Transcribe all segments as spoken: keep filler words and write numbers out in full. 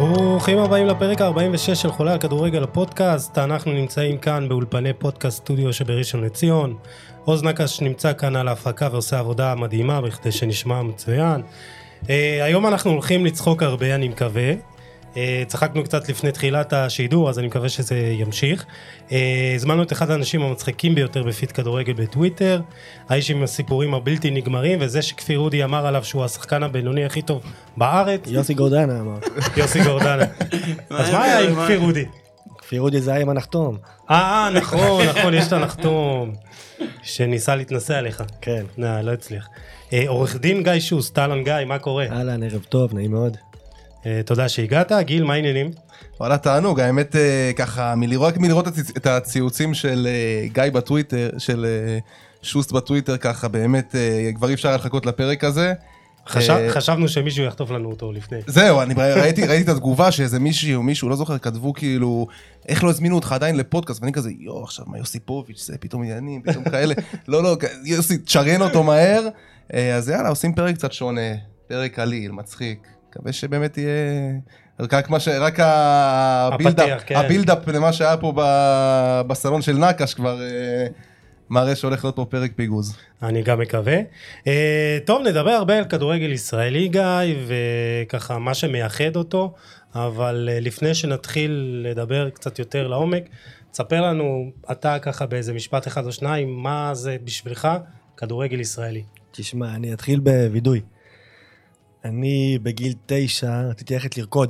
ברוכים הבאים לפרק ה-ארבעים ושש של חולה על כדורגל הפודקאסט. אנחנו נמצאים כאן באולפני פודקאסט סטודיו שבראשון לציון. עוז נקש נמצא כאן על ההפקה ועושה עבודה מדהימה בכדי שנשמע מצוין. Uh, היום אנחנו הולכים לצחוק הרבה, אני מקווה. Uh, צחקנו קצת לפני תחילת השידור, אז אני מקווה שזה ימשיך. Uh, הזמנו את אחד האנשים המצחיקים ביותר בפיד כדורגל בטוויטר, האיש עם הסיפורים הבלתי נגמרים, וזה שכפיר אודי אמר עליו שהוא השחקן הבינוני הכי טוב בארץ. יוסי גורדנה אמר. יוסי גורדנה. אז מה היה עם כפיר אודי? כפיר אודי זה היה עם הנחתום. אה, נכון, נכון, יש את הנחתום, שניסה להתנסה עליך. כן. לא, לא הצליח. עורך דין גיא שוס, טלן גיא, מה קורה? אהלן, ערב טוב, נעים מאוד. תודה שהגעת. גיל, מה העניינים? וואלה, תענוג, האמת ככה, רק מלראות את הציוצים של גיא בטוויטר, של שוס בטוויטר, ככה באמת כבר אי אפשר לחכות לפרק הזה. חשבנו שמישהו יחטוף לנו אותו לפני. זהו, אני ראיתי את התגובה שאיזה מישהו, מישהו, לא זוכר, כתבו כאילו, איך לא הזמינו אותך עדיין לפודקאסט, ואני כזה, יו, עכשיו מה יוסיפוביץ', זה פתאום עניינים, פתאום כאלה, לא, לא, יוסי, תשרן אותו מהר, אז יאללה, עושים פרק קצת שונה, פרק קליל, מצחיק, מקווה שבאמת יהיה, רק מה ש... רק הבילדאפ למה שהיה פה בסלון של נקש כבר מראה שהולך להיות פה פרק פיגוז. אני גם מקווה. טוב, נדבר הרבה על כדורגל ישראלי, גיא, וככה מה שמייחד אותו, אבל לפני שנתחיל לדבר קצת יותר לעומק, תספר לנו, אתה ככה באיזה משפט אחד או שניים, מה זה בשבילך כדורגל ישראלי? תשמע, אני אתחיל בוידוי. אני בגיל תשע רציתי ללכת לרקוד,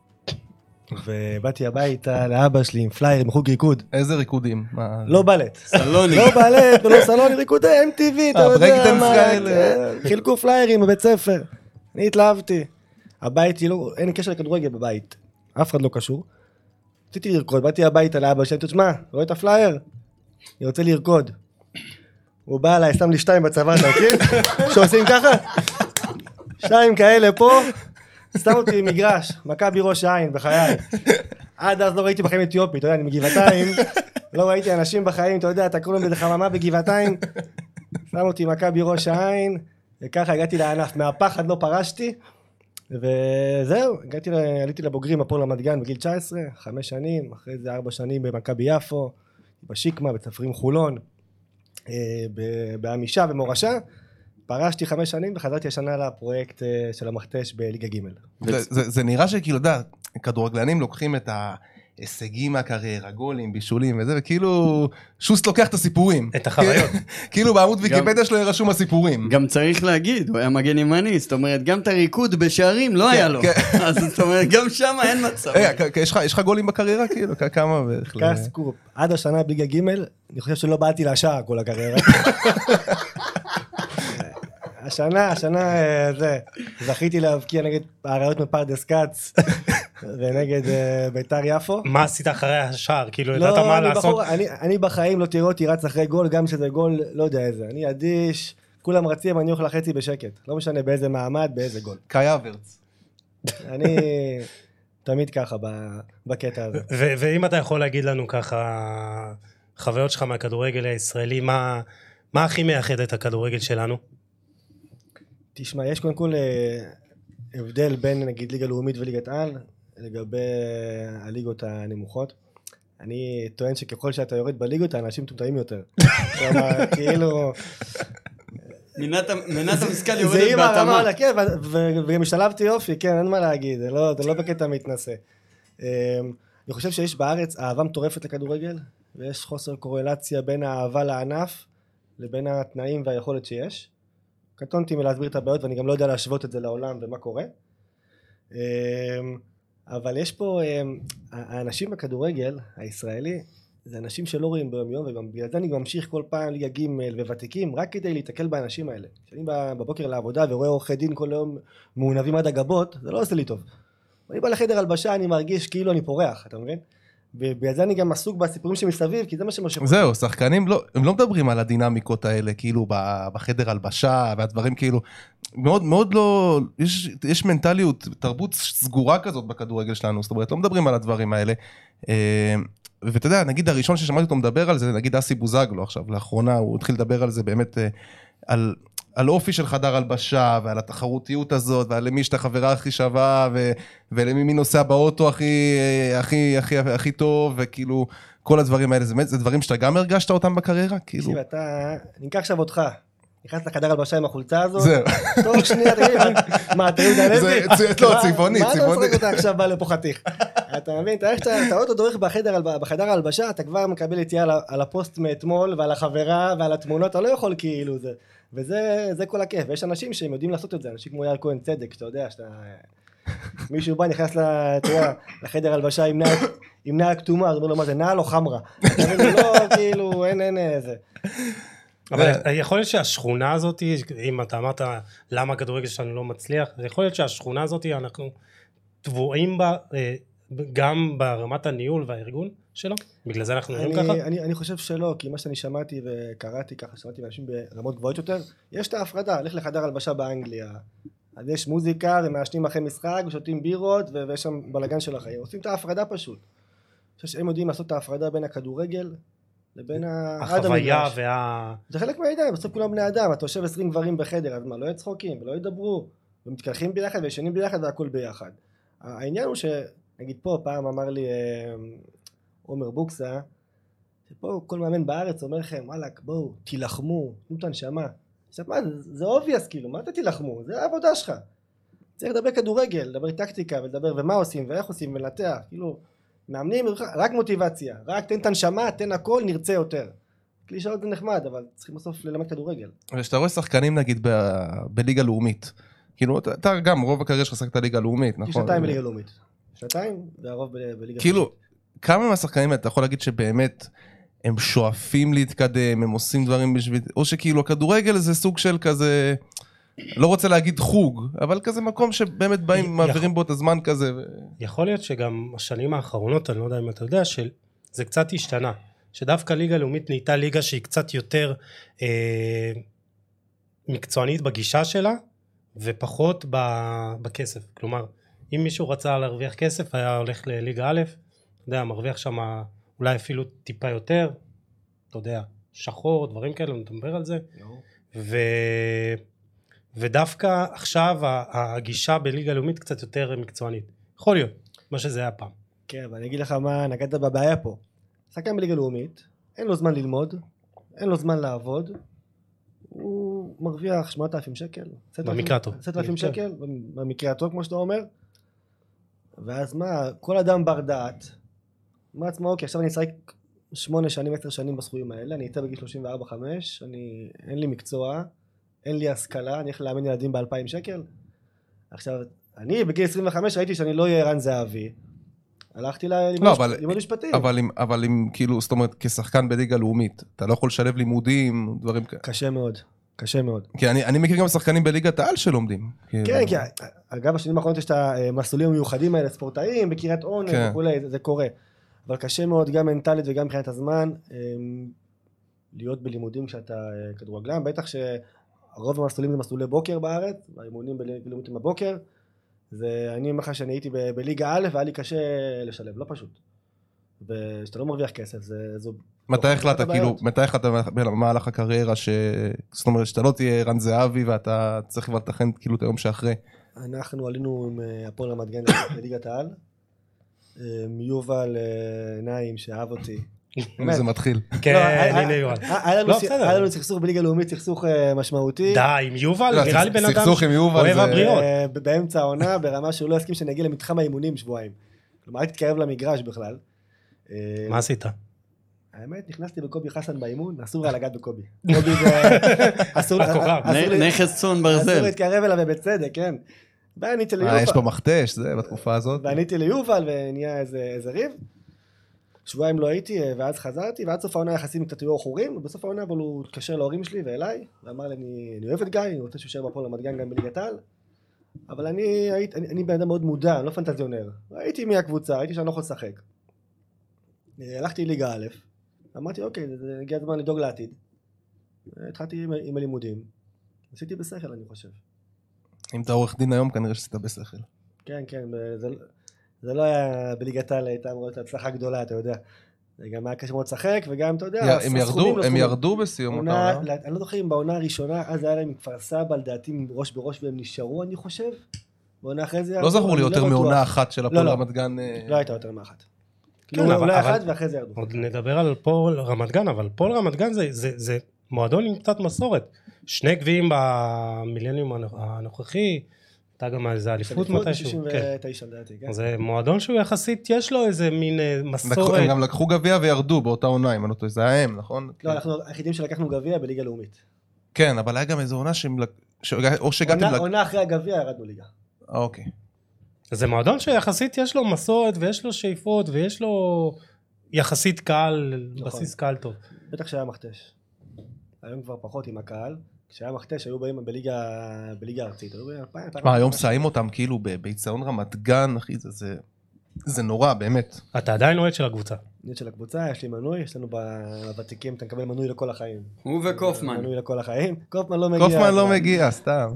ובאתי הביתה לאבא שלי עם פלייר, עם חוג ריקוד. איזה ריקודים? לא בלט. סלוני. לא בלט, ולא סלוני, ריקודי אם טי וי, אתה יודע מה. חילקו פליירים בבית ספר. אני התלהבתי. הבית, אין קשר לכדורגל בבית. אף אחד לא קשור. רציתי לרקוד, באתי הביתה לאבא שלי, תשמע, רואה את הפלייר? אני רוצה לרקוד. הוא בא אליי, שם לי שתיים בצבא, אתה מכיר? שעושים ככה? שתיים כאלה פה, סתם אותי מגרש, מכבי ראש העין בחיי. עד אז לא ראיתי בחיים אתיופי, אתה יודע, אני מגבעתיים, לא ראיתי אנשים בחיים, אתה יודע, אתה קוראים באיזה חממה בגבעתיים, שם אותי מכבי ראש העין, וככה הגעתי לענף, מהפחד לא פרשתי, וזהו, הגעתי, עליתי לבוגרים הפועל רמת גן בגיל תשע עשרה, חמש שנים, אחרי זה ארבע שנים במכבי יפו, בשיקמה, בצפרים חולון, בעמישה ומורשה, פרשתי חמש שנים וחזרתי השנה לפרויקט של המכתש בליגה ג'. זה נראה שכאילו, יודע, כדורגלנים לוקחים את ההישגים מהקריירה, גולים, בישולים וזה, וכאילו שוס לוקח את הסיפורים. את החוויות. כאילו בעמוד ויקיפדיה שלו רשום הסיפורים. גם צריך להגיד, הוא היה מגן ימני, זאת אומרת, גם את הריקוד בשערים לא היה לו. אז זאת אומרת, גם שם אין מצב. יש לך גולים בקריירה? כאילו, כמה? קסקופ, עד השנה בליגה ג', אני חושב שלא באתי לשער כל הקריירה. השנה, השנה, זה, זכיתי להבקיע נגד האריות מפרדס קץ, ונגד ביתר יפו. מה עשית אחרי השער? כאילו, ידעת מה לעשות? אני בחיים לא תראו אותי רץ אחרי גול, גם שזה גול, לא יודע איזה. אני אדיש, כולם רצים, אני אוכל חצי בשקט. לא משנה באיזה מעמד, באיזה גול. קאי אברץ. אני תמיד ככה בקטע הזה. ואם אתה יכול להגיד לנו ככה, חוויות שלך מהכדורגל הישראלי, מה הכי מייחד את הכדורגל שלנו? תשמע, יש קודם כל הבדל בין נגיד ליגה לאומית וליגת על לגבי הליגות הנמוכות. אני טוען שככל שאתה יורד בליגות האנשים טומטמים יותר. כלומר, כאילו... מנת המשכל יורדת זה עם הרמה, בהתאמה. כן, וגם השתלבתי יופי, כן, אין מה להגיד, זה לא בקטע מתנשא. אני חושב שיש בארץ אהבה מטורפת לכדורגל, ויש חוסר קורלציה בין האהבה לענף לבין התנאים והיכולת שיש. קטונתי מלהסביר את הבעיות, ואני גם לא יודע להשוות את זה לעולם ומה קורה. אבל יש פה, האנשים בכדורגל הישראלי, זה אנשים שלא רואים ביום יום, וגם בגלל זה אני ממשיך כל פעם ליגה ג' וותיקים, רק כדי להתקל באנשים האלה. כשאני בא בבוקר לעבודה ורואה עורכי דין כל יום מעונבים עד הגבות, זה לא עושה לי טוב. אני בא לחדר הלבשה, אני מרגיש כאילו אני פורח, אתה מבין? ובגלל זה אני גם עסוק בסיפורים שמסביב, כי זה מה שמושך. זהו, שחקנים לא, הם לא מדברים על הדינמיקות האלה, כאילו בחדר הלבשה, והדברים כאילו, מאוד מאוד לא, יש, יש מנטליות, תרבות סגורה כזאת בכדורגל שלנו, זאת אומרת, לא מדברים על הדברים האלה, ואתה יודע, נגיד הראשון ששמעתי אותו מדבר על זה, נגיד אסי בוזגלו עכשיו, לאחרונה הוא התחיל לדבר על זה באמת, על, על אופי של חדר הלבשה, ועל התחרותיות הזאת, ועל למי שאתה חברה הכי שווה, ו, ולמי מי נוסע באוטו הכי, הכי, הכי, הכי טוב, וכאילו, כל הדברים האלה, זה, זה דברים שאתה גם הרגשת אותם בקריירה? כאילו... תקשיב, אתה, אני אקח עכשיו אותך, נכנס לחדר הלבשה עם החולצה הזאת, זהו. תוך שנייה, תגיד, מה, אתה יהודה לוי? זה, לא, צבעוני, מה אתה צבעוני. משחק אותה עכשיו בא לפה חתיך? אתה מבין, אתה עוד דורך בחדר הלבשה, אתה כבר מקבל יציאה על הפוסט מאתמול, ועל החברה, ועל התמונות, אתה לא יכול כאילו זה. וזה כל הכיף, ויש אנשים שהם יודעים לעשות את זה, אנשים כמו יאיר כהן צדק, שאתה יודע, שאתה... מישהו בא, נכנס לחדר הלבשה עם נעל כתומה, אז אומר לו, מה זה, נעל או חמרה? לא, כאילו, אין, אין איזה. אבל יכול להיות שהשכונה הזאת, אם אתה אמרת למה הכדורגל שלנו לא מצליח, יכול להיות שהשכונה הזאת, אנחנו טבועים בה, גם ברמת הניהול והארגון שלו? בגלל זה אנחנו נראים ככה? אני, אני חושב שלא, כי מה שאני שמעתי וקראתי ככה, שמעתי מאנשים ברמות גבוהות יותר, יש את ההפרדה, הלך לחדר הלבשה באנגליה, אז יש מוזיקה ומעשנים אחרי משחק ושותים בירות ויש שם בלגן של החיים, עושים את ההפרדה פשוט. אני חושב שהם יודעים לעשות את ההפרדה בין הכדורגל לבין החוויה וה... זה חלק מהעידן, בסוף כולם בני אדם, אתה יושב עשרים גברים בחדר, אז מה, לא יצחוקים ולא ידברו, ומתקלחים ביחד וישנים ביחד והכל ביחד. העניין הוא שנגיד פה פעם אמר לי עומר בוקסה, שפה כל מאמן בארץ אומר לכם, וואלק, בואו, תילחמו, תנו את הנשמה. עכשיו מה, זה אובייס כאילו, מה אתה תילחמו? זה העבודה שלך. צריך לדבר כדורגל, לדבר טקטיקה, ולדבר ומה עושים ואיך עושים ולנתח, כאילו, מאמנים, רק מוטיבציה, רק תן את הנשמה, תן הכל, נרצה יותר. קלישאות זה נחמד, אבל צריכים בסוף ללמד כדורגל. ושאתה רואה שחקנים נגיד בליגה לאומית, כאילו, אתה גם רוב הקריירה שלך שחקת ליגה לאומית, נכון? שנתיים בליגה לאומית. שנתיים, והרוב בליגה... כאילו, כמה מהשחקנים אתה יכול להגיד שבאמת הם שואפים להתקדם, הם עושים דברים בשביל... או שכאילו הכדורגל זה סוג של כזה... לא רוצה להגיד חוג, אבל כזה מקום שבאמת באים, מעבירים בו את הזמן כזה. יכול להיות שגם השנים האחרונות, אני לא יודע אם אתה יודע, שזה קצת השתנה. שדווקא ליגה לאומית נהייתה ליגה שהיא קצת יותר אה, מקצוענית בגישה שלה, ופחות בכסף. כלומר, אם מישהו רצה להרוויח כסף, היה הולך לליגה א', אתה יודע, מרוויח שם אולי אפילו טיפה יותר, אתה יודע, שחור, דברים כאלה, נדבר על זה. ו... ודווקא עכשיו הגישה בליגה לאומית קצת יותר מקצוענית. יכול להיות, מה שזה היה פעם. כן, אבל אני אגיד לך מה נגעת בבעיה פה. שחקן בליגה לאומית, אין לו זמן ללמוד, אין לו זמן לעבוד, הוא מרוויח שמונת אלפים שקל. במקרה הטוב. עשרת אלפים שקל, במקרה הטוב כמו שאתה אומר. ואז מה, כל אדם בר דעת, מה עצמו, אוקיי, עכשיו אני אשחק שמונה שנים, עשר שנים בסכומים האלה, אני אצא בגיל שלושים וארבע חמש, אני, אין לי מקצוע, אין לי השכלה, אני יכול לאמן ילדים באלפיים שקל. עכשיו, אני בגיל עשרים וחמש ראיתי שאני לא אהיה ערן זהבי, הלכתי ללימוד משפטים. אבל אם כאילו, זאת אומרת, כשחקן בליגה לאומית, אתה לא יכול לשלב לימודים, דברים כאלה. קשה מאוד, קשה מאוד. כי אני מכיר גם שחקנים בליגת העל שלומדים. כן, כי אגב, בשנים האחרונות יש את המסלולים המיוחדים האלה, ספורטאים, בקריית אונו וכולי, זה קורה. אבל קשה מאוד גם מנטלית וגם מבחינת הזמן, להיות בלימודים כשאתה כדורגלן, בטח שהרוב המסלולים זה מסלולי בוקר בארץ, והאימונים בלימודים בבוקר, זה אני אומר לך שאני הייתי בליגה א' והיה לי קשה לשלב, לא פשוט. ושאתה לא מרוויח כסף, זה... מתי החלטת, כאילו, מתי החלטת במהלך הקריירה, זאת אומרת שאתה לא תהיה ערן זהבי ואתה צריך כבר לתכן כאילו את היום שאחרי? אנחנו עלינו עם הפועל רמת גן לליגת העל, יובל נעים שאהב אותי. זה מתחיל. כן, הנה יובל. היה לנו סכסוך בליגה לאומית, סכסוך משמעותי. די, עם יובל, נראה לי בן אדם סכסוך עם יובל אוהב הבריאות. באמצע העונה, ברמה שהוא לא הסכים שאני אגיע למתחם האימונים שבועיים. כלומר, הייתי תתקרב למגרש בכלל. מה עשית? האמת, נכנסתי בקובי חסן באימון, אסור היה לגעת בקובי. קובי זה... אסור... נכס צאן ברזל. אסור להתקרב אליו ובצדק, כן. ועניתי ליובל. יש פה מכתש, זה בתקופה הזאת. ועניתי ליובל ונהיה איזה ריב. שבועיים לא הייתי, ואז חזרתי, ועד סוף העונה יחסים קצת היו אחורים, ובסוף העונה אבל הוא התקשר להורים שלי ואליי, ואמר לי, אני, אני אוהב את גיא, אני רוצה שהוא יישאר בפועל רמת גן גם בליגת העל, אבל אני, אני, אני, אני בן אדם מאוד מודע, אני לא פנטזיונר, ראיתי מי הקבוצה, ראיתי שאני לא יכול לשחק. הלכתי ליגה א', אמרתי, אוקיי, זה הגיע הזמן לדאוג לעתיד. התחלתי עם, עם הלימודים, עשיתי בשכל, אני חושב. אם אתה עורך דין היום, כנראה שעשית בשכל. כן, כן, זה... זה לא היה בליגת העל, הייתה אמורה להיות הצלחה גדולה, אתה יודע. זה גם היה קשה מאוד לשחק, וגם, אתה יודע, הם ירדו, הם ירדו בסיום אותה. אני לא זוכר אם בעונה הראשונה, אז היה להם עם כפר סבא, לדעתי ראש בראש, והם נשארו, אני חושב. בעונה אחרי זה... לא זכור לי יותר מעונה אחת של הפועל רמת גן. לא הייתה יותר מאחת. כאילו אולי אחת ואחרי זה ירדו. עוד נדבר על פועל רמת גן, אבל פועל רמת גן זה מועדון עם קצת מסורת. שני גביעים במילניום הנוכחי, הייתה גם איזה אליפות מתישהו. שישים ותשע לדעתי, כן. זה מועדון שהוא יחסית, יש לו איזה מין מסורת. הם גם לקחו גביע וירדו באותה עונה, אם אני לא טועה, זה היה הם, נכון? לא, אנחנו היחידים שלקחנו גביע בליגה לאומית. כן, אבל היה גם איזו עונה שהם... או שהגעתם... עונה אחרי הגביע ירדנו ליגה. אוקיי. זה מועדון שיחסית יש לו מסורת ויש לו שאיפות ויש לו יחסית קהל, בסיס קהל טוב. בטח שהיה מכתש. היום כבר פחות עם הקהל. כשהיה מכתש היו באים בליגה ארצית. מה, היום סיים אותם כאילו ביציון רמת גן, אחי, זה נורא, באמת. אתה עדיין אוהד של הקבוצה. אוהד של הקבוצה, יש לי מנוי, יש לנו בוותיקים, אתה מקבל מנוי לכל החיים. הוא וקופמן. מנוי לכל החיים. קופמן לא מגיע. קופמן לא מגיע, סתם.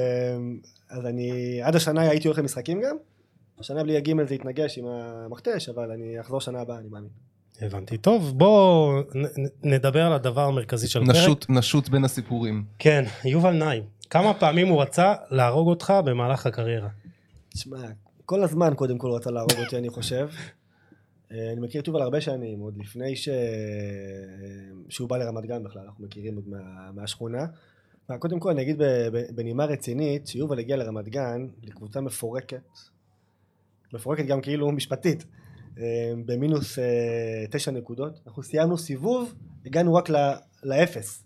אז אני, עד השנה הייתי הולך למשחקים גם. השנה בלי הגימל זה יתנגש עם המכתש, אבל אני אחזור שנה הבאה, אני מאמין. הבנתי. טוב, בואו נדבר על הדבר המרכזי של הפרק. נשות, נשות בין הסיפורים. כן, יובל נעים. כמה פעמים הוא רצה להרוג אותך במהלך הקריירה? תשמע, כל הזמן קודם כל הוא רצה להרוג אותי, אני חושב. אני מכיר את יובל הרבה שנים, עוד לפני ש... שהוא בא לרמת גן בכלל, אנחנו מכירים עוד מה... מהשכונה. קודם כל אני אגיד בנימה רצינית, שיובל הגיע לרמת גן, לקבוצה מפורקת, מפורקת גם כאילו משפטית, במינוס תשע נקודות. אנחנו סיימנו סיבוב, הגענו רק לאפס,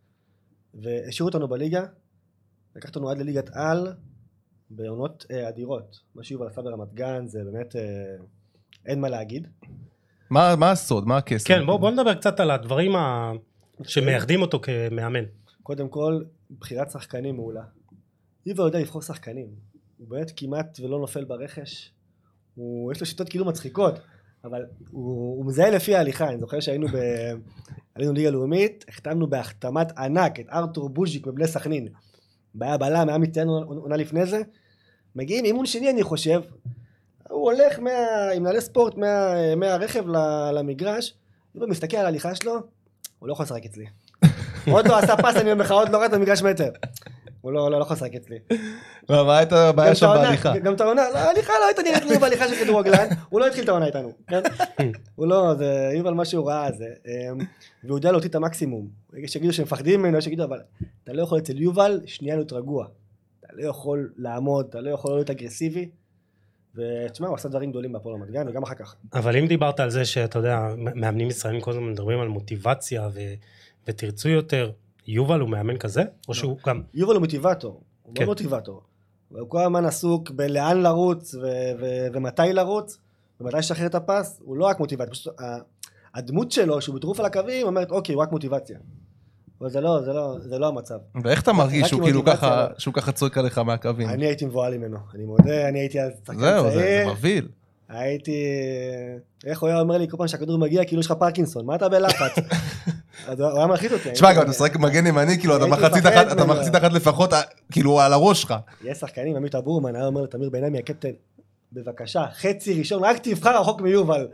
והשאירו אותנו בליגה, לקח אותנו עד לליגת על, בעונות אדירות. מה שיובל עשה ברמת גן זה באמת אין מה להגיד. מה, מה הסוד? מה הקסם? כן, בוא, בוא נדבר קצת על הדברים שמייחדים אותו כמאמן. קודם כל, בחירת שחקנים מעולה. יובל יודע לבחור שחקנים. הוא באמת כמעט ולא נופל ברכש. הוא, יש לו שיטות כאילו מצחיקות, אבל הוא, הוא מזהה לפי ההליכה. אני זוכר שהיינו ב... עלינו ליגה לאומית, החתמנו בהחתמת ענק את ארתור בוז'יק מבני סכנין. בעיה בלם, היה מצטיין עונה לפני זה. מגיעים אימון שני אני חושב, הוא הולך מה, עם נעלי ספורט מה, מהרכב למגרש, הוא מסתכל על ההליכה שלו, הוא לא יכול לשחק אצלי. עוד לא עשה פס, אני אומר לך, עוד לא רד במגרש מטר. הוא לא, לא, לא יכול לשחק אצלי. מה הייתה הבעיה שם בהליכה? גם את העונה, לא, ההליכה לא הייתה נראית לי בהליכה של כדורגלן, הוא לא התחיל את העונה איתנו. הוא לא, זה יובל מה שהוא ראה זה. והוא יודע להוציא את המקסימום. יש שיגידו שמפחדים ממנו, יש שיגידו, אבל אתה לא יכול אצל יובל שנייה להיות רגוע. אתה לא יכול לעמוד, אתה לא יכול להיות אגרסיבי. ותשמע, הוא עשה דברים גדולים בהפועל רמת גן, וגם אחר כך. אבל אם דיברת על זה שאתה יודע, מאמנים ישראלים כל הזמן מדברים על מוטיבציה ותרצו יותר, יובל הוא מאמן כזה? או שהוא גם... יובל הוא מוטיבטור, הוא לא מוטיבטור. הוא כל הזמן עסוק בלאן לרוץ ומתי לרוץ, ומתי לשחרר את הפס, הוא לא רק מוטיבטור. פשוט הדמות שלו, שהוא בטירוף על הקווים, אומרת, אוקיי, הוא רק מוטיבציה. אבל זה לא, זה לא, זה לא המצב. ואיך אתה מרגיש שהוא כאילו ככה, שהוא ככה צועק עליך מהקווים? אני הייתי מבועל ממנו, אני מודה, אני הייתי שחקן צעיר. זהו, זה מבהיל. הייתי, איך הוא היה אומר לי כל פעם שהכדור מגיע, כאילו יש לך פרקינסון, מה אתה בלחץ? אז הוא היה מלחיץ אותי. תשמע, גם אתה שחק מגן ימני, כאילו אתה מחצית אחת לפחות, כאילו על הראש שלך. יש שחקנים, עמית אבורמן, היה אומר לתמיר בעיניים, הקפטן, בבקשה, חצי ראשון, רק תבחר רחוק מיובל.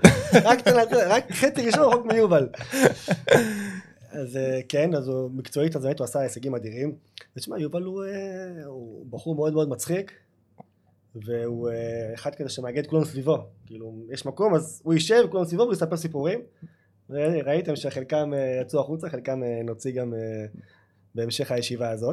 רק חצי ראשון רחוק מיובל. אז כן, אז הוא מקצועית, אז באמת הוא עשה הישגים אדירים. ותשמע, יובל הוא, הוא בחור מאוד מאוד מצחיק, והוא אחד כזה שמאגד כולם סביבו. כאילו, יש מקום, אז הוא יישב כולם סביבו ויספר סיפורים. וראיתם שחלקם יצאו החוצה, חלקם נוציא גם בהמשך הישיבה הזאת.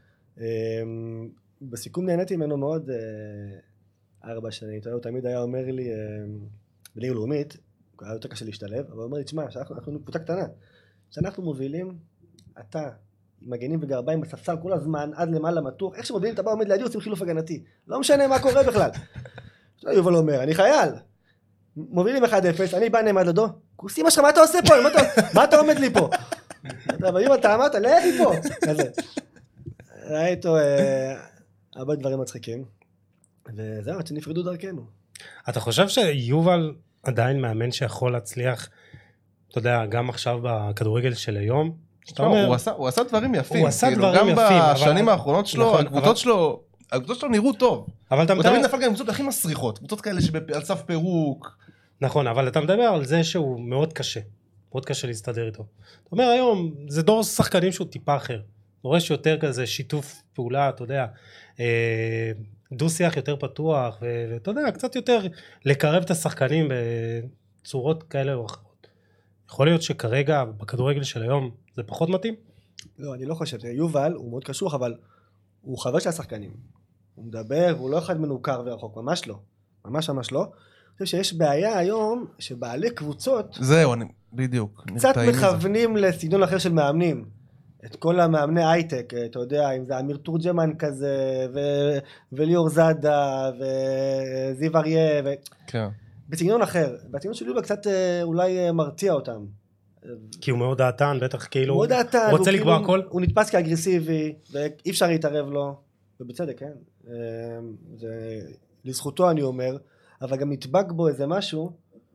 בסיכום נהניתי ממנו מאוד ארבע שנים. הוא תמיד היה אומר לי, בליגה לאומית, היה יותר קשה להשתלב, אבל הוא אומר לי, תשמע, אנחנו קבוצה קטנה. כשאנחנו מובילים, אתה, מגנים וגרביים בספסל כל הזמן, עד למעלה מתוח, איך שמובילים, אתה בא עומד לידי, עושים חילוף הגנתי. לא משנה מה קורה בכלל. יובל אומר, אני חייל. מובילים אחד אפס, אני בא נעמד לדו, כוסי מה שלך, מה אתה עושה פה? מה אתה עומד לי פה? אבל יובל, אתה אמרת, לך לי פה. כזה. ראיתו הרבה דברים מצחיקים, וזהו, עד שנפרדו דרכנו. אתה חושב שיובל עדיין מאמן שיכול להצליח, אתה יודע, גם עכשיו בכדורגל של היום? הוא עשה דברים יפים. הוא עשה דברים יפים. גם בשנים האחרונות שלו, הקבוצות שלו, הקבוצות שלו נראו טוב. אבל אתה הוא תמיד נפל גם קבוצות הכי מסריחות, קבוצות כאלה שעל סף פירוק, נכון, אבל אתה מדבר על זה שהוא מאוד קשה, מאוד קשה להסתדר איתו. אתה אומר היום, זה דור שחקנים שהוא טיפה אחר, דורש יותר כזה שיתוף פעולה, אתה יודע, דו שיח יותר פתוח, ואתה יודע, קצת יותר לקרב את השחקנים בצורות כאלה או אחרות. יכול להיות שכרגע, בכדורגל של היום, זה פחות מתאים? לא, אני לא חושב, יובל הוא מאוד קשוח, אבל הוא חבר של השחקנים. הוא מדבר, והוא לא אחד מנוכר ורחוק, ממש לא. ממש ממש לא. אני חושב שיש בעיה היום, שבעלי קבוצות... זהו, אני, בדיוק. קצת מכוונים לסגנון אחר של מאמנים. את כל המאמני הייטק, אתה יודע, אם זה אמיר תורג'מן כזה, ו- וליאור זאדה, וזיו אריה, ו... כן. בסגנון אחר. בסגנון של יובל קצת אולי מרתיע אותם. כי הוא מאוד דעתן, בטח כאילו, הוא דעתן, רוצה הוא לקבוע כאילו, הכל? הוא נתפס כאגרסיבי, ואי אפשר להתערב לו, ובצדק, כן? זה לזכותו אני אומר, אבל גם נדבק בו איזה משהו,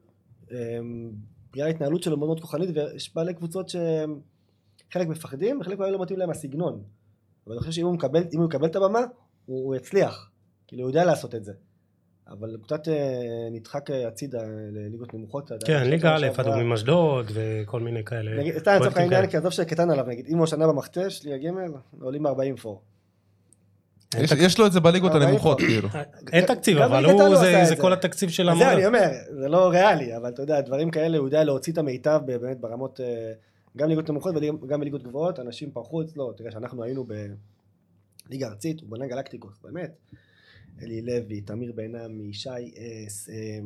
בגלל ההתנהלות שלו מאוד מאוד כוחנית, ויש בעלי קבוצות שחלק מפחדים, וחלק אולי לא מתאים להם הסגנון. אבל אני חושב שאם הוא מקבל, אם הוא מקבל את הבמה, הוא, הוא יצליח, כאילו הוא יודע לעשות את זה. אבל קצת נדחק הצידה לליגות נמוכות. כן, ליגה א', אדומים אשדוד וכל מיני כאלה. אתה לצורך העניין, כי עזוב שקטן עליו, נגיד, אם הוא השנה במכתש, ליגה ג' עולים ארבעים פור. יש לו את זה בליגות הנמוכות, כאילו. אין תקציב, אבל זה כל התקציב של המורה. זה אני אומר, זה לא ריאלי, אבל אתה יודע, דברים כאלה, הוא יודע להוציא את המיטב באמת ברמות, גם ליגות נמוכות וגם בליגות גבוהות, אנשים פרחו אצלו, תראה שאנחנו היינו בליגה ארצית, הוא בונה גלקטיקוס, באמת. אלי לוי, תמיר בינמי, שי אס,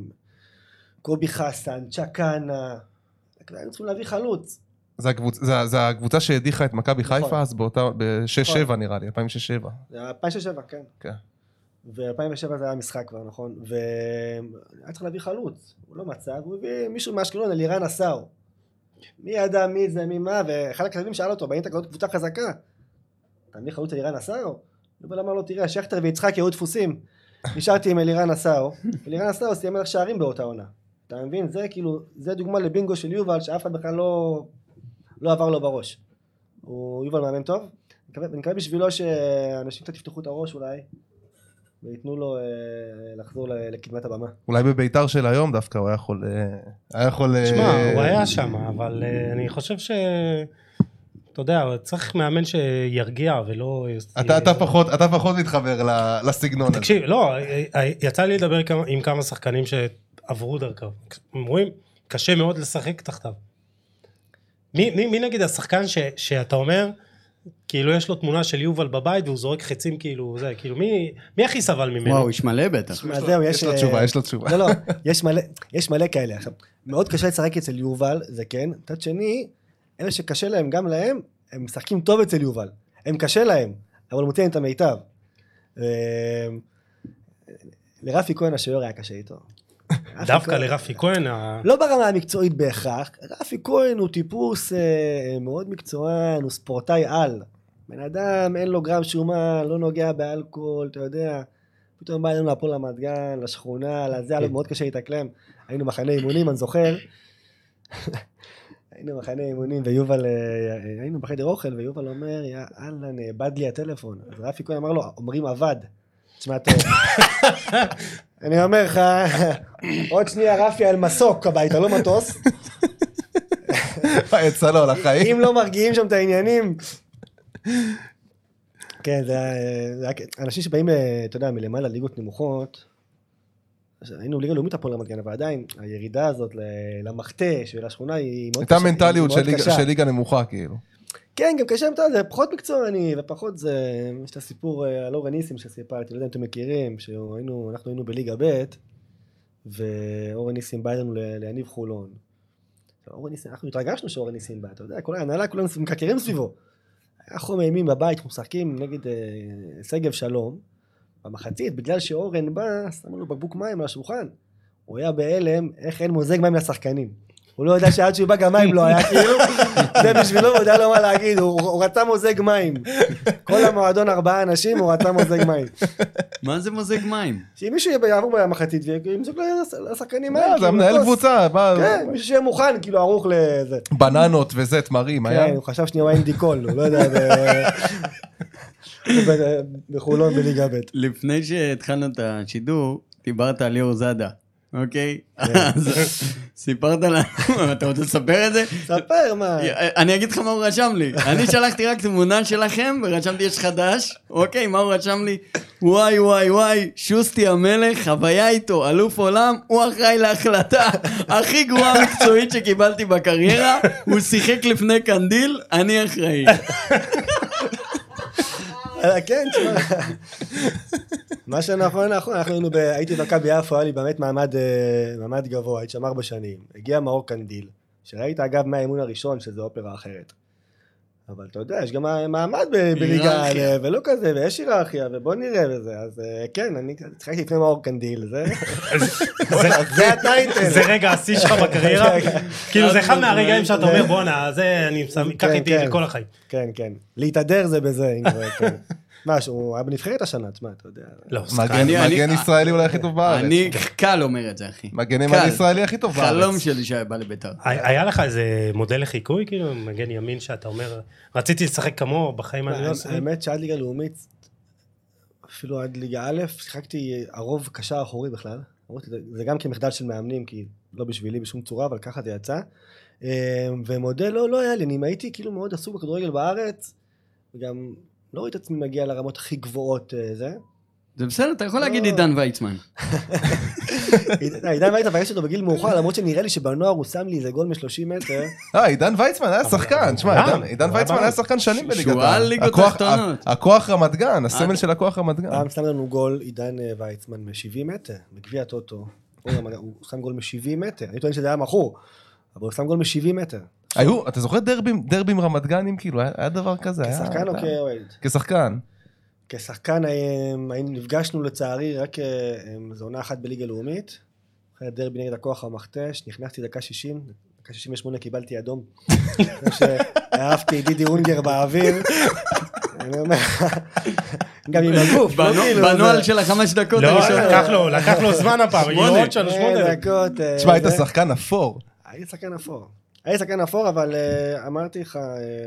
קובי חסן, צ'קנה, היינו צריכים להביא חלוץ. זה הקבוצה שהדיחה את מכבי חיפה אז באותה, ב-שש שבע נראה לי, אלפיים ושש שבע. זה אלפיים ושש שבע, כן. כן. ו-אלפיים ושבע זה היה משחק כבר, נכון? והיה צריך להביא חלוץ, הוא לא מצא, הוא הביא מישהו מאשקלון, אלירן אסאו. מי ידע מי זה, מי מה, ואחד הכתבים שאל אותו, באינטרנט כזאת קבוצה חזקה. אתה מביא חלוץ אלירן אסאו? יובל אמר לו, תראה, שכטר ויצחק יהיו דפוסים. נשארתי עם אלירן אסאו, אלירן אסאו סיים מלך שערים באותה עונה. אתה מבין? זה כאילו, זה דוגמה לבינגו של יובל, שאף אחד בכלל לא, לא עבר לו בראש. הוא יובל מאמן טוב. אני מקווה בשבילו שאנשים קצת יפתחו את הראש אולי, ויתנו לו לחזור לקדמת הבמה. אולי בביתר של היום דווקא הוא היה יכול... היה יכול... תשמע, הוא היה שם, אבל אני חושב ש... אתה יודע, צריך מאמן שירגיע ולא... אתה, אתה פחות, אתה פחות מתחבר לסגנון הזה. תקשיב, לא, יצא לי לדבר עם כמה שחקנים שעברו דרכו. אומרים, קשה מאוד לשחק תחתיו. מי, מי, מי נגיד השחקן ש, שאתה אומר, כאילו יש לו תמונה של יובל בבית והוא זורק חצים כאילו, זה, כאילו, מי, מי הכי סבל ממנו? וואו, יש מלא בטח. זהו, יש לו תשובה, יש לו תשובה. לא, לא, יש מלא, יש מלא כאלה. עכשיו, מאוד קשה לשחק אצל יובל, זה כן. מצד שני, אלה שקשה להם, גם להם, הם משחקים טוב אצל יובל. הם קשה להם, אבל מוצאים את המיטב. לרפי כהן השוער היה קשה איתו. דווקא לרפי כהן? לא ברמה המקצועית בהכרח. רפי כהן הוא טיפוס מאוד מקצוען, הוא ספורטאי על. בן אדם, אין לו גרם שומן, לא נוגע באלכוהול, אתה יודע. פתאום בא אלינו להפועל רמת גן, לשכונה, לזה, היה לו מאוד קשה להתאקלם. היינו מחנה אימונים, אני זוכר. היינו מחנה אימונים, ויובל, היינו בחדר אוכל, ויובל אומר, יא אללה, נאבד לי הטלפון. אז רפי כהן אמר לו, אומרים עבד. תשמע טוב. אני אומר לך, עוד שנייה רפי על מסוק הביתה, לא מטוס. יצא לו על החיים. אם לא מרגיעים שם את העניינים. כן, זה אנשים שבאים, אתה יודע, מלמעלה ליגות נמוכות, היינו ליגה לאומית הפועל רמת גן, אבל עדיין הירידה הזאת למכתש ולשכונה היא מאוד קשה. הייתה מנטליות של ליגה נמוכה כאילו. כן, גם קשה, זה פחות מקצועני, ופחות זה, יש את הסיפור על אורן ניסים שסיפרתי, לא יודע אם אתם מכירים, שאנחנו היינו בליגה ב' ואורן ניסים בא אלינו ליניב חולון. אורן ניסים, אנחנו התרגשנו שאורן ניסים בא, אתה יודע, כל ההנהלה, כולנו מקרקרים סביבו. היה חום אימים בבית, אנחנו משחקים נגד שגב שלום, במחצית, בגלל שאורן בא, שמו לו בקבוק מים על השולחן, הוא היה בהלם, איך אין מוזג מים לשחקנים. הוא לא יודע שעד שהוא בא גם מים לא היה כאילו, זה בשבילו, הוא יודע לו מה להגיד, הוא רצה מוזג מים. כל המועדון ארבעה אנשים, הוא רצה מוזג מים. מה זה מוזג מים? שאם מישהו יעבור במחצית, וימזוג לשחקנים מים. זה המנהל קבוצה. כן, מישהו שיהיה מוכן, כאילו ערוך לזה. בננות וזה, תמרים, היה? כן, הוא חשב שנייה וואי אינדיקול, הוא לא יודע, בחולון בליגה ב'. לפני שהתחלנו את השידור, דיברת על ליאור זאדה. אוקיי? אז סיפרת לנו, אתה רוצה לספר את זה? ספר, מה? אני אגיד לך מה הוא רשם לי. אני שלחתי רק תמונה שלכם, ורשמתי יש חדש. אוקיי, מה הוא רשם לי? וואי, וואי, וואי, שוסטי המלך, חוויה איתו, אלוף עולם, הוא אחראי להחלטה הכי גרועה מקצועית שקיבלתי בקריירה, הוא שיחק לפני קנדיל, אני אחראי. כן, תשמע. מה שנכון, נכון, אנחנו היינו, הייתי במכבי יפו, היה לי באמת מעמד גבוה, הייתי שם ארבע שנים. הגיע מאור קנדיל, שראית אגב מהאימון הראשון, שזה אופרה אחרת. אבל אתה יודע, יש גם מעמד בליגה, ולא כזה, ויש היררכיה, ובוא נראה בזה. אז כן, אני צריכתי לפני מאור קנדיל, זה הטייטל. זה רגע השיא שלך בקריירה? כאילו זה אחד מהרגעים שאתה אומר, בוא'נה, זה אני אקח איתי לכל החיים. כן, כן. להתהדר זה בזה, אם כבר, כן. משהו, הוא היה בנבחרת השנה, תשמע, אתה יודע. לא, מגן ישראלי אולי הכי טוב בארץ. אני קל אומר את זה, אחי. מגן ימני ישראלי הכי טוב בארץ. חלום שלי שהיה בא לביתר. היה לך איזה מודל לחיקוי, כאילו, מגן ימין שאתה אומר, רציתי לשחק כמוהו בחיים אני לא עושה. האמת שעד ליגה לאומית, אפילו עד ליגה א', שיחקתי הרוב קשר אחורי בכלל. זה גם כמחדל של מאמנים, כי לא בשבילי בשום צורה, אבל ככה זה יצא. ומודל לא, לא היה לי, אני הייתי כאילו מאוד עסוק בכדורגל בארץ, וגם לא ראיתי את עצמי מגיע לרמות הכי גבוהות זה. זה בסדר, אתה יכול להגיד עידן ויצמן. עידן ויצמן, פגשתי אותו בגיל מאוחר, למרות שנראה לי שבנוער הוא שם לי איזה גול מ-שלושים מטר. אה, עידן ויצמן היה שחקן, תשמע, עידן ויצמן היה שחקן שנים בליגת העל. שועל ליגות תחתונות. הכוח רמת גן, הסמל של הכוח רמת גן. פעם שם לנו גול עידן ויצמן מ-שבעים מטר, בגביע הטוטו. הוא שם גול מ-שבעים מטר, אני טוען שזה היה מכור, אבל הוא שם גול מ-שבעים מטר. היו, אתה זוכר דרבים, דרבים רמת גנים, כאילו, היה דבר כזה. כשחקן או כאוהד? כשחקן. כשחקן, נפגשנו לצערי רק זו עונה אחת בליגה לאומית, אחרי דרבי נגד הכוח המכתש, נכנסתי דקה שישים, דקה שישים ושמונה קיבלתי אדום, שאהבתי דידי רונגר באוויר, גם עם הגוף, בנועל של החמש דקות. לא, לקח לו זמן הפעם, שמונה, שמונה דקות. תשמע, היית שחקן אפור. הייתי שחקן אפור. הייתי שחקן אפור, אבל אמרתי לך,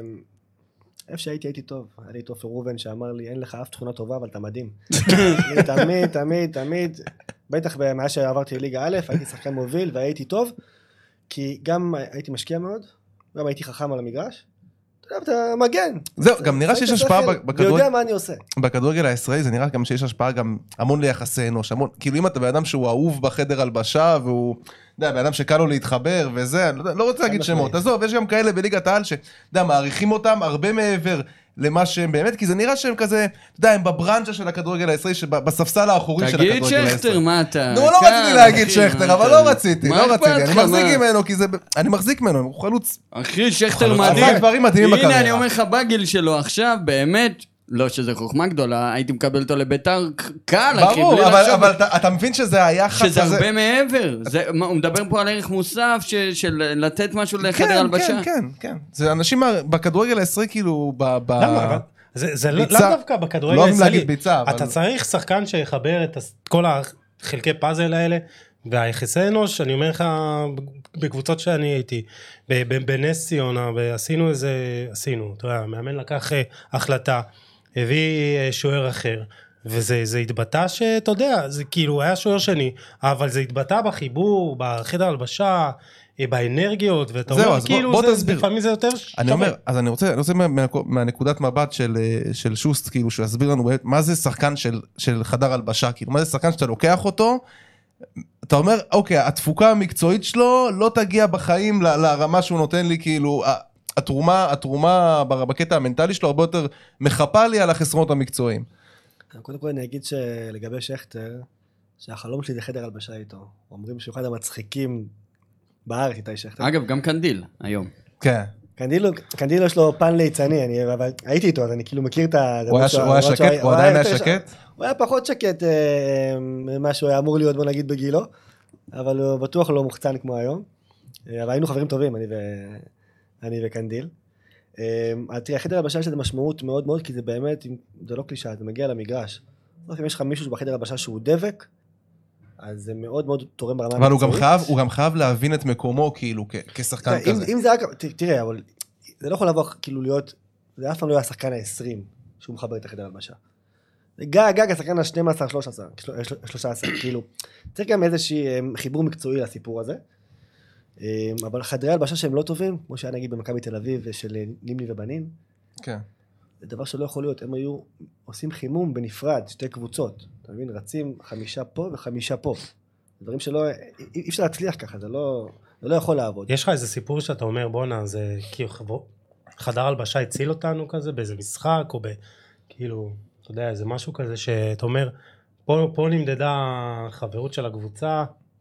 איפה שהייתי, הייתי טוב. היה לי טוב רובן שאמר לי, אין לך אף תכונה טובה, אבל אתה מדהים. תמיד, תמיד, תמיד, בטח מאז שעברתי לליגה א', הייתי שחקן מוביל והייתי טוב, כי גם הייתי משקיע מאוד, גם הייתי חכם על המגרש, אתה מגן. זהו, גם נראה שיש השפעה בכדורגל. ויודע מה אני עושה. בכדורגל הישראלי זה נראה גם שיש השפעה גם המון ליחסי אנוש, המון, כאילו אם אתה באדם שהוא אהוב בחדר הלבשה, והוא, אתה יודע, באדם שקל לו להתחבר וזה, לא רוצה להגיד שמות, עזוב, יש גם כאלה בליגת העל שאתה יודע, מעריכים אותם הרבה מעבר למה שהם באמת, כי זה נראה שהם כזה, אתה יודע, הם בברנצ'ה של הכדורגל הישראלי, בספסל האחורי של הכדורגל הישראלי. תגיד שכטר, מה אתה? נו, לא רציתי להגיד שכטר, אבל לא רציתי, לא רציתי, אני מחזיק ממנו, כי זה, אני מחזיק ממנו, הוא חלוץ. אחי, שכטר מדהים. דברים מדהימים בקריירה. הנה, אני אומר לך, בגיל שלו עכשיו, באמת, לא שזה חוכמה גדולה, הייתי מקבל אותו לביתר קל, אחי. ברור, אבל אתה מבין שזה היחס הזה. שזה הרבה מעבר. הוא מדבר פה על ערך מוסף של לתת משהו לחדר הלבשה. כן, כן, כן. זה אנשים בכדורגל הישראלי, כאילו, ב... למה? זה לא דווקא בכדורגל הישראלי. אתה צריך שחקן שיחבר את כל החלקי פאזל האלה, והיחסי אנוש, אני אומר לך, בקבוצות שאני הייתי, בנס ציונה, ועשינו איזה, עשינו, אתה יודע, מאמן לקח החלטה, הביא שוער אחר, וזה התבטא שאתה יודע, זה כאילו היה שוער שני, אבל זה התבטא בחיבור, בחדר הלבשה, באנרגיות, ואתה אומר, כאילו, לפעמים זה יותר שווה. אני אומר, אז אני רוצה, אני רוצה מהנקודת מבט של שוסט, כאילו, שיסביר לנו באמת, מה זה שחקן של חדר הלבשה, כאילו, מה זה שחקן שאתה לוקח אותו, אתה אומר, אוקיי, התפוקה המקצועית שלו לא תגיע בחיים לרמה שהוא נותן לי, כאילו, התרומה, התרומה בקטע המנטלי שלו הרבה יותר מחפה לי על החסרונות המקצועיים. קודם כל אני אגיד שלגבי שכטר, שהחלום שלי זה חדר הלבשה איתו. אומרים שהוא אחד המצחיקים בארץ איתי שכטר. אגב, גם קנדיל, היום. כן. קנדיל יש לו פן ליצני, אבל הייתי איתו, אז אני כאילו מכיר את ה... הוא היה שקט? הוא עדיין היה שקט? הוא היה פחות שקט ממה שהוא היה אמור להיות, בוא נגיד, בגילו, אבל הוא בטוח לא מוחצן כמו היום. אבל היינו חברים טובים, אני וקנדיל. תראה, חדר הלבשה יש לזה משמעות מאוד מאוד, כי זה באמת, זה לא קלישה, זה מגיע למגרש. אם יש לך מישהו בחדר הלבשה שהוא דבק, אז זה מאוד מאוד תורם ברמה המקצועית. אבל הוא גם חייב להבין את מקומו, כאילו, כשחקן כזה. אם זה רק, תראה, אבל זה לא יכול לבוא, כאילו, להיות, זה אף פעם לא היה השחקן ה-עשרים, שהוא מחבר את החדר הלבשה. גג, גג, השחקן ה-שנים עשר, שלושה עשר, כאילו, צריך גם איזושהי חיבור מקצועי לסיפור הזה, אבל חדרי הלבשה שהם לא טובים, כמו שהיה נגיד במכבי תל אביב של נימני ובנין, כן. זה דבר שלא יכול להיות, הם היו עושים חימום בנפרד, שתי קבוצות, אתה מבין, רצים חמישה פה וחמישה פה, דברים שלא, אי אפשר להצליח ככה, זה לא, זה לא יכול לעבוד. יש לך איזה סיפור שאתה אומר, בונה, זה כאילו חדר הלבשה הציל אותנו כזה, באיזה משחק, או כאילו, אתה יודע, איזה משהו כזה שאתה אומר, פה, פה נמדדה החברות של הקבוצה.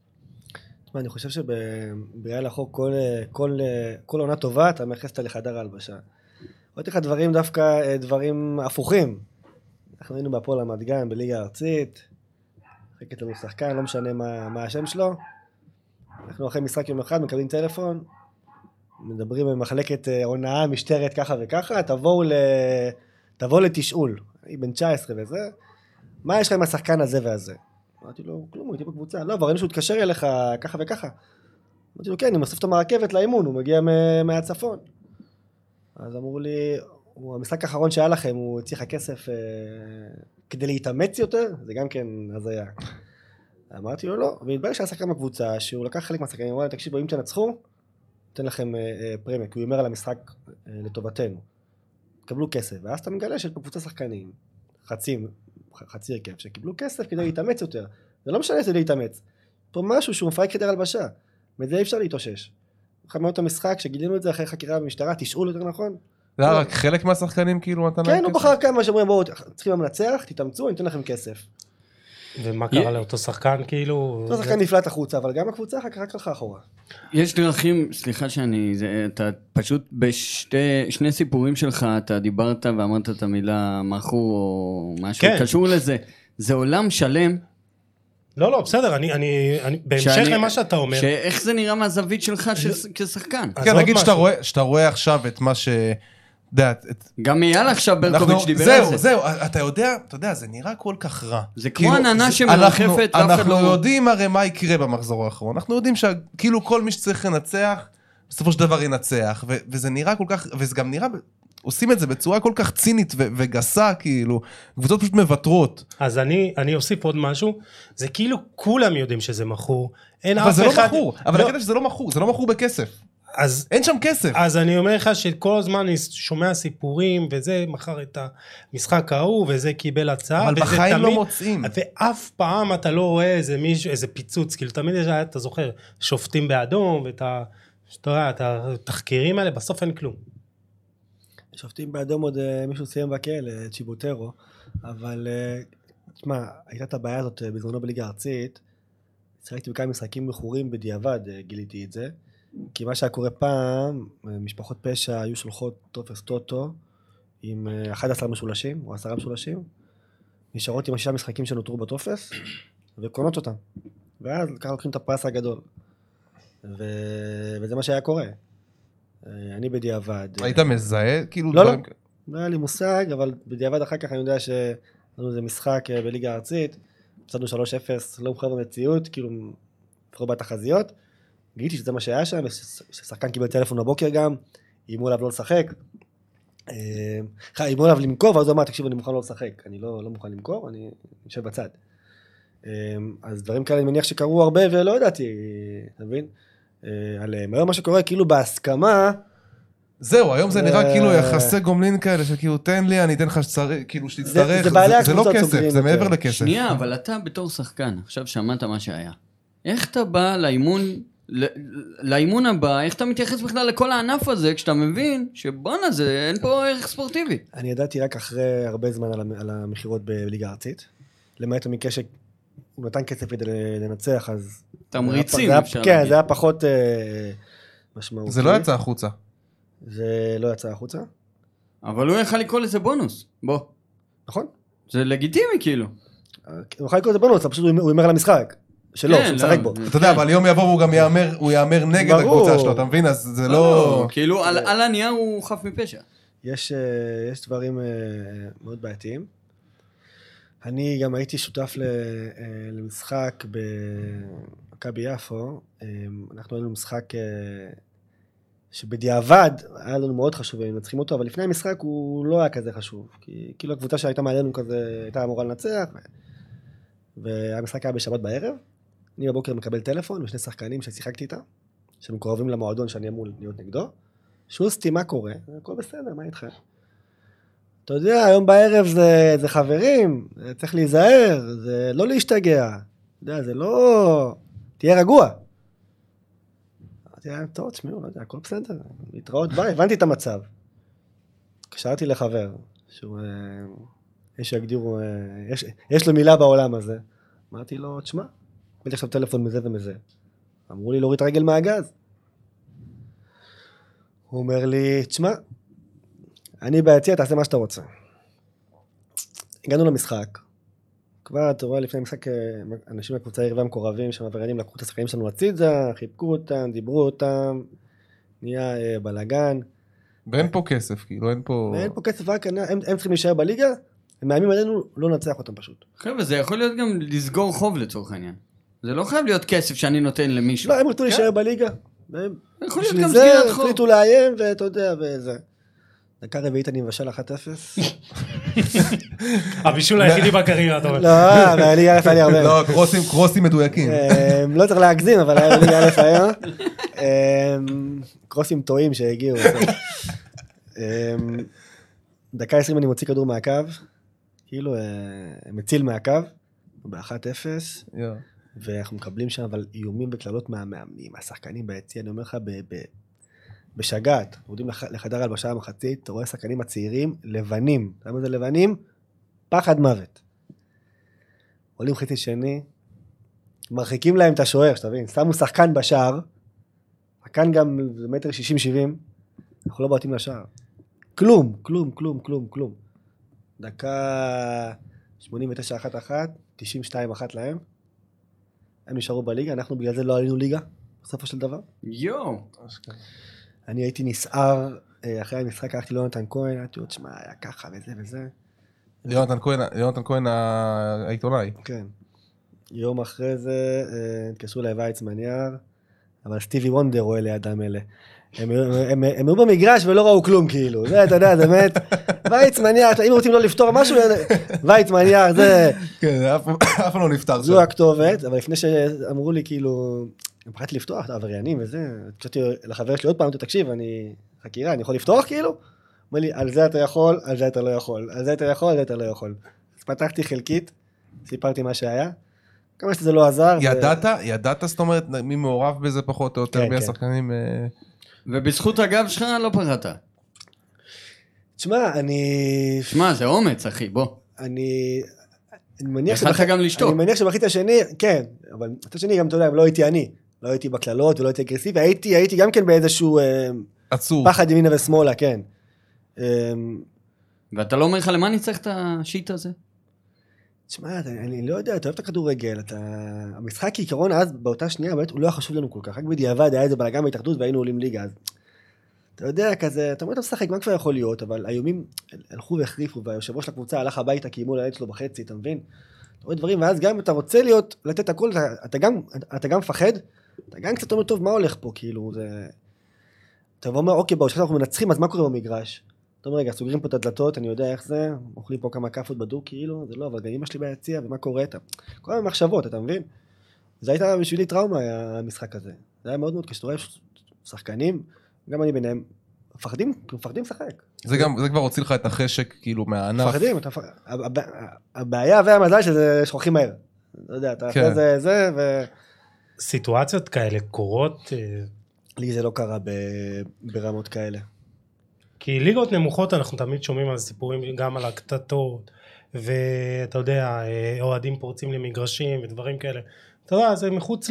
אני חושב שבריאל החוק כל, כל, כל עונה טובה, אתה מייחס לחדר ההלבשה. ראיתי לך דברים דווקא, דברים הפוכים. אנחנו היינו בהפועל רמת גן, בליגה הארצית, חלקת לנו שחקן, לא משנה מה, מה השם שלו. אנחנו אחרי משחק יום אחד, מקבלים טלפון, מדברים במחלקת הונאה, משטרת ככה וככה, תבואו, ל... תבואו לתשאול. אני בן תשע עשרה וזה, מה יש לך עם השחקן הזה והזה? אמרתי לו, כלום, הייתי בקבוצה. לא, אבל ראינו שהוא התקשר אליך ככה וככה. אמרתי לו, כן, אני מוסף אותו מהרכבת לאימון, הוא מגיע מהצפון. אז אמרו לי, המשחק האחרון שהיה לכם, הוא הציע לך כסף אה, כדי להתאמץ יותר, זה גם כן הזיה. אמרתי לו, לא, והתברר שהיה שחקן בקבוצה, שהוא לקח חלק מהשחקנים, הוא אמר, תקשיבו, אם תנצחו, נותן לכם אה, אה, פרמיה, כי הוא יאמר על המשחק אה, לטובתנו. קבלו כסף, ואז אתה מגלה שיש בקבוצה שחקנים, חצים, חצי הרכב, שקיבלו כסף כדי להתאמץ יותר. זה לא משנה, זה להתאמץ. פה משהו שהוא מפרק חדר הלבשה, מזה אי אפשר להתאושש. חמאות את המשחק, שגילינו את זה אחרי חקירה במשטרה, תשאול יותר נכון. לא, רק חלק מהשחקנים כאילו נתן להם כסף? כן, הוא בחר כמה שאומרים, בואו, צריכים למנצח, תתאמצו, אני אתן לכם כסף. ומה קרה לאותו שחקן כאילו? אותו שחקן נפלט החוצה, אבל גם הקבוצה אחר כך רק הלכה אחורה. יש דרכים, סליחה שאני, אתה פשוט בשני סיפורים שלך, אתה דיברת ואמרת את המילה מכור או משהו קשור לזה. זה עולם שלם. לא, לא, בסדר, אני, אני, אני, בהמשך למה שאתה אומר. שאיך זה נראה מהזווית שלך כשחקן? כן, נגיד שאתה רואה עכשיו את מה ש... גם אייל עכשיו ברקוביץ' דיבר על זה. זהו, זהו, אתה יודע, אתה יודע, זה נראה כל כך רע. זה כמו עננה שמרחפת. אנחנו יודעים הרי מה יקרה במחזור האחרון. אנחנו יודעים שכאילו כל מי שצריך לנצח, בסופו של דבר ינצח, וזה נראה כל כך, וזה גם נראה, עושים את זה בצורה כל כך צינית וגסה, כאילו, קבוצות פשוט מבטרות. אז אני, אני אוסיף עוד משהו, זה כאילו כולם יודעים שזה מכור, אין אף אחד... אבל זה לא מכור, אבל אני יודע שזה לא מכור, זה לא מכור בכסף. אז, אין שם כסף. אז אני אומר לך שכל הזמן אני שומע סיפורים, וזה מחר את המשחק ההוא, וזה קיבל הצעה. אבל בחיים תמיד, לא מוצאים. ואף פעם אתה לא רואה איזה מישהו, איזה פיצוץ, כאילו תמיד יש, אתה זוכר, שופטים באדום, ואת ה, שאתה רואה, את התחקירים האלה, בסוף אין כלום. שופטים באדום עוד מישהו סיים בכלא, צ'יבוטרו, אבל, תשמע, הייתה את הבעיה הזאת בזמנו בליגה הארצית, שחקתי בכמה משחקים מכורים בדיעבד, גיליתי את זה, כי מה שהיה קורה פעם, משפחות פשע היו שולחות טופס טוטו עם אחד עשר משולשים או עשרה משולשים, נשארות עם השישה משחקים שנותרו בטופס וקונות אותם. ואז ככה לוקחים את הפרס הגדול. ו... וזה מה שהיה קורה. אני בדיעבד. היית מזהה? כאילו לא, דברים... לא. לא היה לי מושג, אבל בדיעבד אחר כך אני יודע שלנו זה משחק בליגה הארצית, הפסדנו שלוש אפס, לא מוכר במציאות, כאילו פרו בתחזיות. גיליתי שזה מה שהיה שם, ששחקן קיבל טלפון בבוקר גם, איימו עליו לא לשחק, איימו עליו למכור, ואז הוא אמר, תקשיב, אני מוכן לא לשחק, אני לא, לא מוכן למכור, אני יושב בצד. אז דברים כאלה אני מניח שקרו הרבה ולא ידעתי, אתה מבין? עליהם. היום מה שקורה, כאילו בהסכמה... זהו, היום זה נראה כאילו יחסי גומלין כאלה, שכאילו תן לי, אני אתן לך שצריך, כאילו שתצטרך, זה לא כסף, זה מעבר לכסף. שנייה, אבל אתה בתור שחקן, עכשיו שמעת מה שהיה. איך אתה בא לאימון... לאימון הבא, איך אתה מתייחס בכלל לכל הענף הזה, כשאתה מבין שבונה זה, אין פה ערך ספורטיבי. אני ידעתי רק אחרי הרבה זמן על המחירות בליגה הארצית, למעט המקרה שהוא נתן כסף כדי לנצח, אז... תמריצים, אפשר להגיד. כן, זה היה פחות משמעותי. זה לא יצא החוצה. זה לא יצא החוצה. אבל הוא יכל לקרוא לזה בונוס, בוא. נכון. זה לגיטימי כאילו. הוא יכל לקרוא לזה בונוס, פשוט הוא יאמר על המשחק. שלא, שהוא משחק בו. אתה יודע, אבל יום יבוא הוא גם יאמר נגד הקבוצה שלו, אתה מבין? אז זה לא... כאילו, על הנייר הוא חף מפשע. יש דברים מאוד בעייתיים. אני גם הייתי שותף למשחק במכבי יפו. אנחנו היינו משחק שבדיעבד היה לנו מאוד חשוב, הם מנצחים אותו, אבל לפני המשחק הוא לא היה כזה חשוב, כי כאילו הקבוצה שהייתה מעלינו כזה, הייתה אמורה לנצח, והמשחק היה בשבת בערב, אני בבוקר מקבל טלפון, ושני שחקנים ששיחקתי איתם, שמקורבים למועדון שאני אמור להיות נגדו, שוסטי, מה קורה? הכל בסדר, מה איתך? אתה יודע, היום בערב זה, זה חברים, זה צריך להיזהר, זה לא להשתגע, אתה יודע, זה לא... תהיה רגוע. אמרתי, טוב, תשמעו, לא יודע, הכל בסדר, להתראות ביי, הבנתי את המצב. קשרתי לחבר, שהוא, יש שיגדירו, יש, יש לו מילה בעולם הזה. אמרתי לו, תשמע, קיבלתי עכשיו טלפון מזה ומזה. אמרו לי להוריד רגל מהגז. הוא אומר לי, תשמע, אני ביציע, תעשה מה שאתה רוצה. הגענו למשחק. כבר, אתה רואה, לפני המשחק, אנשים מהקבוצה העיר והמקורבים, שהמעבריינים לקחו את השחקנים שלנו הצידה, חיבקו אותם, דיברו אותם, נהיה אה, בלגן. ואין פה כסף, כאילו, אין פה... ואין פה כסף, רק הם, הם צריכים להישאר בליגה, הם מאיימים עלינו, לא נצח אותם פשוט. חבר'ה, זה יכול להיות גם לסגור חוב לצורך העניין. זה לא חייב להיות כסף שאני נותן למישהו. לא, הם רצו להישאר בליגה. יכול להיות גם סגירת חוב. החליטו לאיים, ואתה יודע, וזה. דקה רביעית אני מבשל אחת אפס. הבישול היחידי בקריירה, אתה אומר. לא, אבל ליגה א' היה לי הרבה. לא, קרוסים מדויקים. לא צריך להגזים, אבל היה ליגה א' היה. קרוסים טועים שהגיעו. דקה עשרים אני מוציא כדור מהקו, כאילו מציל מהקו, ב-אחת אפס, ואנחנו מקבלים שם אבל איומים וכללות מהמאמנים, השחקנים ביציע, אני אומר לך בשגעת, עובדים לחדר הלבשה המחצית, אתה רואה שחקנים הצעירים, לבנים, למה זה לבנים? פחד מוות. עולים חצי שני, מרחיקים להם את השוער, שתבין, שמו שחקן בשער, שחקן גם מטר שישים שבעים, אנחנו לא באותים לשער. כלום, כלום, כלום, כלום, כלום. דקה שמונים ותשע אחת אחת, תשעים ושתיים אחת להם. הם נשארו בליגה, אנחנו בגלל זה לא עלינו ליגה, בסופו של דבר. יואו. אני הייתי נסער, אחרי המשחק הלכתי ליונתן כהן, הייתי עוד שמע, היה ככה וזה וזה. יונתן כהן, יונתן כהן העיתונאי. כן. יום אחרי זה, התקשרו אליי ויצמן יער, אבל סטיבי וונדר רואה לידם אלה. הם היו במגרש ולא ראו כלום כאילו, זה אתה יודע, זה באמת, ויצמן יער, אם רוצים לא לפתור משהו, ויצמן יער, זה... כן, אף פעם לא נפתר. זו הכתובת, אבל לפני שאמרו לי כאילו, אני פחדתי לפתוח את העבריינים וזה, קשרתי לחבר שלי עוד פעם, תקשיב, אני חקירה, אני יכול לפתוח כאילו? אומר לי, על זה אתה יכול, על זה אתה לא יכול, על זה אתה יכול, על זה אתה לא יכול. אז פתחתי חלקית, סיפרתי מה שהיה, כמה שזה לא עזר. ידעת, ידעת, זאת אומרת, מי מעורב בזה פחות או יותר מהשחקנים... ובזכות הגב שלך לא פחדת. תשמע, אני... תשמע, זה אומץ, אחי, בוא. אני... אני מניח שבח... גם לשתוק. אני מניח שבחית השני, כן, אבל בחית השני גם, אתה יודע, לא הייתי אני. לא הייתי בקללות ולא הייתי אגרסיבי, הייתי, הייתי גם כן באיזשהו... עצור. פחד ימינה ושמאלה, כן. ואתה לא אומר לך למה אני צריך את השיט הזה? תשמע, אני לא יודע, אתה אוהב את הכדורגל, אתה... המשחק כעיקרון אז, באותה שנייה, באמת, הוא לא היה חשוב לנו כל כך, רק בדיעבד היה איזה בלגן בהתאחדות והיינו עולים ליגה, אז אתה יודע, כזה, אתה אומר, אתה משחק, מה כבר יכול להיות, אבל האיומים הלכו והחריפו, והיושב ראש לקבוצה הלך הביתה, קיימו לילד שלו בחצי, אתה מבין? אתה רואה דברים, ואז גם אתה רוצה להיות, לתת הכל, אתה, אתה גם, אתה גם מפחד, אתה גם קצת אומר, טוב, מה הולך פה, כאילו, זה... אתה אומר, אוקיי, בוא, שאנחנו מנצחים, אז מה קורה במגרש? אתה אומר, רגע, סוגרים פה את הדלתות, אני יודע איך זה, אוכלים פה כמה כפות בדוק, כאילו, זה לא, אבל גם אמא שלי ביציע, ומה קורה איתה? כל מיני מחשבות, אתה מבין? זה הייתה בשבילי טראומה, המשחק הזה. זה היה מאוד מאוד קשה, אתה רואה שחקנים, גם אני ביניהם, מפחדים, מפחדים לשחק. זה גם, זה כבר הוציא לך את החשק, כאילו, מהענף. מפחדים, הבעיה והמזל שזה שוכחים מהר. לא יודע, אתה אחרי זה, זה, ו... סיטואציות כאלה קורות... לי זה לא קרה ברמות כאלה. כי ליגות נמוכות אנחנו תמיד שומעים על סיפורים גם על הקטטות, ואתה יודע, אוהדים פורצים למגרשים ודברים כאלה. אתה יודע, זה מחוץ ל...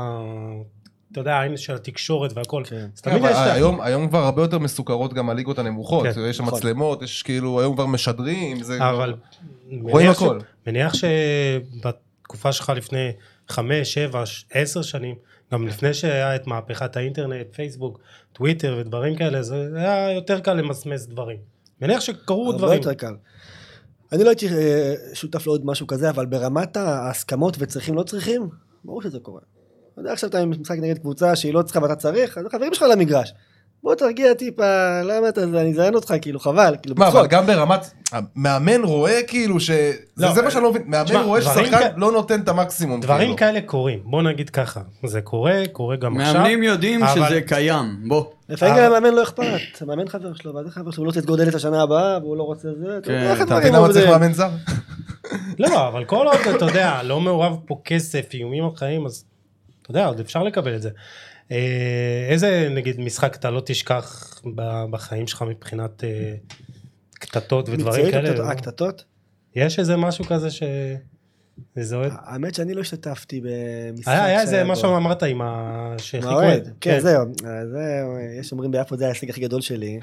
אתה יודע, העין של התקשורת והכל. היום כבר הרבה יותר מסוכרות גם הליגות הנמוכות. יש שם מצלמות, יש כאילו, היום כבר משדרים, אבל רואים הכל. מניח שבתקופה שלך לפני חמש, שבע, עשר שנים, גם לפני שהיה את מהפכת האינטרנט, פייסבוק, טוויטר ודברים כאלה, זה היה יותר קל למסמס דברים. מניח שקרו דברים. הרבה יותר קל. אני לא הייתי שותף לעוד משהו כזה, אבל ברמת ההסכמות וצריכים לא צריכים, ברור שזה קורה. אתה יודע, עכשיו אתה משחק נגד קבוצה שהיא לא צריכה ואתה צריך, אז החברים שלך למגרש. בוא תרגיע טיפה, למה אתה, אני זיין אותך, כאילו, חבל, כאילו, מה, אבל גם ברמת, המאמן רואה כאילו ש... זה מה שאני לא מבין, מאמן רואה ששחקן לא נותן את המקסימום. דברים כאלה קורים, בוא נגיד ככה, זה קורה, קורה גם עכשיו. מאמנים יודעים שזה קיים, בוא. לפעמים גם המאמן לא אכפת, המאמן חבר שלו, וזה חבר שלו, הוא לא רוצה לגודל את השנה הבאה, והוא לא רוצה זה, אתה מבין למה צריך מאמן זר? לא, אבל כל עוד, אתה יודע, לא מעורב פה כסף, איומים על חיים, אז אתה יודע, עוד אפשר לקבל את זה. איזה, נגיד, משחק אתה לא תשכח בחיים שלך מבחינת קטטות ודברים כאלה? אה, קטטות? יש איזה משהו כזה ש... איזה אוהד? האמת שאני לא השתתפתי במשחק... היה איזה משהו אמרת עם ה... מהאוהד, כן, זהו. יש אומרים ביפו, זה ההישג הכי גדול שלי.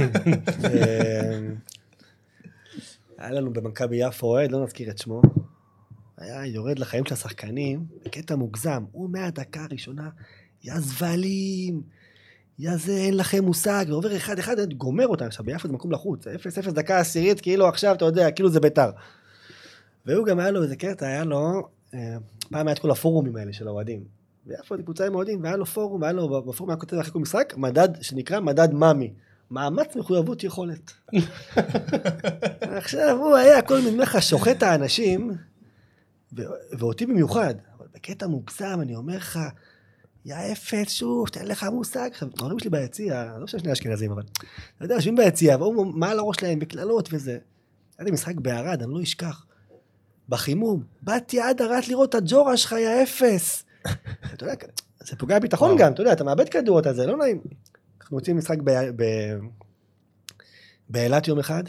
היה לנו במכבי יפו אוהד, לא נזכיר את שמו. היה יורד לחיים של השחקנים, בקטע מוגזם. הוא מהדקה הראשונה... יא זבלים, יא זה, אין לכם מושג, ועובר אחד אחד, גומר אותם, עכשיו ביפו זה מקום לחוץ, אפס אפס דקה עשירית, כאילו עכשיו, אתה יודע, כאילו זה ביתר. והוא גם היה לו איזה קטע, היה לו, פעם היה את כל הפורומים האלה של האוהדים, ביפו זה קבוצה עם אוהדים, והיה לו פורום, והיה לו, בפורום היה כותב אחרי כל משחק, מדד שנקרא מדד ממי, מאמץ מחויבות יכולת. עכשיו הוא היה, כל מיני לך שוחט את האנשים, ואותי במיוחד, אבל בקטע מוגזם, אני אומר לך, יא אפס, שוב, תן לך מושג. ההורים שלי ביציע, לא שני אשכנזים, אבל אתה יודע, יושבים ביציע, והוא מעל הראש שלהם בכללות וזה. היה לי משחק בערד, אני לא אשכח. בחימום, באתי עד ערד לראות את הג'ורה שלך, יא אפס. אתה יודע, זה פוגע ביטחון גם, אתה יודע, אתה מאבד כדורות על זה, לא נעים. אנחנו רוצים משחק באילת יום אחד.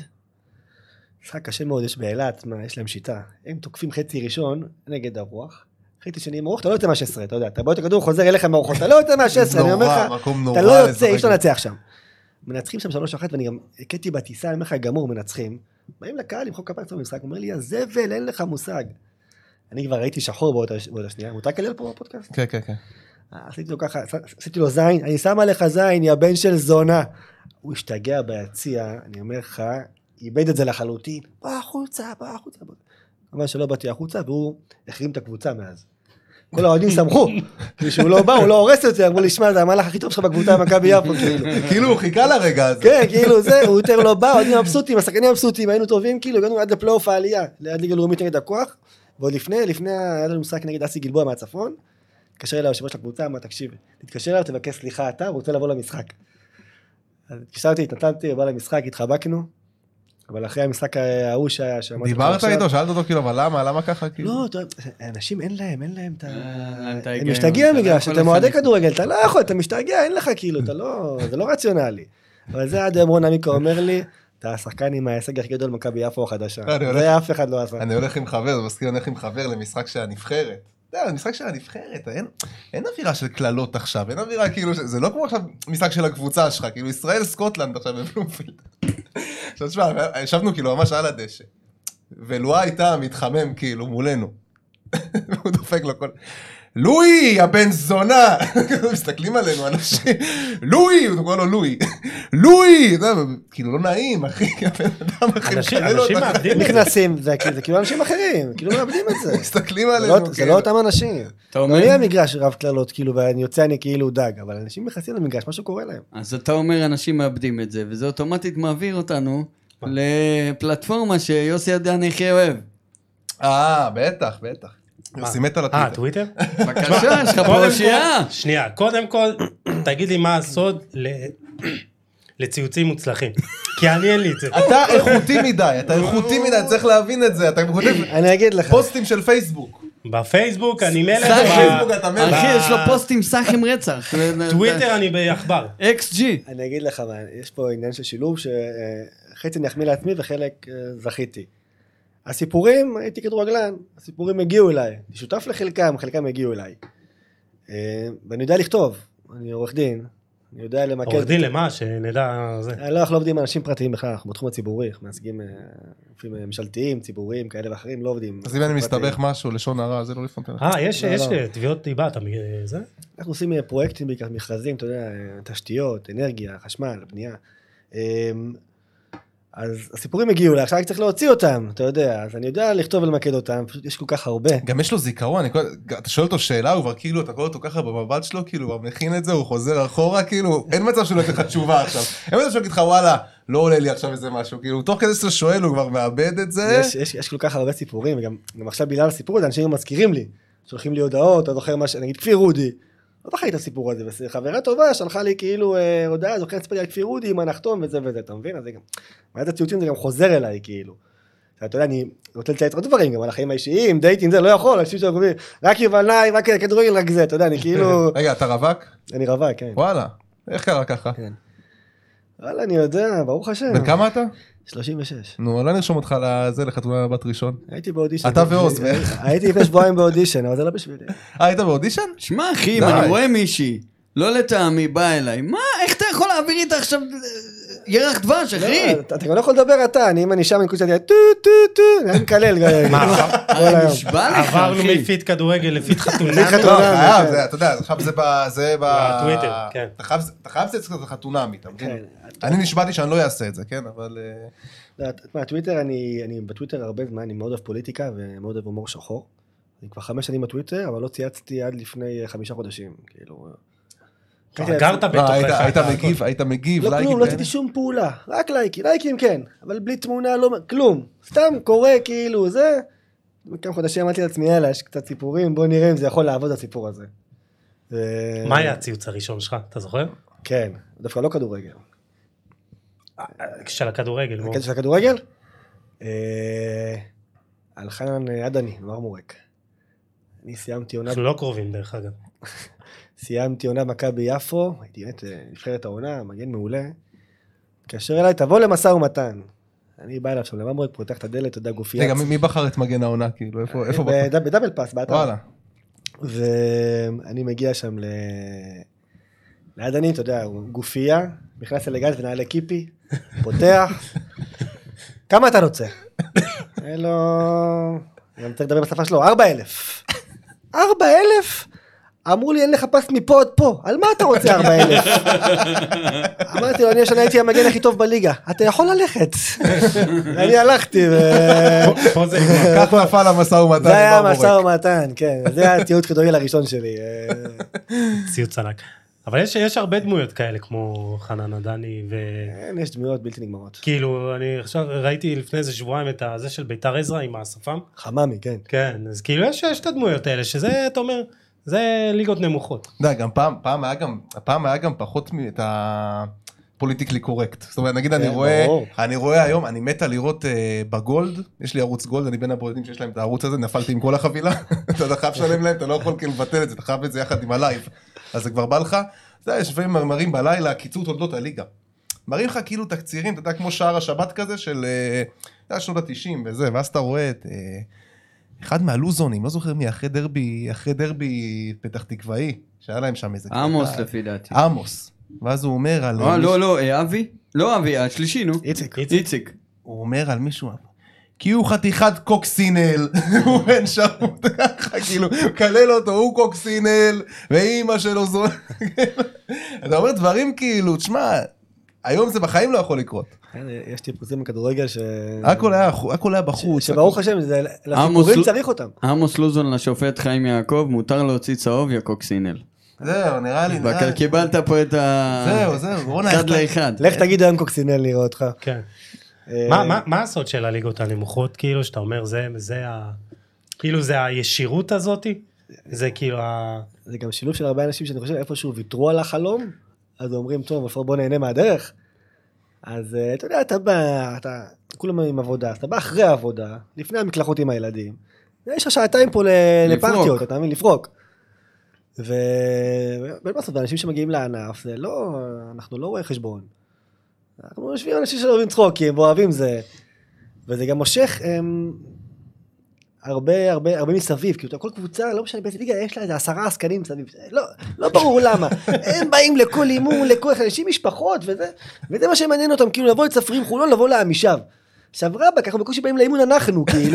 משחק קשה מאוד, יש באילת, מה, יש להם שיטה. הם תוקפים חצי ראשון נגד הרוח. חצי שני עם ארוך, אתה לא יוצא מה-שש עשרה, אתה יודע, אתה בא את הכדור, חוזר אליך עם ארוחות, אתה לא יוצא מה-שש עשרה, אני אומר לך, אתה לא יוצא, יש לו נצח שם. מנצחים שם שלוש אחת, ואני גם הקטתי בטיסה, אני אומר לך, גמור, מנצחים. באים לקהל, למחוק כפיים צור במשחק, אומר לי, הזבל, אין לך מושג. אני כבר ראיתי שחור בעוד השנייה, מותר כלל פה בפודקאסט? כן, כן, כן. עשיתי לו ככה, עשיתי לו זין, אני שם עליך זין, יא בן של זונה. הוא השתגע ביציע, אני אומר לך, איבד את זה לחלוטין, בא החוצה, בא החוצה. אבל שלא באתי החוצה, והוא החרים את הקבוצה מאז. כל האוהדים שמחו, כשהוא לא בא, הוא לא הורס יותר, אמרו לי, שמע, זה המהלך הכי טוב שלך בקבוצה במכבי יפו, כאילו. כאילו הוא חיכה לרגע הזה. כן, כאילו זה, הוא יותר לא בא, האוהדים מבסוטים, השחקנים מבסוטים, היינו טובים, כאילו, הגענו עד לפלייאוף העלייה, ליד ליגה לאומית נגד הכוח, ועוד לפני, לפני, היה לנו משחק נגד אסי גלבוע מהצפון, התקשר אליי יושב ראש לקבוצה, אמר, תקשיב, תתקשר אליו, תבקש סליחה אתה, הוא רוצה לבוא למשחק. אז התקשרתי, התנתנתי, בא למשחק, התחבקנו, אבל אחרי המשחק ההוא שהיה... דיברת איתו, שאלת אותו כאילו, אבל למה? למה ככה? לא, אנשים אין להם, אין להם את ה... הם משתגע מגרש, אתה מועדי כדורגל, אתה לא יכול, אתה משתגע, אין לך כאילו, אתה לא... זה לא רציונלי. אבל זה עד אמרון עמיקו אומר לי, אתה השחקן עם ההישג הכי גדול מכבי יפו החדשה. זה אף אחד לא עשה. אני הולך עם חבר, זה מזכיר, אני הולך עם חבר למשחק של הנבחרת. זה משחק של הנבחרת, אין אווירה של כללות עכשיו, אין אווירה כאילו, זה לא כמו עכשיו משחק של הקבוצה שלך, כאילו ישראל סקוטלנד עכשיו בבלומפילד. עכשיו תשמע, ישבנו כאילו ממש על הדשא, ולואה הייתה מתחמם כאילו מולנו, הוא דופק לו כל... לואי, הבן זונה! מסתכלים עלינו אנשים, לואי, הוא קורא לו לואי, לואי! כאילו לא נעים, אחי, הבן אדם אחי, אנשים מאבדים את זה. נכנסים, זה כאילו אנשים אחרים, כאילו מאבדים את זה. מסתכלים עלינו. זה לא אותם אנשים. לא יהיה מגרש רב כללות, כאילו, ואני יוצא אני כאילו דג, אבל אנשים נכנסים למגרש, משהו קורה להם. אז אתה אומר, אנשים מאבדים את זה, וזה אוטומטית מעביר אותנו לפלטפורמה שיוסי עדיין הכי אוהב. אה, בטח, בטח. יוסי מת על הטוויטר. אה, טוויטר? בבקשה, יש לך פרשייה. שנייה, קודם כל, תגיד לי מה הסוד לציוצים מוצלחים. כי אני אין לי את זה. אתה איכותי מדי, אתה איכותי מדי, צריך להבין את זה. אתה כותב פוסטים של פייסבוק. בפייסבוק אני מלך. אחי, יש לו פוסטים סח עם רצח. טוויטר אני ביחבר. אקס ג'י. אני אגיד לך, יש פה עניין של שילוב שחצי נחמיא לעצמי וחלק זכיתי. הסיפורים, הייתי כדורגלן, הסיפורים הגיעו אליי, אני שותף לחלקם, חלקם הגיעו אליי. ואני יודע לכתוב, אני עורך דין, אני יודע למקד. עורך דין למה? שנדע זה. אני לא אנחנו לא עובדים עם אנשים פרטיים בכלל, אנחנו בתחום הציבורי, אנחנו מייצגים ממשלתיים, ציבוריים, כאלה ואחרים, לא עובדים. אז אם אני מסתבך משהו, לשון הרע, זה לא לפנות אליך. אה, יש תביעות דיבה, אתה זה? אנחנו עושים פרויקטים בעיקר, מכרזים, אתה יודע, תשתיות, אנרגיה, חשמל, בנייה. אז הסיפורים הגיעו לה, עכשיו אני צריך להוציא אותם, אתה יודע, אז אני יודע לכתוב ולמקד אותם, פשוט יש כל כך הרבה. גם יש לו זיכרון, אתה שואל אותו שאלה, הוא כבר כאילו, אתה קורא אותו ככה במבט שלו, כאילו, הוא מכין את זה, הוא חוזר אחורה, כאילו, אין מצב שלא לתת לך תשובה עכשיו. אין מצב שלא תגיד לך, וואלה, לא עולה לי עכשיו איזה משהו, כאילו, תוך כדי שאתה שואל, הוא כבר מאבד את זה. יש, יש, יש כל כך הרבה סיפורים, וגם גם עכשיו בגלל הסיפור הזה, אנשים מזכירים לי, שולחים לי הודעות, אתה זוכר מה ש... נגיד, כפיר רודי, לא זוכר את הסיפור הזה, וחברה טובה שלחה לי כאילו אה, הודעה, זוכר לספר לי על כפיר רודי, מה נחתום וזה וזה, אתה מבין? אז זה גם, מעט הציוצים זה גם חוזר אליי, כאילו. אתה יודע, אני רוצה לציית עוד דברים, גם על החיים האישיים, דייטים, זה לא יכול, אנשים שאנחנו אומרים, רק יובלנאי, רק כדורגל, רק זה, אתה יודע, אני כאילו... רגע, אתה רווק? אני רווק, כן. וואלה, איך קרה ככה? כן. וואלה, אני יודע, ברוך השם. בן כמה אתה? שלושים ושש. נו, לא נרשום אותך לזה, לחתונה בת ראשון. הייתי באודישן. אתה ועוז. הייתי לפני שבועיים באודישן, אבל זה לא בשבילי. אה, היית באודישן? שמע, אחי, אם אני רואה מישהי, לא לטעמי, בא אליי, מה, איך אתה יכול להעביר איתה עכשיו ירח דבש, אחי? אתה גם לא יכול לדבר אתה, אם אני שם, אני קוצת, טו טו טו, אני מקלל. מה, נשבע לך, עברנו אחי. מפיד כדורגל לפיד חתונה. לפיד חתונה. לא, חייב, זה, אתה יודע, עכשיו זה ב... בטוויטר, כן. אתה חייב לצאת קצת חתונמי, אתה מבין? אני נשבעתי שאני לא אעשה את זה, כן, אבל... טוויטר, אני בטוויטר הרבה זמן, אני מאוד אוהב פוליטיקה ומאוד אוהב הומור שחור. אני כבר חמש שנים בטוויטר, אבל לא צייצתי עד לפני חמישה חודשים, כאילו... גרת בתוכך. היית מגיב, היית מגיב, לא לייקים. כלום, לא עשיתי שום פעולה, רק לייקים, לייקים כן, אבל בלי תמונה, לא, כלום. סתם קורה כאילו, זה... כמה חודשים אמרתי לעצמי, יאללה, יש קצת סיפורים, בוא נראה אם זה יכול לעבוד הסיפור הזה. מה היה הציוץ הראשון שלך, אתה זוכר? כן, דווקא לא כדורגל. של הכדורגל. הקטע של הכדורגל? על חנן עדני, מרמורק. אני סיימתי עונה... אנחנו לא קרובים דרך אגב. סיימתי עונה מכבי יפו, הייתי באמת נבחרת העונה, מגן מעולה. התקשר אליי, תבוא למשא ומתן. אני בא אליו שם למרמורק, פותח את הדלת, אתה יודע, גופייה. רגע, מי בחר את מגן העונה, כאילו? איפה בחר? בדאבל פאס, באתר. וואלה. ואני מגיע שם ל... לעדני, אתה יודע, הוא גופייה, נכנס אלגנט ונעלה קיפי, פותח. כמה אתה רוצה? אלו... אני צריך לדבר בשפה שלו, ארבע אלף. ארבע אלף? אמרו לי, אין לך פס מפה עד פה. על מה אתה רוצה ארבע אלף? אמרתי לו, אני השנה הייתי המגן הכי טוב בליגה. אתה יכול ללכת. אני הלכתי ו... כך נפל המשא ומתן. זה היה המשא ומתן, כן. זה היה הציוץ כדורגל הראשון שלי. ציוץ ענק. אבל יש, יש הרבה דמויות כאלה, כמו חנן עדני ו... אין, יש דמויות בלתי נגמרות. כאילו, אני עכשיו ראיתי לפני איזה שבועיים את הזה של ביתר עזרא עם השפם. חממי, כן. כן, אז כאילו יש, יש את הדמויות האלה, שזה, אתה אומר, זה ליגות נמוכות. די, גם פעם, פעם היה גם, הפעם היה גם פחות את הפוליטיקלי קורקט. זאת אומרת, נגיד, אני רואה, אני רואה היום, אני מתה לראות בגולד, יש לי ערוץ גולד, אני בין הבודדים שיש להם את הערוץ הזה, נפלתי עם כל החבילה, אתה חייב לשלם להם, אתה לא יכול כאילו לבטל את זה, אתה חייב את זה יחד עם הלייב. אז זה כבר בא לך, אתה יודע, יש לפעמים מראים בלילה, קיצור תולדות הליגה. מראים לך כאילו תקצירים, אתה יודע, כמו שער השבת כזה של שנות ה-תשעים וזה, ואז אתה רואה את אחד מהלוזונים, לא זוכר מי, אחרי דרבי, אחרי דרבי פתח תקוואי, שהיה להם שם איזה... עמוס לפי דעתי. עמוס. ואז הוא אומר על... אה, לא, לא, אבי? לא אבי, השלישי, נו. איציק. איציק. הוא אומר על מישהו... כי הוא חתיכת קוקסינל, הוא בן שרות ככה, כאילו, כלל אותו, הוא קוקסינל, ואימא שלו זו... אתה אומר דברים כאילו, תשמע, היום זה בחיים לא יכול לקרות. יש טיפוסים בכדורגל ש... הכל היה בחוץ. שברוך השם, לסיפורים צריך אותם. עמוס לוזון לשופט חיים יעקב, מותר להוציא צהוב יא קוקסינל. זהו, נראה לי... קיבלת פה את ה... זהו, זהו, אחד לאחד. לך תגיד היום קוקסינל נראה אותך. כן. מה הסוד של הליגות הנמוכות, כאילו, שאתה אומר, זה ה... כאילו, זה הישירות הזאת? זה כאילו ה... זה גם שילוב של הרבה אנשים שאני חושב, איפשהו ויתרו על החלום, אז אומרים, טוב, אבל בוא נהנה מהדרך. אז אתה יודע, אתה בא, אתה, כולם עם עבודה, אז אתה בא אחרי העבודה, לפני המקלחות עם הילדים, יש לך שעתיים פה לפרטיות, אתה מבין, לפרוק. ובסוף, האנשים שמגיעים לענף, זה לא, אנחנו לא רואים חשבון. אנחנו יושבים אנשים שאוהבים צחוקים, ואוהבים זה, וזה גם מושך הם, הרבה, הרבה, הרבה מסביב, כי כל קבוצה, לא משנה באיזה ליגה, יש לה איזה עשרה עסקנים מסביב, לא, לא ברור למה, הם באים לכל אימון, לכל אנשים משפחות, וזה, וזה מה שמעניין אותם, כאילו לבוא לצפרים חולון, לבוא לעמישב. עכשיו רבק, אנחנו בקושי באים לאימון אנחנו, כאילו.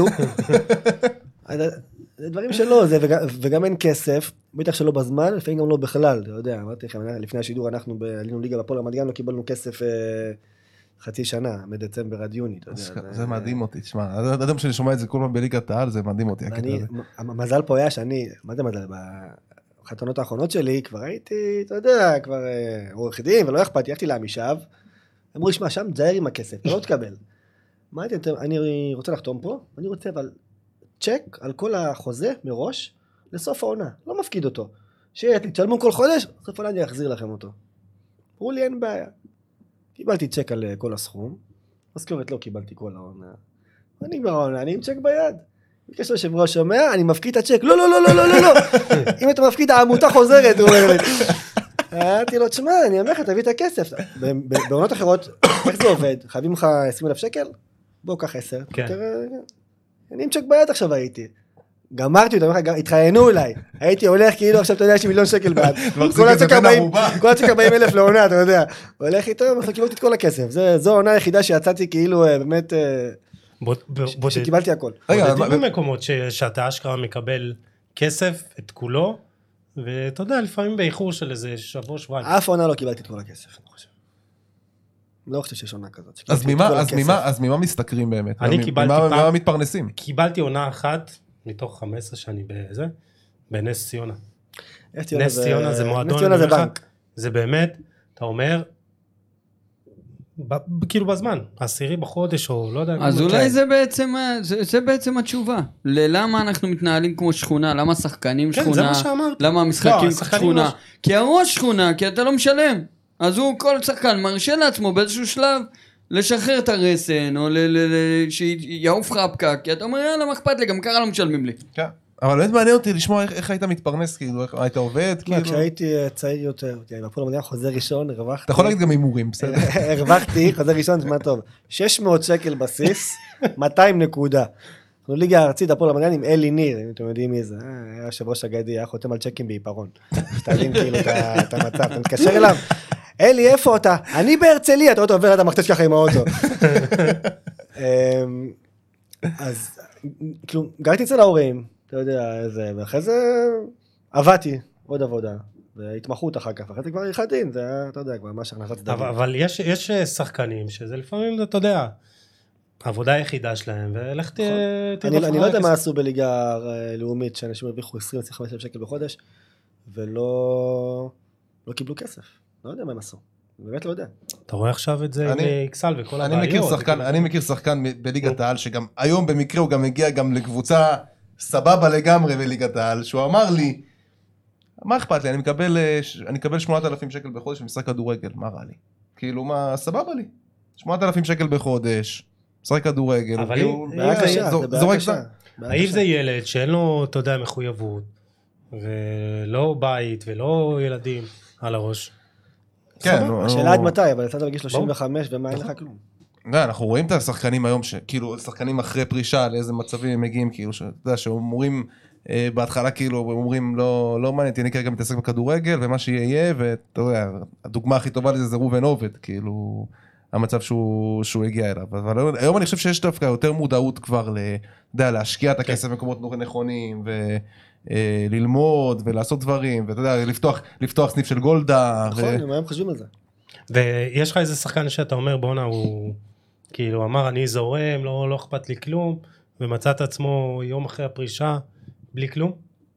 זה דברים שלא, זה, וגם, וגם אין כסף, בטח שלא בזמן, לפעמים גם לא בכלל, אתה יודע, אמרתי לכם, לפני השידור אנחנו עלינו ליגה בפועל רמת גן, לא קיבלנו כסף, חצי שנה, מדצמבר עד יוני, אתה יודע. זה מדהים אותי, תשמע, אדם שאני שומע את זה כל פעם בליגת העל, זה מדהים אותי. המזל פה היה שאני, מה זה מזל? בחתונות האחרונות שלי כבר הייתי, אתה יודע, כבר עורך דין, ולא אכפת, הלכתי לעמישב, אמרו, שמע, שם תזהר עם הכסף, אתה לא תקבל. מה הייתם, אני רוצה לחתום פה, אני רוצה אבל צ'ק על כל החוזה מראש, לסוף העונה, לא מפקיד אותו. שתשלמו כל חודש, סוף העונה אני אחזיר לכם אותו. אמרו לי, אין בעיה. קיבלתי צ'ק על כל הסכום, משכורת לא קיבלתי כל העונה. אני כבר העונה, אני עם צ'ק ביד. בקשר ליושב ראש שומע, אני מפקיד את הצ'ק. לא, לא, לא, לא, לא, לא, לא. אם אתה מפקיד, העמותה חוזרת, הוא אומר לי. אמרתי לו, תשמע, אני אומר לך, תביא את הכסף. בעונות אחרות, איך זה עובד? חייבים לך עשרים אלף שקל? בואו, קח עשר. אני עם צ'ק ביד עכשיו הייתי. גמרתי אותם, התחיינו אליי. הייתי הולך כאילו עכשיו, אתה יודע, יש לי מיליון שקל בעד. כל הצ'ק ארבעים אלף לעונה, אתה יודע. הולך איתו, אז קיבלתי את כל הכסף. זו העונה היחידה שיצאתי כאילו באמת, שקיבלתי הכל. בודדים במקומות שאתה אשכרה מקבל כסף, את כולו, ואתה יודע, לפעמים באיחור של איזה שבוע, שבועיים. אף עונה לא קיבלתי את כל הכסף, אני חושב. לא חושב שיש עונה כזאת. אז ממה מסתכרים באמת? אני קיבלתי פעם, ממה מתפרנסים? קיבלתי עונה אחת, מתוך חמש עשרה שנים בזה, בנס ציונה. נס ציונה זה מועדון. נס ציונה זה בנק. זה באמת, אתה אומר, כאילו בזמן, עשירי בחודש או לא יודע. אז אולי זה בעצם, זה בעצם התשובה. ללמה אנחנו מתנהלים כמו שכונה, למה שחקנים שכונה, כן, זה מה שאמרתי. למה המשחקים שכונה, כי הראש שכונה, כי אתה לא משלם. אז הוא כל שחקן מרשה לעצמו באיזשהו שלב, לשחרר את הרסן, או שיעוף לך הפקק, כי אתה אומר, יאללה, מה אכפת לי, גם ככה לא משלמים לי. כן, אבל באמת מעניין אותי לשמוע איך היית מתפרנס, כאילו, איך היית עובד, כאילו. כשהייתי צעיר יותר, בפועל המדינה, חוזר ראשון, הרווחתי. אתה יכול להגיד גם הימורים, בסדר. הרווחתי, חוזר ראשון, זה מה טוב. שש מאות שקל בסיס, מאתיים נקודה. אנחנו ליגה ארצית, הפועל המדינה עם אלי ניר, אם אתם יודעים מי זה, היה יושב ראש אגדי, היה חותם על צ'קים בעיפרון. שתבין כאילו את המצב, אתה מתקשר אליו. אלי, איפה אתה? אני בהרצליה, אתה עובר את המכתש ככה עם האוטו. אז, כאילו, גרתי אצל ההורים, אתה יודע, איזה, ואחרי זה עבדתי עוד עבודה, והתמחות אחר כך, ואחרי זה כבר עריכת דין, זה היה, אתה יודע, כבר מה שהכנסת צדדים. אבל יש שחקנים שזה לפעמים, אתה יודע, העבודה היחידה שלהם, ולך תרדוף. אני לא יודע מה עשו בליגה לאומית, שאנשים הרוויחו עשרים עד חמישה אלף שקל בחודש, ולא קיבלו כסף. לא יודע מה הם עשו, באמת לא יודע. אתה רואה עכשיו את זה עם אקסל וכל הבעיות. אני מכיר שחקן בליגת העל, שגם היום במקרה הוא גם הגיע גם לקבוצה סבבה לגמרי בליגת העל, שהוא אמר לי, מה אכפת לי, אני מקבל שמונת אלפים שקל בחודש במשחק כדורגל, מה רע לי? כאילו, מה, סבבה לי. שמונת אלפים שקל בחודש, משחק כדורגל. אבל האם זה ילד שאין לו, אתה יודע, מחויבות, ולא בית ולא ילדים על הראש? כן, השאלה עד מתי, אבל יצאת בגיל שלושים וחמש ומה אין לך כלום. אנחנו רואים את השחקנים היום, כאילו, שחקנים אחרי פרישה, לאיזה מצבים הם מגיעים, כאילו, שאתה יודע, שאומרים בהתחלה, כאילו, אומרים, לא מעניין, אני כרגע מתעסק בכדורגל, ומה שיהיה, ואתה יודע, הדוגמה הכי טובה לזה זה רובן עובד, כאילו, המצב שהוא הגיע אליו. אבל היום אני חושב שיש דווקא יותר מודעות כבר, להשקיע את הכסף במקומות נכונים, ו... ללמוד ולעשות דברים, ואתה יודע, לפתוח, לפתוח סניף של גולדה. נכון, הם היום חושבים על זה. ויש לך איזה שחקן שאתה אומר, בונה, הוא כאילו אמר, אני זורם, לא, לא אכפת לי כלום, ומצא את עצמו יום אחרי הפרישה, בלי כלום?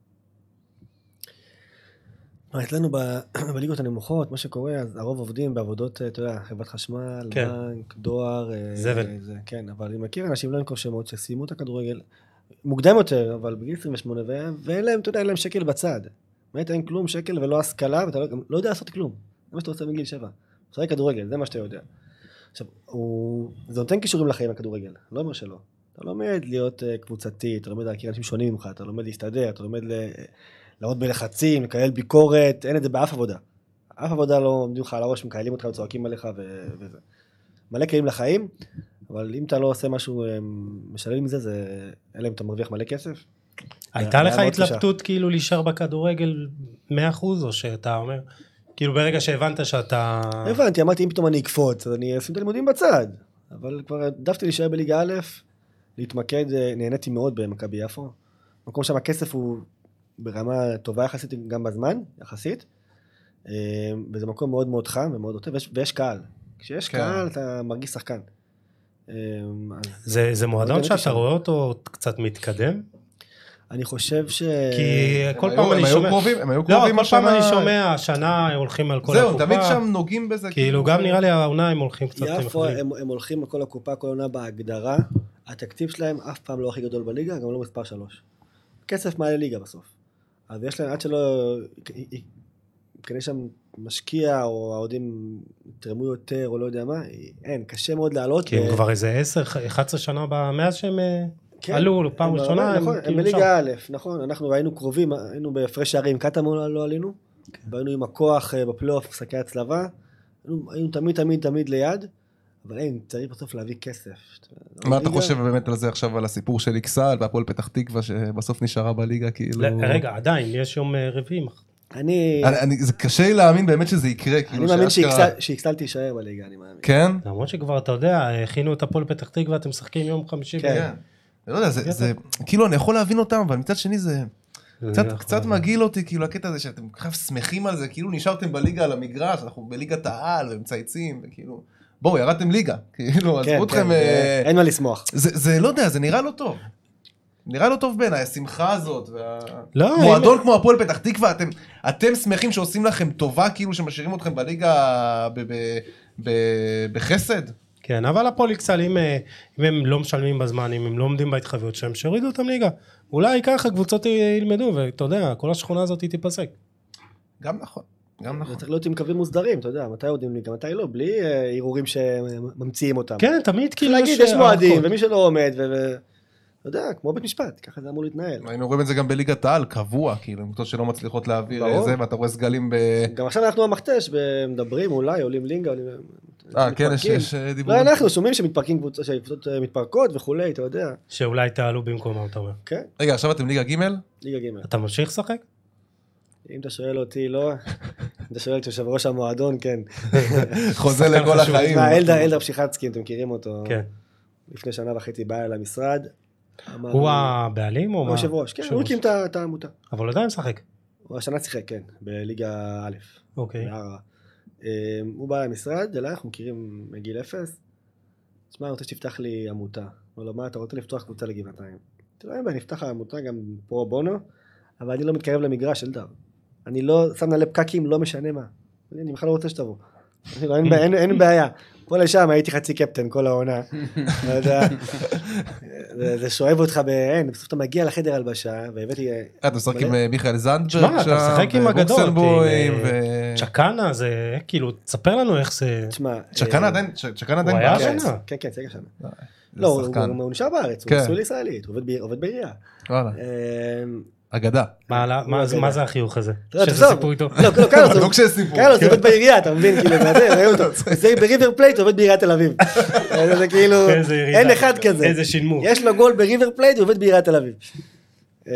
אצלנו בליגות הנמוכות, מה שקורה, אז הרוב עובדים בעבודות, אתה יודע, חברת חשמל, בנק, דואר, זבל. כן, אבל אני מכיר אנשים לא נקרא שמות שסיימו את הכדורגל, מוקדם יותר, אבל בגיל עשרים ושמונה, ואין להם, אתה יודע, אין להם שקל בצד. באמת, אין כלום, שקל ולא השכלה, ואתה לא, לא יודע לעשות כלום. זה מה שאתה עושה מגיל שבע. משחק כדורגל, זה מה שאתה יודע. עכשיו, הוא, זה נותן קישורים לחיים הכדורגל, לא אומר שלא. אתה לומד להיות קבוצתי, אתה לומד להכיר אנשים שונים ממך, אתה לומד להסתדר, אתה לומד לעוד בלחצים, לקהל ביקורת, אין את זה באף עבודה. אף עבודה לא עומדים לך על הראש, מקהלים אותך וצועקים עליך וזה. מלא כלים לחיים, אבל אם אתה לא עושה משהו משלל מזה, זה, אלא אם אתה מרוויח מלא כסף. הייתה לך התלבטות כאילו להישאר בכדורגל מאה אחוז, או שאתה אומר, כאילו ברגע שהבנת שאתה... הבנתי, אמרתי, אם פתאום אני אקפוץ, אז אני אשים את הלימודים בצד. אבל כבר דפתי להישאר בליגה א', להתמקד, נהניתי מאוד במכבי יפו. מקום שם הכסף הוא ברמה טובה יחסית, גם בזמן, יחסית. וזה מקום מאוד מאוד חם ומאוד עוטף, ויש, ויש קהל. כשיש כן. קהל, אתה מרגיש שחקן. אז זה זה מועדון באמת שאתה שם. רואה אותו קצת מתקדם? אני חושב ש... כי כל הם פעם היו- אני הם היו שומע... קרובים, הם היו לא, קרובים כל פעם השנה. אני שומע, השנה הולכים על כל זהו, הקופה. תמיד שם נוגעים בזה. כאילו, גם נראה לי העונה הם הולכים קצת... יפו, מחליף. הם, הם הולכים על כל הקופה, כל עונה בהגדרה. התקציב שלהם אף פעם לא הכי גדול בליגה, גם לא מספר שלוש. כסף מעלה ליגה בסוף. אז יש להם, עד שלא... כנראה שם משקיע, או העודים יתרמו יותר, או לא יודע מה, אין, קשה מאוד לעלות. כי הם כבר איזה עשר, אחת עשרה שנה מאז שהם כן, עלו פעם הם- ראשונה. נכון, הם כאילו שם. בליגה א', נכון, אנחנו היינו קרובים, היינו בהפרש שערים, קטמון לא עלינו, והיינו עם הכוח אה, בפלייאוף, משחקי הצלבה, היינו היינו תמיד תמיד תמיד ליד, אבל אין, צריך בסוף להביא כסף. מה אתה הליגה- חושב באמת על זה עכשיו, על הסיפור של איקסל והפועל פתח תקווה, שבסוף נשארה בליגה, כאילו... לא, רגע, עדיין, יש יום אה, רביעי. אני אני- אני- זה קשה לי להאמין באמת שזה יקרה, אני כאילו מאמין שאשכרה- שאיקסל תישאר בליגה, אני מאמין. כן? למרות שכבר, אתה יודע, הכינו את הפועל פתח תקווה, אתם משחקים יום חמישי. כן. כן. אני לא יודע, זה- זה... כאילו, אני יכול להבין אותם, אבל מצד שני זה... זה קצת, לא קצת יכול מגעיל אותי, כאילו, הקטע הזה שאתם כל כך שמחים על זה, כאילו נשארתם בליגה על המגרש, אנחנו בליגת העל, ומצייצים, וכאילו, בואו, ירדתם ליגה, כאילו, כן, עזבו כן, אתכם, אה, אין מה לשמוח. זה, זה, לא יודע, זה נראה לא טוב. נראה לא טוב בעיניי, השמחה הזאת, וה... לא, מועדון כמו הפועל פתח תקווה, אתם, אתם שמחים שעושים לכם טובה, כאילו שמשאירים אתכם בליגה ב, ב, ב, בחסד? כן, אבל הפועל איקסל, אם, אה, אם הם לא משלמים בזמן, אם הם לא עומדים בהתחייבויות שלהם, שיורידו אותם ליגה. אולי ככה קבוצות ילמדו, ואתה יודע, כל השכונה הזאת תיפסק. גם נכון, גם זה נכון. צריך להיות עם קווים מוסדרים, אתה יודע, מתי יודעים ליגה, מתי לא, בלי אה, ערעורים שממציאים אותם. כן, תמיד כאילו להגיד, יש אה, מועדים, הארכות. ומי שלא עומד, ו... ו- אתה יודע, כמו בית משפט, ככה זה אמור להתנהל. היינו רואים את זה גם בליגת העל, קבוע, כאילו, קבוצות שלא מצליחות להעביר ברור. זה, ואתה רואה סגלים ב... גם עכשיו אנחנו המכתש, מדברים אולי, עולים לינגה, עולים... אה, כן, יש מתפרקים. יש, אה, דיבור. לא, אנחנו שומעים שמתפרקים קבוצות, שקבוצות אה, מתפרקות וכולי, אתה יודע. שאולי תעלו במקומם, אתה אומר. כן, רגע, עכשיו אתם ליגה ג'? ליגה ג'. אתה ממשיך לשחק? אם אתה שואל אותי, לא. אם אתה שואל את יושב ראש המועדון, כן. חוזה לכל חשוב. החיים. תשמע, אלדר, אלדר פשיחצקי, אם אתם מכירים אותו. כן. לפני שנה וחצי בא אל המשרד. אמר הוא לי- הבעלים או הוא מה? יושב ראש, כן, יושב הוא ראש. הקים את ה- את העמותה. אבל הוא עדיין משחק. הוא השנה שיחק, כן, בליגה א', אוקיי. בערערה. אה, הוא בא למשרד, אליי, אנחנו מכירים מגיל אפס. תשמע, אני רוצה שתפתח לי עמותה. הוא לא, מה, אתה רוצה לפתוח קבוצה לגבעתיים? תראה, אני אפתח עמותה גם פרו בונו, אבל אני לא מתקרב למגרש, אלדר. אני לא שם נעלי פקקים, לא משנה מה. אני בכלל לא רוצה שתבוא. אני לא, אין בעיה, אין- אין בעיה. פה לשם הייתי חצי קפטן כל העונה. לא יודע. זה- זה שואב אותך באין, בסוף אתה מגיע לחדר הלבשה, והבאתי... אה, אתה משחק עם אה, מיכאל זנדברג תשמע, אתה משחק עם הגדות, ווקסנבוים, עם, ו... צ'קנה זה, כאילו, תספר לנו איך זה... תשמע... צ'קנה אה, עדיין, צ'קנה עדיין הוא היה בארץ? השנה. כן, כן, כן, השנה. זה לא, הוא- שחקן. הוא הוא נשאר בארץ, הוא כן. נשוי לישראלית, הוא עובד ב- עובד בעירייה. וואלה, אה, אגדה. מה, מה- מה זה- מה זה החיוך הזה? לא, שזה תחזור. סיפור איתו. לא, לא, קרלוס, לא הוא- כשיש סיפור. קרלוס, הוא עובד בעירייה, אתה מבין? כאילו, זה, זה, רואים אותו. זה בריבר פלייט, הוא עובד בעיריית תל אביב. זה כאילו, איזה ירידה. אין אחד כזה. איזה שינמוך. יש לו גול בריבר פלייט, הוא עובד בעיריית תל אביב. אמ,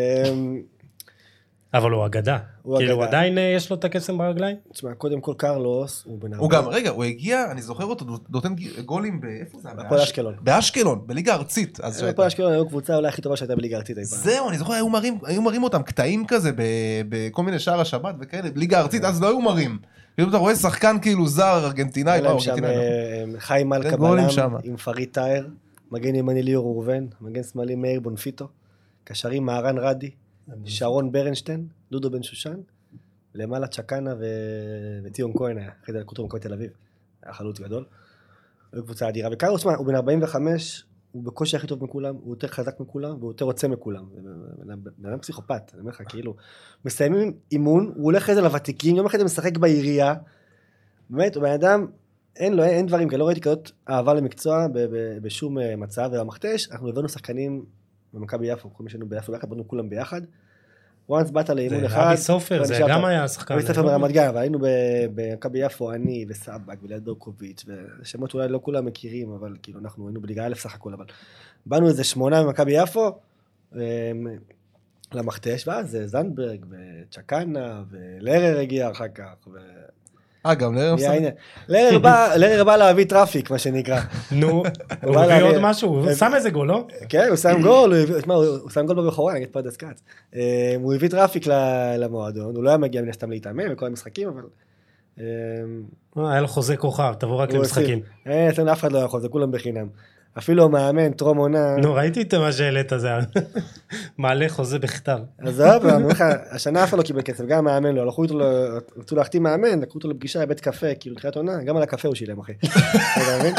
אבל הוא אגדה. הוא כאילו, אגדה. עדיין אה, יש לו את הקסם ברגליים? תשמע, קודם כל קרלוס, הוא בן הוא גם, רגע, הוא הגיע, אני זוכר אותו, נותן גולים ב... איפה זה? היה? הפועל אשקלון. באשקלון, בליגה הארצית. אז שהייתה. הפועל אשקלון היו קבוצה אולי הכי טובה שהייתה בליגה הארצית אי פעם. זהו, אני זוכר, היו מראים, היו מראים אותם קטעים כזה ב- בכל מיני שער השבת וכאלה, בליגה הארצית, אז לא היו מראים. פתאום אתה רואה שחקן כאילו זר, ארגנטינאי, היה לא, להם שם ארגנטינאי, לא. אה, חיים מלכה זה גולים בלם שם. עם פריד טאייר, מגן ימני ליאור ראובן, מגן שמאלי מאיר בונפיטו, קשרים מהרן רדי, שרון ברנשטיין, דודו בן שושן, למעלה צ'קנה ו- וציון כהן היה, אחרי זה לקחו אותו ממכבי תל אביב, היה חלוץ גדול, היו קבוצה אדירה, וקרלוס, שמע, הוא בן ארבעים וחמש, הוא בקושי הכי טוב מכולם, הוא יותר חזק מכולם, והוא יותר רוצה מכולם, בן אדם פסיכופת, אני אומר לך, כאילו, מסיימים אימון, הוא הולך אחרי זה לוותיקים, יום אחרי זה משחק בעירייה, באמת, הוא בן אדם, אין לו, אין דברים, כי לא ראיתי כזאת אהבה למקצוע ב- ב- בשום אה, מצב, ובמכתש, אנחנו הבאנו שחקנים במכבי יפו, כל מי שהיינו ביפו ביחד, באנו כולם ביחד, וואנס באת לאימון זה אחד, אבי סופר, זה ונשארת. גם היה שחקן. אבי סופר ברמת גן, אבל היינו ב- במכבי יפו, אני וסבק וליד דורקוביץ', ושמות שאולי לא כולם מכירים, אבל כאילו אנחנו היינו בליגה א' סך הכל, אבל באנו איזה שמונה במכבי יפו, אמ, למכתש, ואז זנדברג וצ'קנה, ולרר הגיע אחר כך, ו... אה, גם לרם יהיה, הנה. לרר בא- לרר בא להביא טראפיק, מה שנקרא. נו, הוא בא הביא להביא- עוד משהו, הוא שם איזה גול, לא? כן, הוא שם גול, הוא הביא- תשמע, הוא הוא שם גול בבכורה, נגד פרדס כץ. אה, הוא הביא טראפיק ל- למועדון, הוא לא היה מגיע מן הסתם להתאמן בכל המשחקים, אבל היה לו חוזה כוכב, תבוא רק למשחקים. אין, אצלנו אף אחד לא יכול, זה כולם בחינם. אפילו המאמן, טרום עונה... נו, ראיתי את מה שהעלית הזה, מעלה חוזה בכתב. אז זהו, השנה אף אחד לא קיבל כסף, גם המאמן לא, הלכו איתו, רצו להחתים מאמן, לקחו אותו לפגישה בבית קפה, כאילו תחילת עונה, גם על הקפה הוא שילם, אחי. אתה מבין?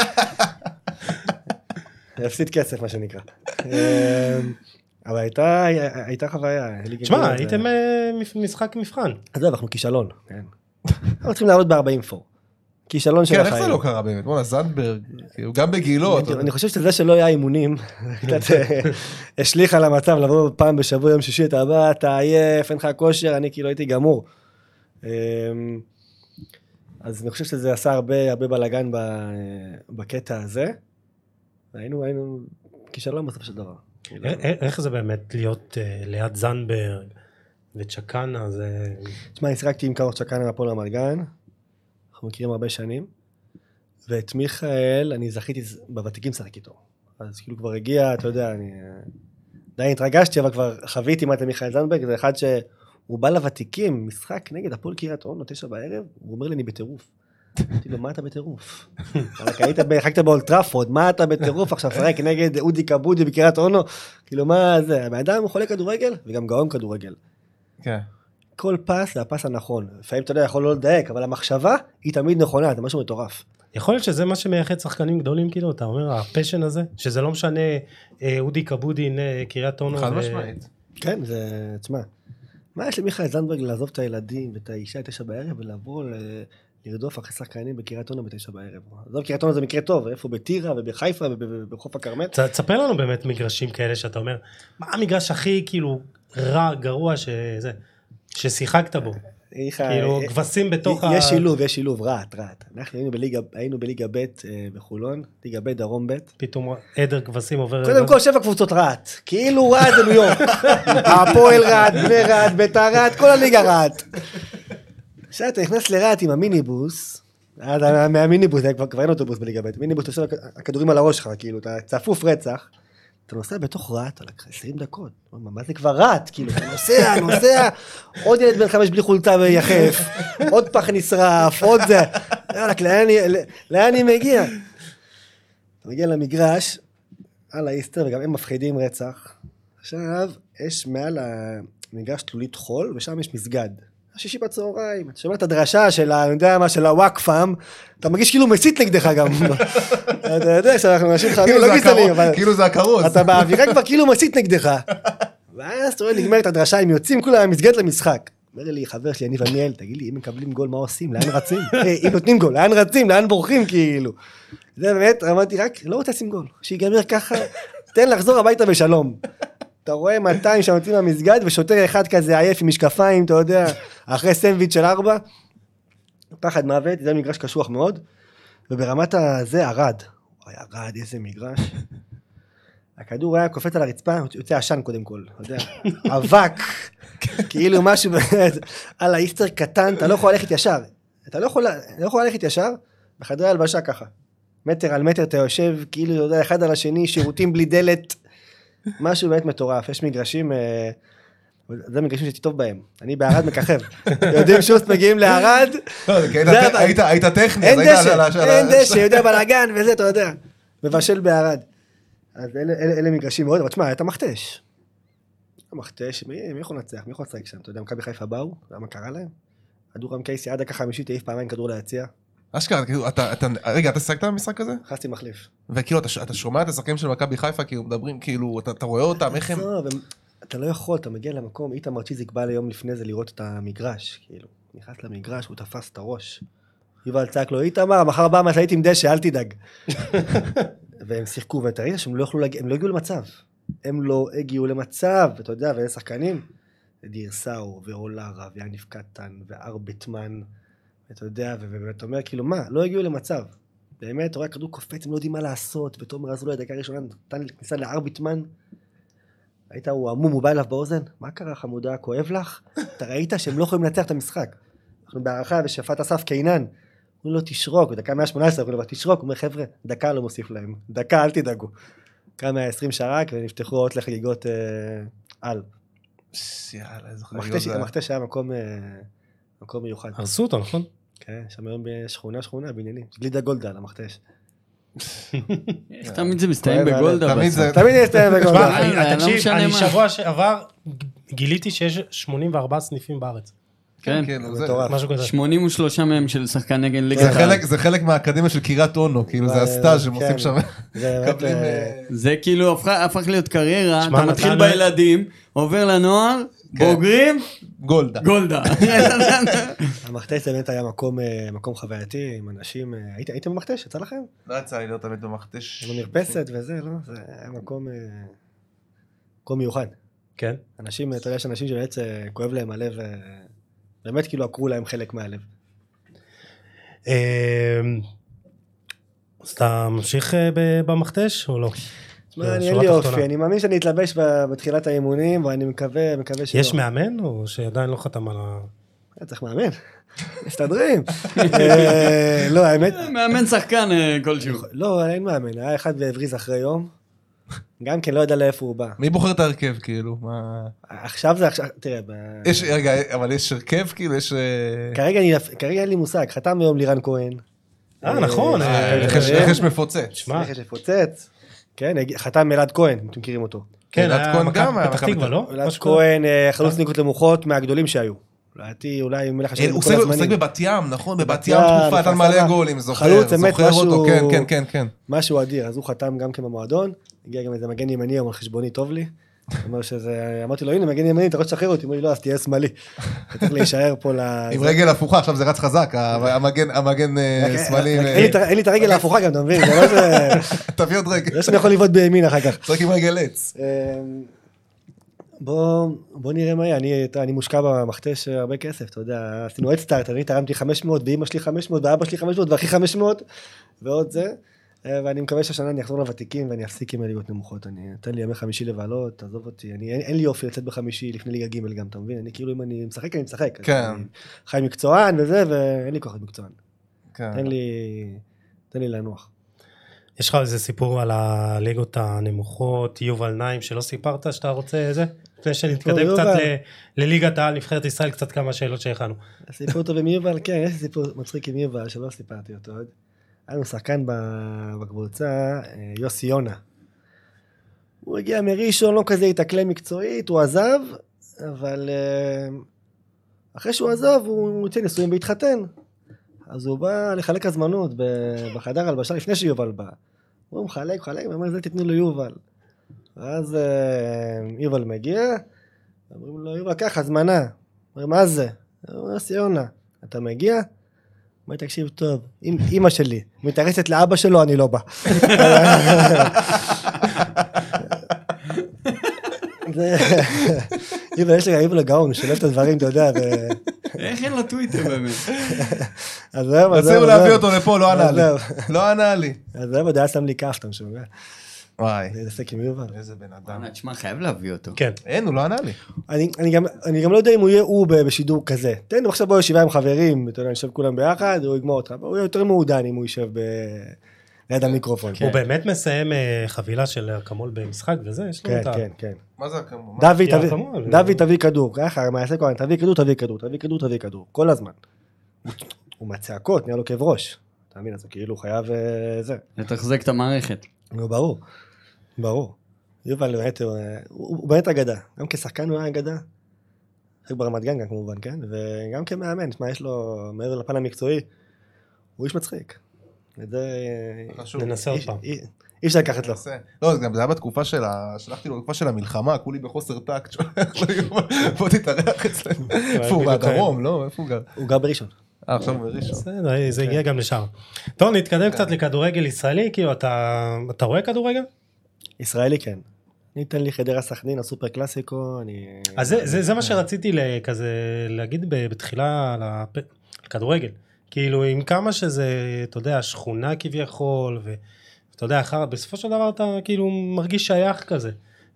הפסיד כסף, מה שנקרא. אבל הייתה חוויה. תשמע, הייתם משחק מבחן. אז זהו, אנחנו כישלון. אנחנו צריכים לעלות ב-ארבעים פור. כישלון של החיים. כן, איך זה לא קרה באמת? בוא'נה, זנדברג, גם בגילות. אני חושב שזה שלא היה אימונים, קצת השליך על המצב, לבוא פעם בשבוע, יום שישי, אתה בא, אתה עייף, אין לך כושר, אני כאילו הייתי גמור. אז אני חושב שזה עשה הרבה, הרבה בלגן בקטע הזה. היינו, היינו כישלון בסוף של דבר. איך זה באמת להיות ליד זנדברג וצ'קנה? תשמע, אני שחקתי עם כמה צ'קנה בפועל רמת גן. אנחנו מכירים הרבה שנים, ואת מיכאל, אני זכיתי בוותיקים שחק איתו. אז כאילו כבר הגיע, אתה יודע, אני די התרגשתי, אבל כבר חוויתי מה את מיכאל זנדברג, זה אחד שהוא בא לוותיקים, משחק נגד הפועל קריית אונו, תשע בערב, הוא אומר לי, אני בטירוף. אמרתי לו, מה אתה בטירוף? חקת באולטראפורד, מה אתה בטירוף עכשיו, שחק נגד אודי קבודי בקריית אונו? כאילו, מה זה? הבן הוא חולה כדורגל, וגם גאון כדורגל. כן. כל פס זה הפס הנכון. לפעמים אתה יודע, יכול לא לדייק, אבל המחשבה היא תמיד נכונה, זה משהו מטורף. יכול להיות שזה מה שמייחד שחקנים גדולים, כאילו, אתה אומר, הפשן הזה, שזה לא משנה אודי קבודי, קריית אונו. חד משמעית. כן, זה, תשמע, מה יש למיכאל זנדברג לעזוב את הילדים ואת האישה תשע בערב, ולעבור לרדוף אחרי שחקנים בקריית אונו בתשע בערב. עזוב, קריית אונו זה מקרה טוב, איפה בטירה ובחיפה ובחוף הכרמל. תספר לנו באמת מגרשים כאלה שאתה אומר, מה המגרש הכי כאילו רע, גרוע שזה, ששיחקת בו? כאילו, כבשים בתוך ה... יש שילוב, יש שילוב, רעת, רעת. אנחנו היינו בליגה ב' בחולון, ליגה ב' דרום ב'. פתאום עדר כבשים עובר... קודם כל שבע קבוצות רעת. כאילו רעת זה ניו יורק. הפועל רעת, בני רעת, בית"ר רעת, כל הליגה רעת. עכשיו אתה נכנס לרעת עם המיניבוס, מהמיניבוס, כבר אין אוטובוס בליגה ב', מיניבוס, אתה עושה הכדורים על הראש שלך, כאילו, אתה צפוף רצח. אתה נוסע בתוך רעת, על עשרים דקות, מה זה כבר רעת, כאילו, אתה נוסע, נוסע, עוד ילד בן חמש בלי חולצה ויחף, עוד פח נשרף, עוד זה, לאן אני מגיע? אתה מגיע למגרש, על האיסטר, וגם הם מפחידים רצח, עכשיו, יש מעל המגרש תלולית חול, ושם יש מסגד. השישי בצהריים, אתה שומע את הדרשה של, אני יודע מה, של הוואקפם, אתה מרגיש כאילו מסית נגדך גם. אתה יודע שאנחנו אנשים חמים, לא גזענים, אבל... כאילו זה הכרוז. אתה באווירה כבר כאילו מסית נגדך. ואז אתה רואה, נגמרת הדרשה, הם יוצאים כולם מסגד למשחק. אומר לי, חבר שלי, אני ומיאל, תגיד לי, אם מקבלים גול, מה עושים? לאן רצים? אם נותנים גול, לאן רצים? לאן בורחים כאילו? זה באמת, אמרתי, רק לא רוצה לשים גול. שיגמר ככה, תן לחזור הביתה בשלום. אתה רואה מאתיים שמוצאים מהמסגד, ושוטר אחד כזה עייף עם משקפיים, אתה יודע, אחרי סנדוויץ' של ארבע, פחד מוות, זה מגרש קשוח מאוד, וברמת הזה, ערד, וואי, ערד, איזה מגרש, הכדור היה קופץ על הרצפה, יוצא עשן קודם כל, אתה יודע, אבק, כאילו משהו, על האיסטר קטן, אתה לא יכול ללכת ישר, אתה לא יכול, לא יכול ללכת ישר, בחדרי הלבשה ככה, מטר על מטר אתה יושב, כאילו, אתה יודע, אחד על השני, שירותים בלי דלת, משהו באמת מטורף, יש מגרשים, זה מגרשים שתי טוב בהם, אני בערד מככב, יודעים שוסט מגיעים לערד, היית טכני, אין דשא, אין דשא, יודע בלגן וזה, אתה יודע, מבשל בערד, אז אלה מגרשים מאוד, אבל תשמע, אתה מכתש, המכתש, מי יכול לנצח, מי יכול לצחק שם, אתה יודע, מכבי חיפה באו, מה קרה להם? אדורם קייסי עד דקה חמישית, העיף פעמיים כדור להציע, אשכרה, רגע, אתה שחקת במשחק הזה? חסתי מחליף. וכאילו, אתה שומע את השחקנים של מכבי חיפה, כאילו מדברים, כאילו, אתה רואה אותם, איך הם... אתה לא יכול, אתה מגיע למקום, איתמר צ'יזיק בא ליום לפני זה לראות את המגרש, כאילו, נכנס למגרש, הוא תפס את הראש. יובל צעק לו, איתמר, מחר בא משאית עם דשא, אל תדאג. והם שיחקו, ואתה ראית שהם לא יכלו להגיע, הם לא הגיעו למצב. הם לא הגיעו למצב, ואתה יודע, ואלה שחקנים, דיר סאו, ואולרה, ויאניף קטן, וארבטמן, אתה יודע, ואתה אומר, כאילו, מה? לא הגיעו למצב. באמת, אתה רואה, כדור קופץ, הם לא יודעים מה לעשות, ותומר אזולאי, דקה ראשונה, נתן לי כניסה לארבטמן, היית, הוא עמום, הוא בא אליו באוזן, מה קרה חמודה, כואב לך? אתה ראית שהם לא יכולים לנצח את המשחק. אנחנו בערכה, ושפט אסף קינן, הוא לא תשרוק, בדקה מאה שמונה עשרה, הוא לא תשרוק, הוא אומר, חבר'ה, דקה לא מוסיף להם, דקה, אל תדאגו. דקה מאה עשרים שרק, ונפתחו עוד לחגיגות על. יאללה, איזה חגיגות זה. המכתש היה מקום מיוחד. הרסו אותו, נכון? כן, שם היום בשכונה, שכונה, בניינים. גלידה גולדה, למכתש. איך תמיד זה מסתיים בגולדה? תמיד זה... תמיד מסתיים בגולדה. תקשיב, אני שבוע שעבר גיליתי שיש שמונים וארבעה סניפים בארץ. כן, משהו כזה. שמונים ושלושה מהם של שחקן נגן ליגת העל. זה חלק מהאקדמיה של קירת אונו, כאילו זה הסטאז' שהם עושים שם. זה כאילו הפך להיות קריירה, אתה מתחיל בילדים, עובר לנוער, בוגרים, גולדה. גולדה. המכתש באמת היה מקום חווייתי, עם אנשים, הייתם במכתש? יצא לכם? לא יצא לי להיות תמיד במכתש. במרפסת וזה, לא? זה היה מקום מיוחד. כן. אנשים, אתה יודע, יש אנשים שבעצם כואב להם הלב, באמת כאילו עקרו להם חלק מהלב. אז אתה ממשיך במכתש או לא? אני אין לי אופי, אני מאמין שאני אתלבש בתחילת האימונים, ואני מקווה, מקווה שלא. יש מאמן או שעדיין לא חתם על ה... צריך מאמן, מסתדרים. לא, האמת... מאמן שחקן כלשהו. לא, אין מאמן, היה אחד והבריז אחרי יום. גם כן לא יודע לאיפה הוא בא. מי בוחר את ההרכב כאילו? עכשיו זה עכשיו, תראה. יש, רגע, אבל יש הרכב כאילו, יש... כרגע אין לי מושג, חתם היום לירן כהן. אה, נכון. רכש מפוצץ. רכש מפוצץ. כן, חתם אלעד כהן, אתם מכירים אותו. כן, אלעד כהן גם היה. פתח תקווה, לא? אלעד כהן, חלוץ ליגות נמוכות מהגדולים שהיו. אולי, אולי מלך השנים בכל הזמנים. הוא עוסק בבת ים, נכון? בבת ים תקופה, אתה מלא גולים, זוכר, זוכר אותו, כן, כן, כן, כן. משהו אדיר, אז הוא חתם גם כן במועדון, הגיע גם איזה מגן ימני, אמר חשבוני טוב לי, אמר שזה, אמרתי לו, הנה מגן ימני, אתה רוצה לשחרר אותי, אמר לי, לא, אז תהיה שמאלי. צריך להישאר פה ל... עם רגל הפוכה, עכשיו זה רץ חזק, המגן שמאלי. אין לי את הרגל ההפוכה גם, אתה מבין? זה לא זה... תביא עוד רגל. זה שאני יכול לבעוט בימין אחר כך. צריך עם רגל עץ. בוא, בוא נראה מה יהיה, אני, אני מושקע במכתש הרבה כסף, אתה יודע, עשינו אדסטארט, אני תרמתי חמש מאות, ואמא שלי חמש מאות, ואבא שלי חמש מאות, ואחי חמש מאות, ועוד זה, ואני מקווה שהשנה אני אחזור לוותיקים, ואני אפסיק עם הליגות נמוכות, אני אתן לי ימי חמישי לבעלות, תעזוב אותי, אני, אין, אין לי אופי לצאת בחמישי לפני ליגה ג' גם, אתה מבין, אני כאילו אם אני משחק, אני משחק, כן. אני חי מקצוען וזה, ואין לי כוח מקצוען, כן. תן לי, תן לי לנוח. יש לך איזה סיפור על הליגות הנמוכות, יובל נעים, שלא סיפרת שאתה רוצה איזה? לפני שנתקדם קצת לליגת העל, נבחרת ישראל, קצת כמה שאלות שהכנו. סיפור טוב עם יובל, כן, יש סיפור מצחיק עם יובל, שלא סיפרתי אותו עוד. היה לנו שחקן בקבוצה, יוסי יונה. הוא הגיע מראשון, לא כזה התאקלם מקצועית, הוא עזב, אבל אחרי שהוא עזב, הוא הוציא נישואים בהתחתן. אז הוא בא לחלק הזמנות בחדר הלבשה לפני שיובל בא. הוא מחלק, מחלק, ואומר, זה תתנו לו יובל. ואז יובל מגיע, אומרים לו, יובל, קח, הזמנה. אומרים, מה זה? הוא אומר, סיונה, אתה מגיע? הוא אומר, תקשיב טוב, אמא שלי, מתארסת לאבא שלו, אני לא בא. יובל, יש לי יובל הגאון, שולף את הדברים, אתה יודע, איך אין לו טוויטר באמת? אז זהו, אז רצינו להביא אותו לפה, לא ענה לי. לא ענה לי. אז זהו, עוד היה שם לי כף, אתה משמע. וואי. זה עסק עם יובל. איזה בן אדם. תשמע, חייב להביא אותו. כן. אין, הוא לא ענה לי. אני גם לא יודע אם הוא יהיה הוא בשידור כזה. תן, הוא עכשיו בוא ישיבה עם חברים, אתה יודע, נשב כולם ביחד, הוא יגמור אותך. הוא יהיה יותר מעודן אם הוא יישב ליד המיקרופון. הוא באמת מסיים חבילה של אקמול במשחק וזה, יש לו אותה. כן, כן. מה זה אקמול? דוד, תביא כדור. ככה, מה יעשה כל הזמן? תביא כדור, תביא כדור, תביא כדור, תביא כדור. כל הזמן. הוא מהצעקות, נהיה לו כאב ראש. אתה מבין, אז הוא כאילו חייב זה. לתחזק את המערכת. ברור, ברור. יובל באמת, הוא באמת אגדה. גם כשחקן הוא היה אגדה. רק ברמת גן גם כמובן, כן? וגם כמאמן, מה יש לו מעבר לפן המקצועי, הוא איש מצחיק. ננסה עוד פעם. אי אפשר לקחת לו. לא, גם זה היה בתקופה של ה... שלחתי לו בתקופה של המלחמה, כולי בחוסר טקט, בוא תתארח אצלנו. איפה הוא בדרום, לא? איפה הוא גר? הוא גר בראשון. אה, עכשיו הוא בראשון. בסדר, זה הגיע גם לשם. טוב, נתקדם קצת לכדורגל ישראלי, כאילו, אתה רואה כדורגל? ישראלי, כן. ניתן לי חדרה סכנין, הסופר קלאסיקו, אני... אז זה מה שרציתי כזה להגיד בתחילה על הכדורגל. כאילו, עם כמה שזה, אתה יודע, שכונה כביכול, ואתה יודע, בסופו של דבר אתה כאילו מרגיש שייך כזה.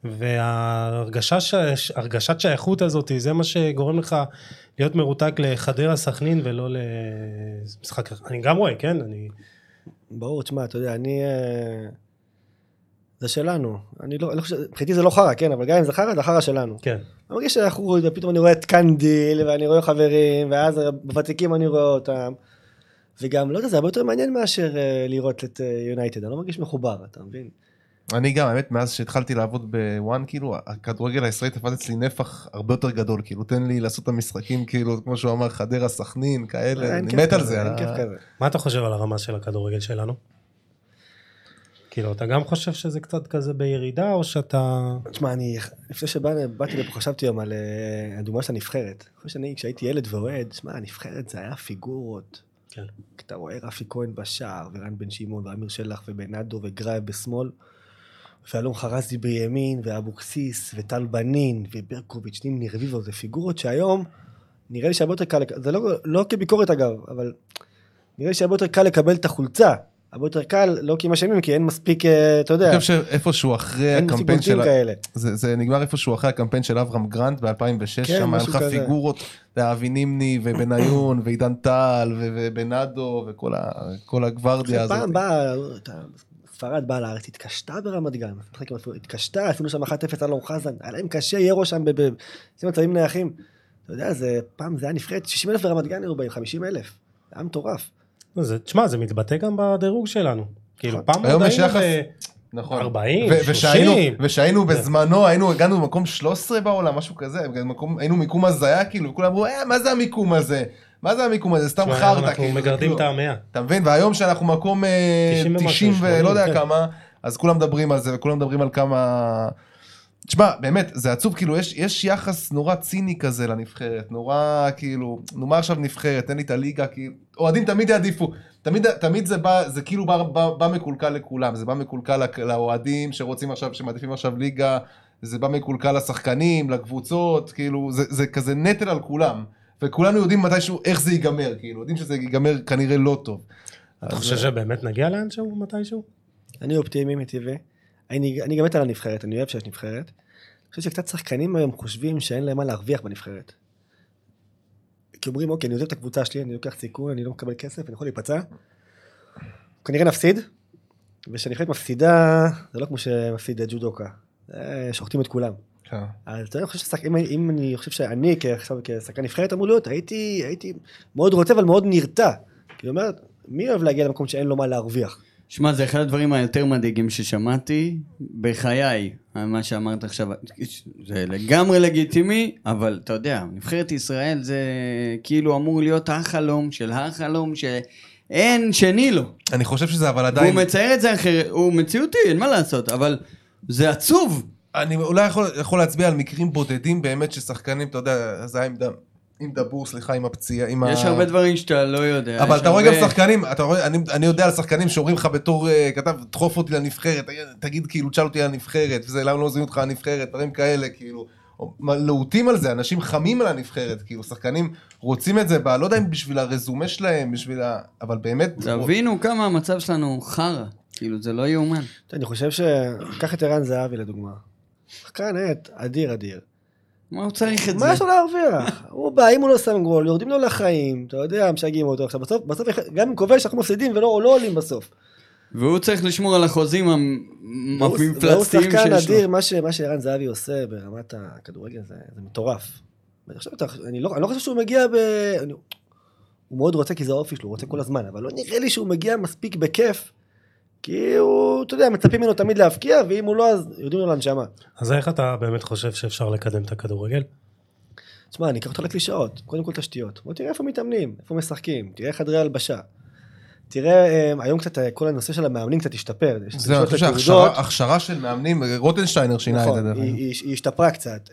וההרגשת שייכות הזאת, זה מה שגורם לך להיות מרותק לחדרה סכנין ולא למשחק אחר. אני גם רואה, כן? אני... ברור, תשמע, אתה יודע, אני... זה שלנו. אני לא, אני חושב, מבחינתי זה לא חרה, כן? אבל גם אם זה חרה, זה חרה שלנו. כן. אני מרגיש שייכות, ופתאום אני רואה את קנדיל, ואני רואה חברים, ואז בוותיקים אני רואה אותם. וגם, לא יודע, זה הרבה יותר מעניין מאשר לראות את יונייטד, אני לא מרגיש מחובר, אתה מבין? אני גם, האמת, מאז שהתחלתי לעבוד בוואן, כאילו, הכדורגל הישראלי תפס אצלי נפח הרבה יותר גדול, כאילו, תן לי לעשות את המשחקים, כאילו, כמו שהוא אמר, חדרה, סכנין, כאלה, אני מת על זה. מה אתה חושב על הרמה של הכדורגל שלנו? כאילו, אתה גם חושב שזה קצת כזה בירידה, או שאתה... תשמע, אני, לפני שבאתי לפה, חשבתי היום על הדוגמה של הנבחרת. אחרי שאני, כשהייתי ילד ואוהד, תשמע, הנבחרת זה היה פיגורות. כן. אתה רואה רפי כהן בשער, ורן בן שמעון, ואמיר שלח, ובנאדו, וגרייב בשמאל, ואלון חרזי בימין, ואבוקסיס, וטל בנין, וברקוביץ', נים נרביבו, זה פיגורות שהיום, נראה לי שהרבה יותר קל, זה לא, לא כביקורת אגב, אבל נראה לי שהרבה יותר קל לקבל את החולצה, הרבה יותר קל, לא כי משלמים, כי אין מספיק, אתה יודע. אני חושב שאיפשהו אחרי הקמפיין של... זה, זה נגמר איפשהו אחרי הקמפיין של אברהם גרנט ב-אלפיים ושש, כן, שם היה לך פיגורות, אבי נימני ובניון, ועידן טל, ובנאדו, וכל הגוורדיה הזאת. פעם באה, ספרד באה לארץ, התקשתה ברמת גן, התקשתה, אפילו שם אחת אפס אלון חזן, היה להם קשה, ירו שם במצבים נייחים. אתה יודע, זה, פעם זה היה נבחרת, שישים אלף ברמת גן היו בהם, חמישים אלף. זה היה מטורף. תשמע, זה מתבטא גם בדירוג שלנו. כאילו, פעם עוד היינו נכון. ארבעים, שלושים. ושהיינו בזמנו, היינו, הגענו במקום שלוש עשרה בעולם, משהו כזה, היינו מיקום הזיה, כאילו, וכולם אמרו, אה, מה זה המיקום הזה? מה זה המיקום הזה? סתם חרטה. אנחנו מגרדים את המאה. אתה מבין? והיום שאנחנו מקום תשעים ולא יודע כמה, אז כולם מדברים על זה, וכולם מדברים על כמה... תשמע, באמת, זה עצוב, כאילו, יש, יש יחס נורא ציני כזה לנבחרת, נורא, כאילו, נאמר עכשיו נבחרת, תן לי את הליגה, כי אוהדים תמיד יעדיפו, תמיד, תמיד זה בא, זה כאילו בא, בא, בא מקולקל לכולם, זה בא מקולקל לאוהדים שרוצים עכשיו, שמעדיפים עכשיו ליגה, זה בא מקולקל לשחקנים, לקבוצות, כאילו, זה, זה כזה נטל על כולם, וכולנו יודעים מתישהו איך זה ייגמר, כאילו, יודעים שזה ייגמר כנראה לא טוב. אתה חושב שבאמת נגיע לאנשהו מתישהו? אני אופטימי מטבעי. אני, אני גם מת על הנבחרת, אני אוהב שיש נבחרת. אני חושב שקצת שחקנים היום חושבים שאין להם מה להרוויח בנבחרת. כי אומרים, אוקיי, אני עוזב את הקבוצה שלי, אני לוקח סיכון, אני לא מקבל כסף, אני יכול להיפצע. כנראה נפסיד, ושנבחרת מפסידה, זה לא כמו שמפסיד ג'ודוקה. שוחטים את כולם. אז אני חושב ששחק, אם, אם אני חושב שאני כשחקן נבחרת אמור להיות, הייתי, הייתי מאוד רוצה, אבל מאוד נרתע. כי היא אומרת, מי אוהב להגיע למקום שאין לו מה להרוויח? שמע, זה אחד הדברים היותר מדאיגים ששמעתי בחיי, מה שאמרת עכשיו, זה לגמרי לגיטימי, אבל אתה יודע, נבחרת ישראל זה כאילו אמור להיות החלום של החלום שאין שני לו. אני חושב שזה אבל עדיין... והוא מצייר את זה אחר, הוא מציאותי, אין מה לעשות, אבל זה עצוב. אני אולי יכול, יכול להצביע על מקרים בודדים באמת ששחקנים, אתה יודע, זה עם דם. עם דבור, סליחה, עם הפציעה, עם יש ה... הרבה דברים שאתה לא יודע. אבל אתה רואה הרבה... גם שחקנים, אתה רואה, אני, אני יודע על שחקנים שאומרים לך בתור, uh, כתב, דחוף אותי לנבחרת, תגיד כאילו, תשאל אותי לנבחרת, וזה, למה לא עוזרים אותך לנבחרת, דברים כאלה, כאילו, לעוטים על זה, אנשים חמים על הנבחרת, כאילו, שחקנים רוצים את זה, בה, לא יודע אם בשביל הרזומה שלהם, בשביל ה... אבל באמת... תבינו כמה המצב שלנו חרא, כאילו, זה לא יאומן. אני חושב שקח את ערן זהבי לדוגמה. שחקן את אדיר אדיר. מה הוא צריך את זה? מה יש לו להרוויח? הוא בא, אם הוא לא שם גול, יורדים לו לחיים, אתה יודע, משגעים אותו. עכשיו, בסוף, בסוף, גם אם כובש, אנחנו מפסידים ולא לא עולים בסוף. והוא צריך לשמור על החוזים המפלצתיים שיש לו. והוא שחקן אדיר, מה שערן זהבי עושה ברמת הכדורגל, זה מטורף. אני לא חושב שהוא מגיע ב... הוא מאוד רוצה, כי זה האופי שלו, הוא רוצה כל הזמן, אבל לא נראה לי שהוא מגיע מספיק בכיף, כי הוא, אתה יודע, מצפים ממנו תמיד להפקיע, ואם הוא לא, אז יודעים לו להנשמה. אז איך אתה באמת חושב שאפשר לקדם את הכדורגל? תשמע, אני אקח אותו לקלישאות, קודם כל תשתיות. בוא תראה איפה מתאמנים, איפה משחקים, תראה חדרי הלבשה. תראה, היום קצת, כל הנושא של המאמנים קצת השתפר. זה, אני חושב שהכשרה של מאמנים, רוטנשטיינר שינה את זה. נכון, היא השתפרה קצת.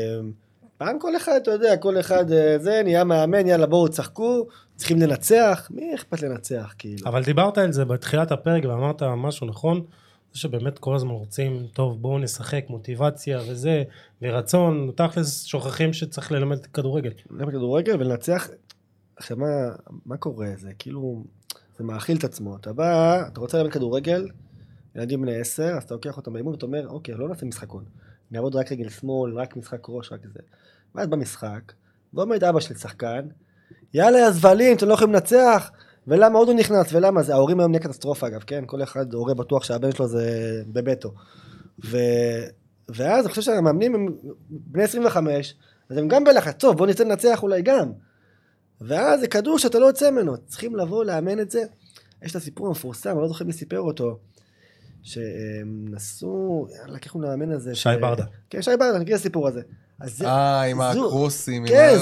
פעם כל אחד, אתה יודע, כל אחד זה, נהיה מאמן, יאללה, בואו תשחקו, צריכים לנצח, מי אכפת לנצח, כאילו. אבל דיברת על זה בתחילת הפרק, ואמרת משהו נכון, זה שבאמת כל הזמן רוצים, טוב, בואו נשחק, מוטיבציה וזה, ורצון, תכלס שוכחים שצריך ללמד כדורגל. ללמד כדורגל ולנצח, עכשיו מה, מה קורה? זה כאילו, זה מאכיל את עצמו. אתה בא, אתה רוצה ללמד כדורגל, ילדים בני עשר, אז אתה לוקח אותם באימון, ואתה אומר, אוקיי, לא נעשה משחקון. נעבוד רק רגל שמאל, רק משחק ראש, רק זה. ואז במשחק, ועומד אבא של שחקן, יאללה, הזבלים, אתם לא יכולים לנצח, ולמה עוד הוא נכנס, ולמה זה, ההורים היום נהיה קטסטרופה אגב, כן? כל אחד הורה בטוח שהבן שלו זה בביתו. ו... ואז אני חושב שהמאמנים הם בני עשרים וחמש, אז הם גם בלחץ, טוב, בואו נצא לנצח אולי גם. ואז זה כדור שאתה לא יוצא ממנו, צריכים לבוא לאמן את זה. יש את הסיפור המפורסם, אני לא זוכר מי סיפר אותו, שנסו, לקחו לאמן הזה. שי ברדה. כן, שי ברדה, אני מכיר הסיפור הזה. אה, עם הקרוסים. כן,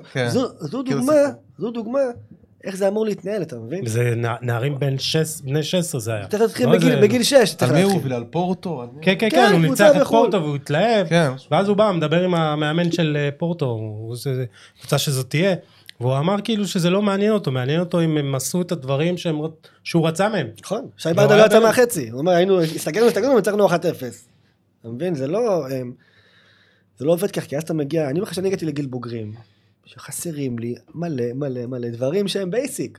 זו דוגמה, זו דוגמה, איך זה אמור להתנהל, אתה מבין? זה נערים בני שש עשרה זה היה. צריך להתחיל בגיל שש. על מי הוא? על פורטו? כן, כן, כן, הוא ניצח את פורטו והוא התלהב, ואז הוא בא, מדבר עם המאמן של פורטו, קבוצה שזאת תהיה, והוא אמר כאילו שזה לא מעניין אותו, מעניין אותו אם הם עשו את הדברים שהוא רצה מהם. נכון, שי ברדה לא יצא מהחצי, הוא אומר, היינו, הסתגרנו, הסתגרנו, וצריכנו אחת אפס. אתה מבין, זה לא, זה לא עובד כך, כי אז אתה מגיע, אני אומר לך שאני הגעתי לגיל בוגרים, שחסרים לי מלא מלא מלא דברים שהם בייסיק.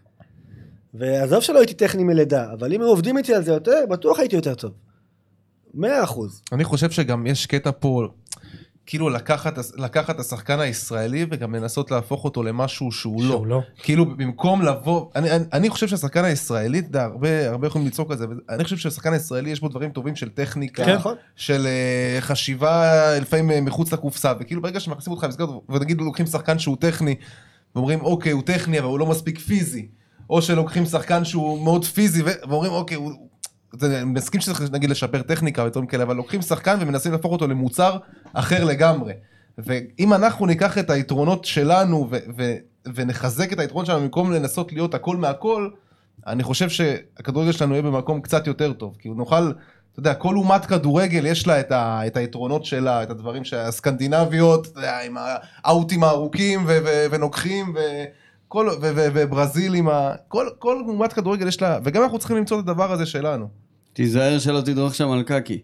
ועזוב שלא הייתי טכני מלידה, אבל אם הם עובדים איתי על זה יותר, בטוח הייתי יותר טוב. מאה אחוז. אני חושב שגם יש קטע פה, כאילו לקחת, לקחת השחקן הישראלי וגם לנסות להפוך אותו למשהו שהוא לא. שהוא לא. כאילו במקום לבוא, אני, אני, אני חושב שהשחקן הישראלי, דה, הרבה, הרבה יכולים לצעוק על זה, אני חושב שהשחקן הישראלי יש בו דברים טובים של טכניקה, כן. של uh, חשיבה לפעמים מחוץ לקופסה, וכאילו ברגע שמכניסים אותך במסגרת, ונגיד לוקחים שחקן שהוא טכני, ואומרים אוקיי, הוא טכני, אבל הוא לא מספיק פיזי, או שלוקחים שחקן שהוא מאוד פיזי, ואומרים אוקיי, הוא... אני מסכים שצריך נגיד לשפר טכניקה ודברים כאלה, אבל לוקחים שחקן ומנסים להפוך אותו למוצר אחר לגמרי. ואם אנחנו ניקח את היתרונות שלנו ו- ו- ונחזק את היתרונות שלנו במקום לנסות להיות הכל מהכל, אני חושב שהכדורגל שלנו יהיה במקום קצת יותר טוב. כי הוא נוכל, אתה יודע, כל אומת כדורגל יש לה את, ה- את היתרונות שלה, את הדברים שהסקנדינביות, אתה יודע, עם האוטים הארוכים ו- ו- ונוקחים ו- כל, ו- ו- וברזיל עם ה... כל, כל אומת כדורגל יש לה, וגם אנחנו צריכים למצוא את הדבר הזה שלנו. תיזהר שלא תדרוך שם על קקי.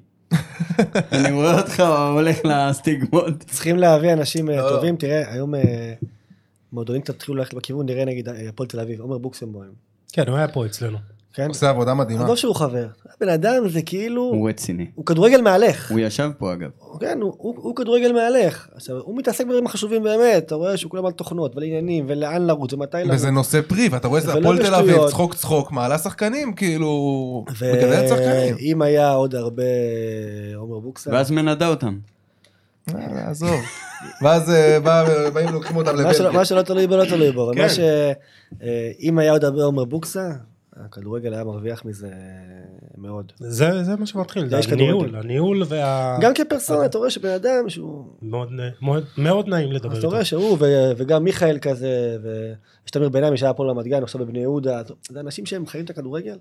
אני רואה אותך הולך לסטיגמות. צריכים להביא אנשים טובים, תראה, היום מועדונים קצת התחילו ללכת בכיוון, נראה נגיד הפועל תל אביב, עומר בוקסמבוים. כן, הוא היה פה אצלנו. כן? עושה עבודה מדהימה. לא שהוא חבר. הבן אדם זה כאילו... הוא רציני. הוא כדורגל מהלך. הוא ישב פה אגב. כן, הוא, הוא, הוא כדורגל מהלך. עכשיו, הוא מתעסק בדברים החשובים באמת, אתה רואה שהוא כולם על תוכנות, ולעניינים, ולאן לרוץ, ומתי לרוץ. וזה נושא פרי, ואתה רואה שזה הפועל תל אביב, צחוק צחוק, מעלה שחקנים, כאילו... מגדלת שחקנים. ואם היה עוד הרבה עומר בוקסה... ואז מנדה אותם. עזוב. ואז באים לוקחים אותם לבלגיה. מה שלא תלוי בו, לא תלוי בו. אבל אם היה עוד הרבה עומר בוקסה, הכדורגל היה מרוויח מזה מאוד. זה, זה מה שמתחיל, זה הניהול, הניהול וה... גם כפרסונה, אתה רואה שבן אדם שהוא... מאוד, מאוד, מאוד נעים לדבר איתו. אתה רואה שהוא וגם מיכאל כזה, ושתמיר ביניים שהיה פה למד גן, עכשיו בבני יהודה, זה אנשים שהם חיים את הכדורגל.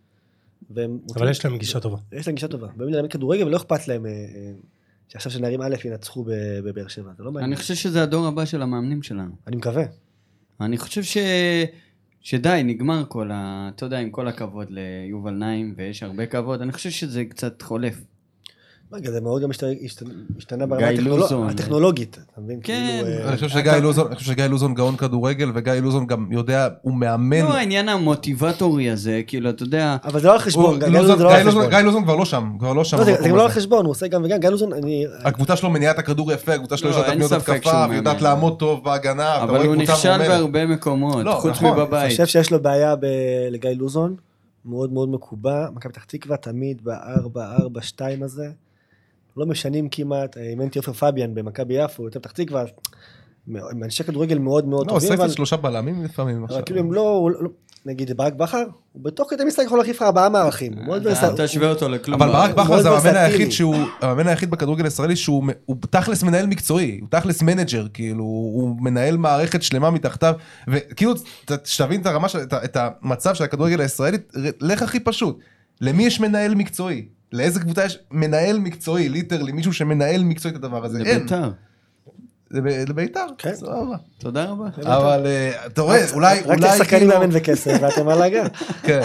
אבל יש להם גישה טובה. יש להם גישה טובה. באים ללמד כדורגל ולא אכפת להם שעכשיו שנערים א' ינצחו בבאר שבע. אני חושב שזה הדור הבא של המאמנים שלנו. אני מקווה. אני חושב ש... שדי, נגמר כל ה... אתה יודע, עם כל הכבוד ליובל נעים, ויש הרבה כבוד, אני חושב שזה קצת חולף. רגע, זה מאוד גם השתנה ברמה הטכנולוגית, אתה מבין? כן. אני חושב שגיא לוזון גאון כדורגל, וגיא לוזון גם יודע, הוא מאמן. לא, העניין המוטיבטורי הזה, כאילו, אתה יודע... אבל זה לא על חשבון, גיא לוזון כבר לא שם, כבר לא שם. זה גם לא על חשבון, הוא עושה גם וגם, גיא לוזון, אני... הקבוצה שלו מניעה את הכדור יפה, הקבוצה שלו יש לה תבניות התקפה, ויודעת לעמוד טוב בהגנה. אבל הוא נכשל בהרבה מקומות, חוץ מבבית. אני חושב שיש לו בעיה לגיא לוזון, מאוד מאוד מקובע, מכבי פתח תקווה תמיד ב-ארבע ארבע שתיים הזה. לא משנים כמעט, אימנתי עופר פביאן במכבי יפו, יותר פתח תקווה, אנשי כדורגל מאוד מאוד טובים. לא, עושה קצת שלושה בלמים לפעמים. אבל כאילו הם לא, נגיד ברק בכר, הוא בתוך כדי משחק יכול להחליף לך ארבעה מערכים. אתה תשווה אותו לכלום. אבל ברק בכר זה המאמן היחיד שהוא, המאמן היחיד בכדורגל הישראלי שהוא תכלס מנהל מקצועי, הוא תכלס מנג'ר, כאילו, הוא מנהל מערכת שלמה מתחתיו, וכאילו, שתבין את הרמה, את המצב של הכדורגל הישראלי, לך הכי פשוט. למי יש מנהל מקצועי? לאיזה קבוצה יש מנהל מקצועי, ליטרלי, מישהו שמנהל מקצועי את הדבר הזה? אין. לביתר. לביתר, כן. סבבה. תודה רבה. אבל, אתה רואה, אולי... רק כשחקנים מאמן וכסף, ואתם על הגה. כן.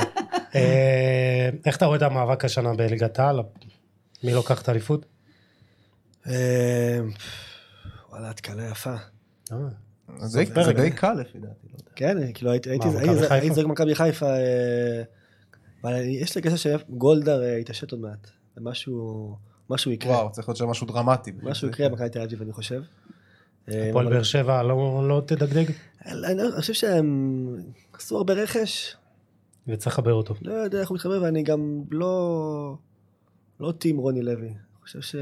איך אתה רואה את המאבק השנה בליגת העל? מי לוקח את האליפות? וואלה, התקלה יפה. זה די קל לפי דעתי. כן, כאילו הייתי זוג מכבי חיפה... אבל יש לי קשה שגולדהר יתעשת עוד מעט, זה משהו, משהו יקרה. וואו, צריך להיות שם משהו דרמטי. משהו יקרה במכבי תל אביב, אני חושב. הפועל באר שבע לא תדגדג? אני חושב שהם עשו הרבה רכש. וצריך לחבר אותו. לא יודע איך הוא מתחבר, ואני גם לא, לא טים רוני לוי. אני חושב ש...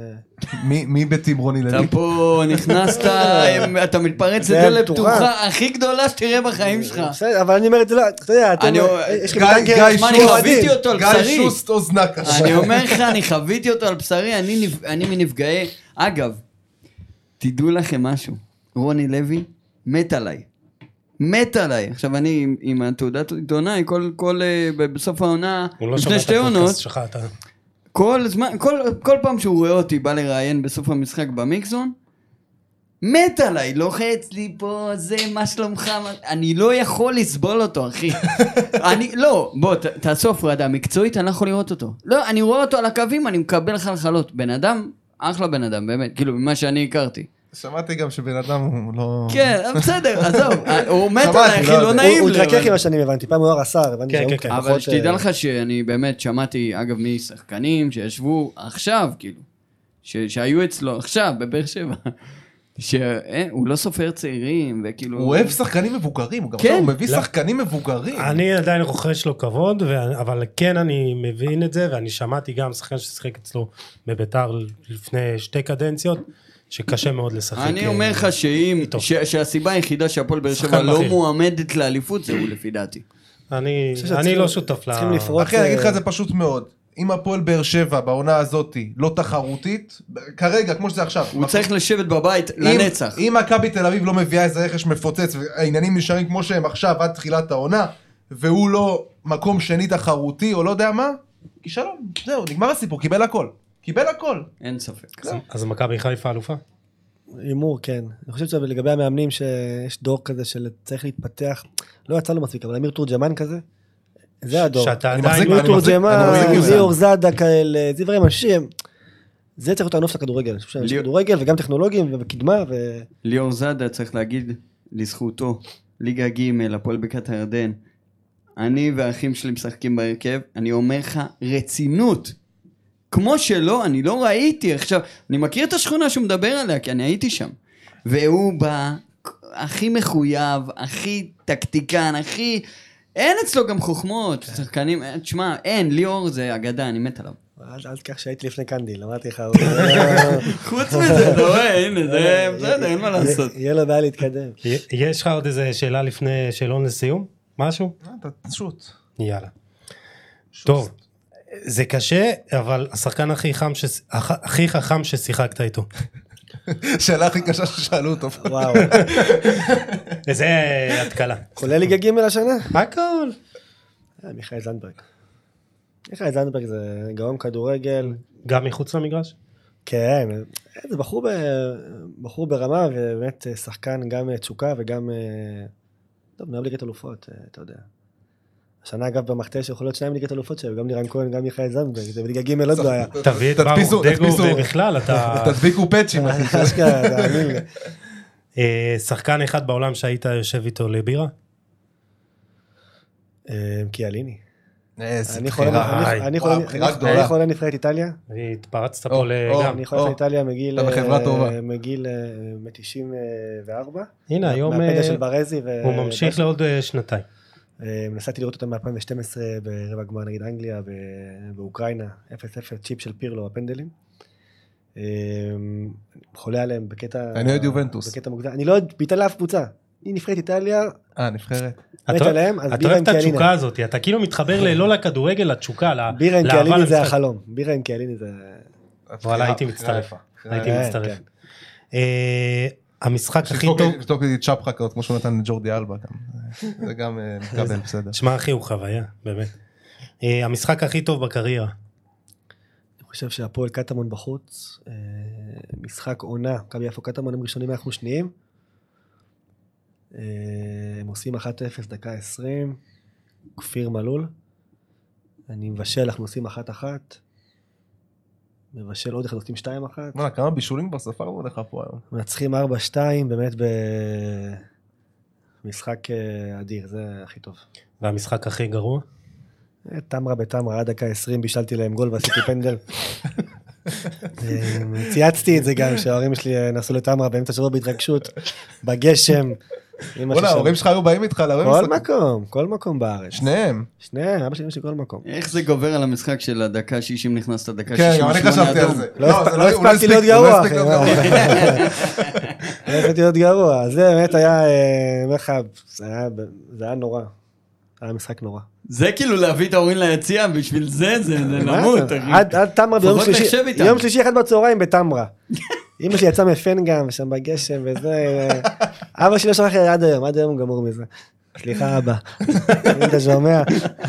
מי בטים רוני לוי? אתה פה נכנסת, אתה מתפרץ לדלת פתוחה הכי גדולה שתראה בחיים שלך. בסדר, אבל אני אומר את זה, אתה יודע, יש לי גיא חוויתי אותו על בשרי. גיא שוסט אוזנקה. אני אומר לך, אני חוויתי אותו על בשרי, אני מנפגעי. אגב, תדעו לכם משהו, רוני לוי מת עליי. מת עליי. עכשיו אני עם התעודת עיתונאי, כל בסוף העונה, לפני שתי עונות, כל זמן, כל, כל פעם שהוא רואה אותי בא לראיין בסוף המשחק במיקסון, מת עליי, לוחץ לי פה, זה מה שלומך, אני לא יכול לסבול אותו, אחי. אני, לא, בוא, ת, תעשו הפרדה, מקצועית אני לא יכול לראות אותו. לא, אני רואה אותו על הקווים, אני מקבל חלחלות. בן אדם, אחלה בן אדם, באמת, כאילו, ממה שאני הכרתי. שמעתי גם שבן אדם הוא לא... כן, בסדר, עזוב, הוא מת עליי, אחי, לא נעים. הוא התרכך עם השנים, הבנתי, פעם הוא היה רס"ר, הבנתי כן, שהוא כן, פחות... אבל שתדע לך שאני באמת שמעתי, אגב, משחקנים שישבו עכשיו, כאילו, שהיו אצלו עכשיו, בבאר שבע, שהוא לא סופר צעירים, וכאילו... הוא אוהב שחקנים מבוגרים, הוא גם כן. הוא מביא שחקנים מבוגרים. אני עדיין רוכש לו כבוד, אבל כן אני מבין את זה, ואני שמעתי גם שחקן ששיחק אצלו בביתר לפני שתי קדנציות, שקשה מאוד לשחק. אני אומר לך שאם, שהסיבה היחידה שהפועל באר שבע לא מועמדת לאליפות, זהו לפי דעתי. אני לא שותף לה. אחי, אני אגיד לך, זה פשוט מאוד. אם הפועל באר שבע בעונה הזאת לא תחרותית, כרגע, כמו שזה עכשיו. הוא צריך לשבת בבית לנצח. אם מכבי תל אביב לא מביאה איזה רכש מפוצץ, והעניינים נשארים כמו שהם עכשיו עד תחילת העונה, והוא לא מקום שני תחרותי, או לא יודע מה, כישלון. זהו, נגמר הסיפור, קיבל הכל. קיבל הכל. אין ספק. אז מכבי חיפה אלופה? הימור, כן. אני חושב שלגבי המאמנים שיש דור כזה של צריך להתפתח, לא יצא לו מספיק, אבל אמיר תורג'מן כזה, זה הדור. שאתה עדיין... אמיר תורג'מן, ליאור זאדה כאלה, זה דברים אנשים, זה צריך להיות הנוף של הכדורגל. אני חושב שכדורגל וגם טכנולוגים וקדמה ו... ליאור זאדה צריך להגיד לזכותו, ליגה ג' הפועל בקעת הירדן, אני והאחים שלי משחקים בהרכב, אני אומר לך רצינות, כמו שלא, אני לא ראיתי, עכשיו, אני מכיר את השכונה שהוא מדבר עליה, כי אני הייתי שם, והוא בא, הכי מחויב, הכי טקטיקן, הכי, אין אצלו גם חוכמות, שחקנים, תשמע, אין, ליאור זה אגדה, אני מת עליו. אל תכך שהייתי לפני קנדיל, אמרתי לך, חוץ מזה, אתה רואה, הנה, זה בסדר, אין מה לעשות. יהיה לו בעיה להתקדם. יש לך עוד איזה שאלה לפני שאלון לסיום? משהו? שוט. יאללה. טוב. זה קשה, אבל השחקן הכי חם, הכי חכם ששיחקת איתו. שאלה הכי קשה ששאלו אותו. וואו. וזה התקלה. כולל ליגה ג' השנה? הכל. מיכאל זנדברג. מיכאל זנדברג זה גאון כדורגל. גם מחוץ למגרש? כן, זה בחור, ב... בחור ברמה, ובאמת שחקן גם תשוקה וגם, טוב, נאהב ליגת אלופות, אתה יודע. השנה אגב במחטה שיכול להיות שניים ליגת אלופות שלו, גם לירן כהן, גם מיכאל זנדברג, זה בליגה ג' עוד לא היה. תביא את ברוך דגו ובכלל, אתה... תדביקו פאצ'ים. שחקן אחד בעולם שהיית יושב איתו לבירה? קיאליני. איזה בחירה. אני יכול לנבחרת איטליה. התפרצת פה גם. אני יכול לאיטליה מגיל תשעים וארבע. הנה, היום הוא ממשיך לעוד שנתיים. נסעתי לראות אותם ב-אלפיים ושתים עשרה ברבע גמר נגד אנגליה באוקראינה, אפס אפס צ'יפ של פירלו, הפנדלים. חולה עליהם בקטע... אני אוהד יובנטוס. אני לא אוהד ביטל לאף קבוצה. היא נבחרת איטליה. אה, נבחרת. מת עליהם, אז בירה עם אתה אוהב את התשוקה הזאת, אתה כאילו מתחבר לא לכדורגל, לתשוקה, לאהבה. בירה עם קיאליני זה החלום. בירה עם קיאליני זה... וואלה, הייתי מצטרף. הייתי מצטרף. המשחק הכי טוב... שתוק לי צ'פחה כאות, כמו שהוא נתן לג'ורדי אלבה. זה גם מקבל בסדר. שמע אחי, הוא חוויה, באמת. המשחק הכי טוב בקריירה. אני חושב שהפועל קטמון בחוץ, משחק עונה, מכבי יפו קטמון הם ראשונים, אנחנו שניים. הם עושים אחת אפס דקה עשרים, כפיר מלול. אני מבשל, אנחנו עושים אחת אחת. מבשל עוד אחד, עושים שתיים אחת. מה, כמה בישולים כבר ספרנו לך פה היום? מנצחים ארבע שתיים, באמת במשחק אדיר, זה הכי טוב. והמשחק הכי גרוע? תמרה בתמרה, עד דקה עשרים בישלתי להם גול ועשיתי פנדל. צייצתי את זה גם, שההורים שלי נסעו לתמרה באמצע שבוע בהתרגשות, בגשם, בוא'נה, ההורים שלך היו באים איתך להרבה כל משחקים. מקום, כל מקום בארץ. שניהם. שניהם, אבא שלי יש לי כל מקום. איך זה גובר על המשחק של הדקה שישים נכנס לדקה כן, שישים גם אני ושמונה חשבתי על אדום? זה. לא זה הספ- לא- לא הוא לא הספקתי הספיק- להיות הוא לא גרוע, הספיק אחי. להיות גרוע. לא הספקתי להיות גרוע. זה באמת היה, אה, אומר לך, זה היה- זה היה נורא. היה משחק נורא. זה כאילו להביא את ההורים ליציאה, בשביל זה, זה זה מה למות, זה? אחי. עד עד תמרה ביום לפחות שלישי, תחשב איתם. יום שלישי אחד בצהריים בתמרה. אמא שלי יצאה מפנגם, שם בגשם וזה, אבא שלי לא שכח עד היום, עד היום הוא גמור מזה. סליחה אבא, אם אתה שומע.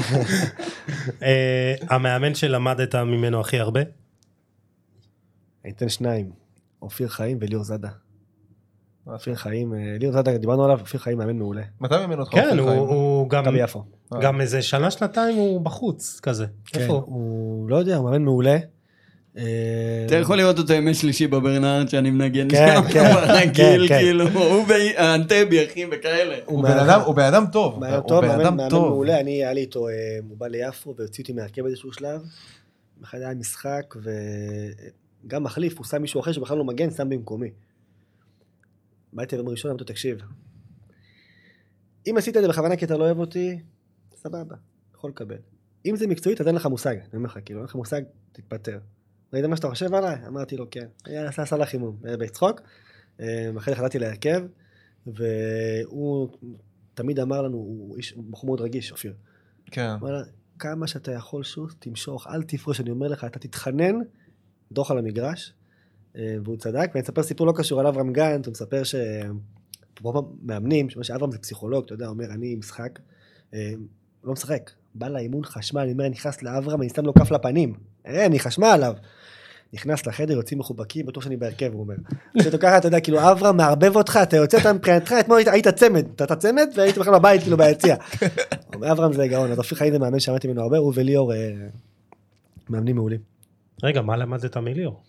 אה, המאמן שלמדת ממנו הכי הרבה? אני אתן שניים, אופיר חיים וליאור זאדה. אופיר חיים, אה, ליאור זאדה, דיברנו עליו, אופיר חיים מאמן מעולה. מתי ממנו אותך? כן, אופיר הוא- חיים? הוא גם... מכבי יפו. גם איזה שנה, שנתיים הוא בחוץ, כזה. כן, איפה? הוא? הוא לא יודע, הוא מאמן מעולה. אה, אתה יכול לראות אותו ימי שלישי בברנרד שאני מנגן כן, שם, כן, ברגיל, כן. כאילו, הוא והאנטבי, אחי, וכאלה. הוא בן אדם- הוא בן אדם טוב. מאמן הוא טוב, בן מאמן אדם מאמן טוב. מעולה, אני, היה לי איתו, אה, הוא בא ליפו והוציא אותי מהרכב באיזשהו שלב, אחד היה משחק וגם מחליף, הוא שם מישהו אחר שבכלל לא מגן, שם במקומי. באתי ביום ראשון, אמרתי, תקשיב, אם עשית את זה בכוונה כי אתה לא אוהב אותי, סבבה, יכול לקבל. אם זה מקצועית, אז אין לך מושג, אני אומר לך, כאילו, אין לך מושג, תתפטר. ראית מה שאתה חושב עליי? אמרתי לו, כן. היה עשה לה חימום, בצחוק. אחרי חזרתי להרכב, והוא תמיד אמר לנו, הוא איש בחור מאוד רגיש, אופיר. כן. אמר לה, כמה שאתה יכול שוס, תמשוך, אל תפרוש, אני אומר לך, אתה תתחנן, דוח על המגרש, והוא צדק, ואני אספר סיפור לא קשור על אברהם גנט, הוא מספר ש... רוב המאמנים, שאברהם זה פסיכולוג, אתה יודע, אומר, אני משחק, לא משחק, בא לאימון חשמל, אני אומר, אני נכנס לאברהם, אני שם לו כף לפנים, אה, אני חשמל עליו. נכנס לחדר, יוצאים מחובקים, בטוח שאני בהרכב, הוא אומר. כשאתה ככה, אתה יודע, כאילו, אברהם מערבב אותך, אתה יוצא, אתה מבחינתך, אתמול היית צמד, אתה צמד, והיית בכלל בבית, כאילו, ביציע. אברהם זה גאון, אז אופיר חיים זה מאמן שמעתי ממנו הרבה, הוא וליאור מאמנים מעולים. רגע, מה למדת מליאור?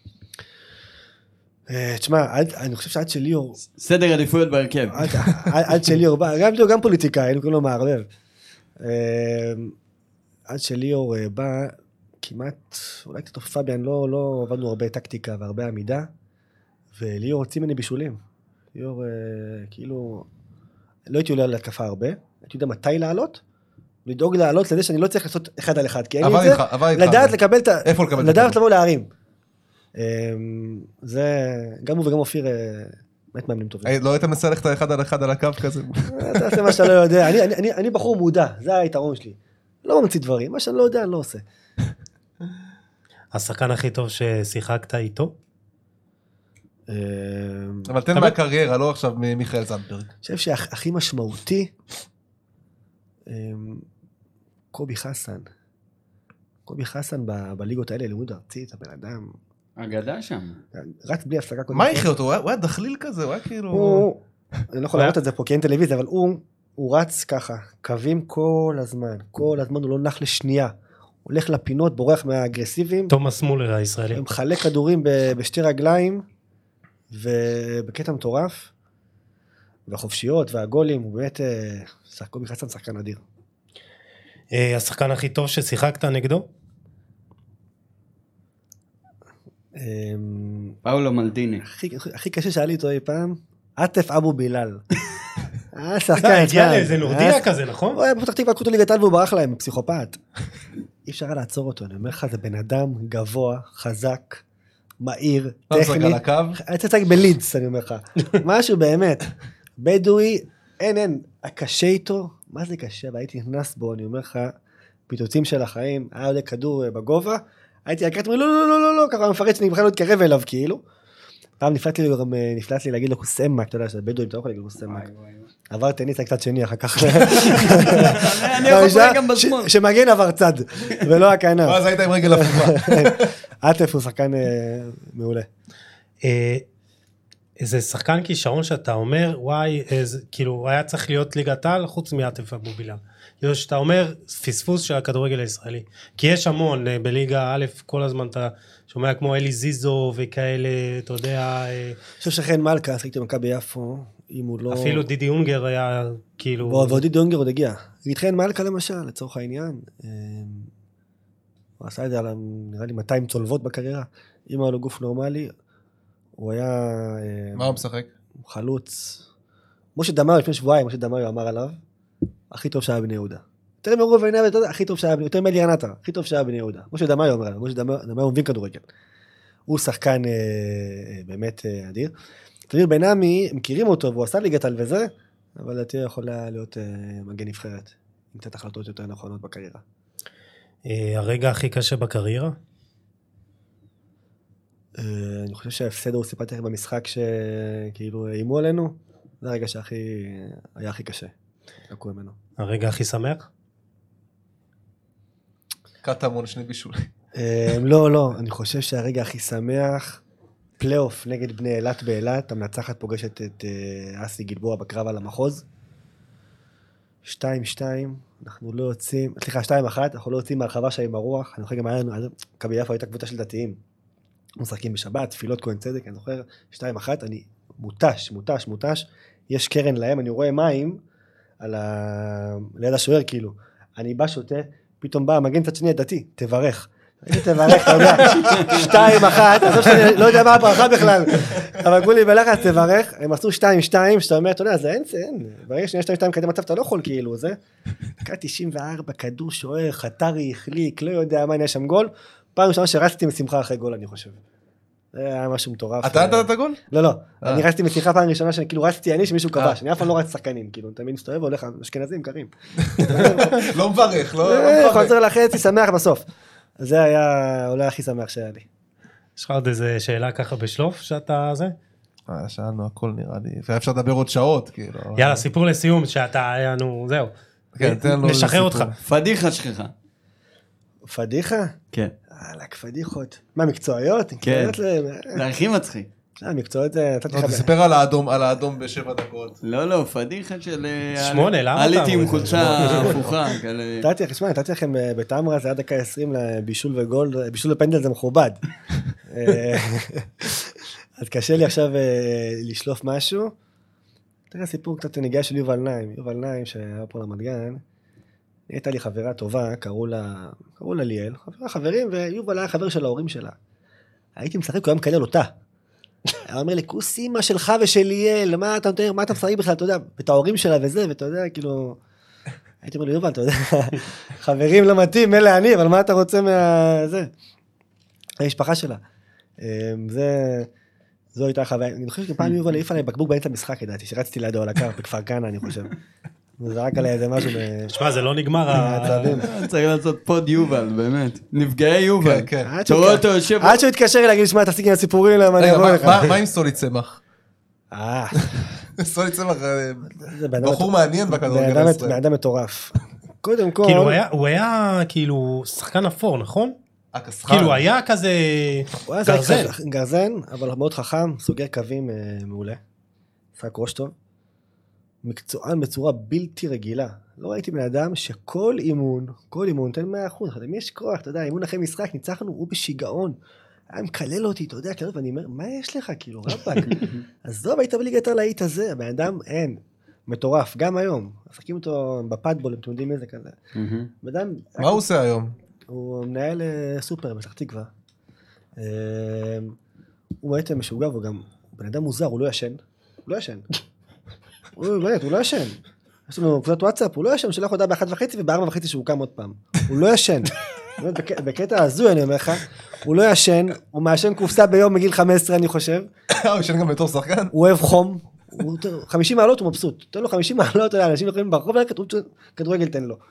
תשמע, אני חושב שעד שליאור... סדר עדיפויות בהרכב. עד שליאור בא, גם ליאור, גם פוליטיקאי, היינו קוראים לו מערבב. עד שליאור בא, כמעט, אולי קצת פביאן, לא, לא עבדנו הרבה טקטיקה והרבה עמידה, וליאור הוציא ממני בישולים. ליאור, כאילו, לא הייתי עולה להתקפה הרבה, הייתי יודע מתי לעלות, לדאוג לעלות לזה שאני לא צריך לעשות אחד על אחד, כי אין לי את זה, לדעת לקבל את ה... איפה לקבל את לדעת לבוא להרים. זה, גם הוא וגם אופיר, באמת מאמנים טובים. לא היית מנסה ללכת אחד על אחד על הקו כזה? אתה עושה מה שאתה לא יודע, אני, אני, אני בחור מודע, זה היתרון שלי. לא ממציא דברים, מה שאני לא יודע אני לא עושה. השחקן הכי טוב ששיחקת איתו? אבל תן מהקריירה, לא עכשיו מיכאל זנדברג. אני חושב שהכי משמעותי, קובי חסן. קובי חסן בליגות האלה, לימוד ארצית, הבן אדם. אגדה שם. רץ בלי הפסקה. מה יחיה אותו? הוא היה דחליל כזה, הוא היה כאילו... הוא, אני לא יכול לראות את זה פה, כי אין טלוויזיה, אבל הוא, הוא רץ ככה, קווים כל הזמן, כל הזמן הוא לא נח לשנייה. הולך לפינות, בורח מהאגרסיביים. תומאס מולר הישראלי. הוא מחלק כדורים בשתי רגליים, ובקטע מטורף, והחופשיות והגולים, הוא באמת, קובי חסן שחקן אדיר. השחקן הכי טוב ששיחקת נגדו? פאולו מלדיני. הכי קשה שהיה לי איתו אי פעם, עטף אבו בילal. היה שחקן. הגיע לאיזה נורדיה כזה, נכון? הוא היה בפתח תקווה, לקחו אותו ליגת העל והוא ברח להם, פסיכופת. אי אפשר לעצור אותו, אני אומר לך, זה בן אדם גבוה, חזק, מהיר, טכני. אני צריך להגיד בלידס, אני אומר לך. משהו באמת. בדואי, אין, אין, הקשה איתו, מה זה קשה? והייתי נכנס בו, אני אומר לך, פיתוצים של החיים, היה עולה כדור בגובה, הייתי לקראת, לא, לא, לא, לא, לא, ככה מפרט שאני בכלל לא אתקרב אליו, כאילו. פעם נפלט לי, גם נפלט לי להגיד לו קוסמק, אתה יודע, שבדואים, אתה לא יכול להגיד לו קוסמק. עבר טניס קצת שני, אחר כך. אני יכול גם בשמאל. שמגן עבר צד, ולא הכנף. אז היית עם רגל הפוכה. עטף הוא שחקן מעולה. איזה שחקן כישרון שאתה אומר, וואי, כאילו, היה צריך להיות ליגת העל, חוץ מעטף אבו בילal. כאילו, שאתה אומר, פספוס של הכדורגל הישראלי. כי יש המון, בליגה א', כל הזמן אתה שומע כמו אלי זיזו וכאלה, אתה יודע... אני חושב שחן מלכה, עשיתי במכבי ביפו, אם הוא לא... אפילו דידי אונגר היה כאילו... ועוד דידי אונגר עוד הגיע. חן מלכה למשל, לצורך העניין, הוא עשה את זה על, נראה לי, מאתיים צולבות בקריירה. אם היה לו גוף נורמלי, הוא היה... מה הוא משחק? חלוץ, משה דמאיו לפני שבועיים, משה דמאיו אמר עליו, הכי טוב שהיה בני יהודה. יותר מרוב עיניו, הכי טוב שהיה בני יהודה, יותר מאלירן עטר, הכי טוב שהיה בני יהודה. משה דמאיו אומר עליו, משה דמאיו מבין כדורגל. הוא שחקן אה, באמת אה, אדיר. תמיר בן-עמי, מכירים אותו, והוא עשה ליגת על וזה, אבל לדעתי יכולה להיות אה, מגן נבחרת, עם קצת החלטות יותר נכונות בקריירה. אה, הרגע הכי קשה בקריירה? אה, אני חושב שההפסד הוא סיפרתי במשחק שכאילו אימו עלינו, זה הרגע שהכי, היה הכי קשה. לקחו ממנו. הרגע הכי שמח? קטמון שני בישולים. לא, לא, אני חושב שהרגע הכי שמח, פלייאוף נגד בני אילת באילת, המנצחת פוגשת את אסי גלבוע בקרב על המחוז. שתיים שתיים, אנחנו לא יוצאים, סליחה, שתיים אחת, אנחנו לא יוצאים מהרחבה שלה עם הרוח, אני זוכר גם היה לנו, מכבי יפו הייתה קבוצה של דתיים, משחקים בשבת, תפילות כהן צדק, אני זוכר, שתיים אחת, אני מוטש, מוטש, מוטש, יש קרן להם, אני רואה מים, על ה... ליד השוער כאילו, אני בא שותה, פתאום בא המגן צד שני הדתי, תברך. הייתי תברך, אתה יודע, שתיים אחת, אני לא יודע מה הברכה בכלל, אבל גולי בלחץ תברך, הם עשו שתיים שתיים, שאתה אומר, אתה יודע, זה אין, זה אין, ברגע שני שתיים שתיים קדם מצב, אתה לא יכול כאילו, זה, דקה תשעים וארבע, כדור שוער, חטרי, החליק, לא יודע מה, יש שם גול, פעם ראשונה שרצתי משמחה אחרי גול, אני חושב. זה היה משהו מטורף. אתה נתת את הגול? לא, לא. אני רצתי משמחה פעם ראשונה שאני כאילו רצתי אני שמישהו כבש. אני אף פעם לא רץ שחקנים, כאילו, תמיד מסתובב והולך אשכנזים קרים. לא מברך, לא מברך. חוזר לחצי, שמח בסוף. זה היה אולי הכי שמח שהיה לי. יש לך עוד איזה שאלה ככה בשלוף שאתה זה? שאלנו הכל נראה לי. ואפשר לדבר עוד שעות, כאילו. יאללה, סיפור לסיום שאתה היה, נו, זהו. נשחרר אותך. פדיחה שלך. פדיחה? כן. אלק, פדיחות. מה, מקצועיות? כן. זה הכי מצחיק. מקצועיות, תספר על האדום, על האדום בשבע דקות. לא, לא, פדיחה של... שמונה, למה אתה? עליתי עם חולצה הפוכה. נתתי לכם, שמע, נתתי לכם בתמרה, זה עד דקה עשרים לבישול וגול, בישול ופנדל זה מכובד. אז קשה לי עכשיו לשלוף משהו. תראה סיפור קצת נגיעה של יובל נעים. יובל נעים שהיה פה רמת גן, הייתה לי חברה טובה, קראו לה, קראו לה ליאל, חברה חברים, ויובל היה חבר של ההורים שלה. הייתי משחק, הוא היה מקלל אותה. הוא אומר לי, כוס אימא שלך ושל ליאל, מה אתה נותן, מה אתה משחק בכלל, אתה יודע, את ההורים שלה וזה, ואתה יודע, כאילו, הייתי אומר לי, יובל, אתה יודע, חברים לא מתאים, מלא אני, אבל מה אתה רוצה מה... זה? המשפחה שלה. זה... זו הייתה חוויה, אני חושב שפעם יובל העיף עליי בקבוק באמצע המשחק, ידעתי, שרצתי לידו על הקר, בכפר כנא, אני חושב. זה זרק עליי איזה משהו ב... שמע, זה לא נגמר הצעדים. צריך לעשות פוד יובל, באמת. נפגעי יובל. כן, אתה רואה אותו יושב... עד שהוא התקשר להגיד, שמע, תפסיק עם הסיפורים, למה אני אבוא לך. מה עם סולי צמח? אה. סולי צמח, בחור מעניין בכדורגל הישראלי. באדם מטורף. קודם כל... כאילו, הוא היה כאילו שחקן אפור, נכון? כאילו, היה כזה גרזן. גרזן, אבל מאוד חכם, סוגר קווים מעולה. שחק ראש טוב. מקצוען בצורה בלתי רגילה. לא ראיתי בן אדם שכל אימון, כל אימון, תן מאה אחוז, למי יש כוח, אתה יודע, אימון אחרי משחק, ניצחנו, הוא בשיגעון, היה מקלל אותי, אתה יודע, כלל, ואני אומר, מה יש לך, כאילו, רבק? אז זו היית בליגת הלהיט הזה, הבן אדם, אין, מטורף, גם היום, משחקים אותו בפאדבול, אתם יודעים איזה כזה. מה הוא עושה היום? הוא מנהל סופר, בפתח תקווה. הוא באמת משוגע, והוא גם, בן אדם מוזר, הוא לא ישן, הוא לא ישן. הוא באמת, הוא לא ישן. יש לנו קבוצת וואטסאפ, הוא לא ישן, הוא שלח הודעה באחת וחצי ובארבע וחצי שהוא קם עוד פעם. הוא לא ישן. בקטע הזוי אני אומר לך, הוא לא ישן, הוא מעשן קופסה ביום מגיל חמש עשרה אני חושב. הוא ישן גם בתור שחקן? הוא אוהב חום, חמישים מעלות הוא מבסוט. תן לו חמישים מעלות, אנשים יכולים ברחוב, כדורגל תן לו.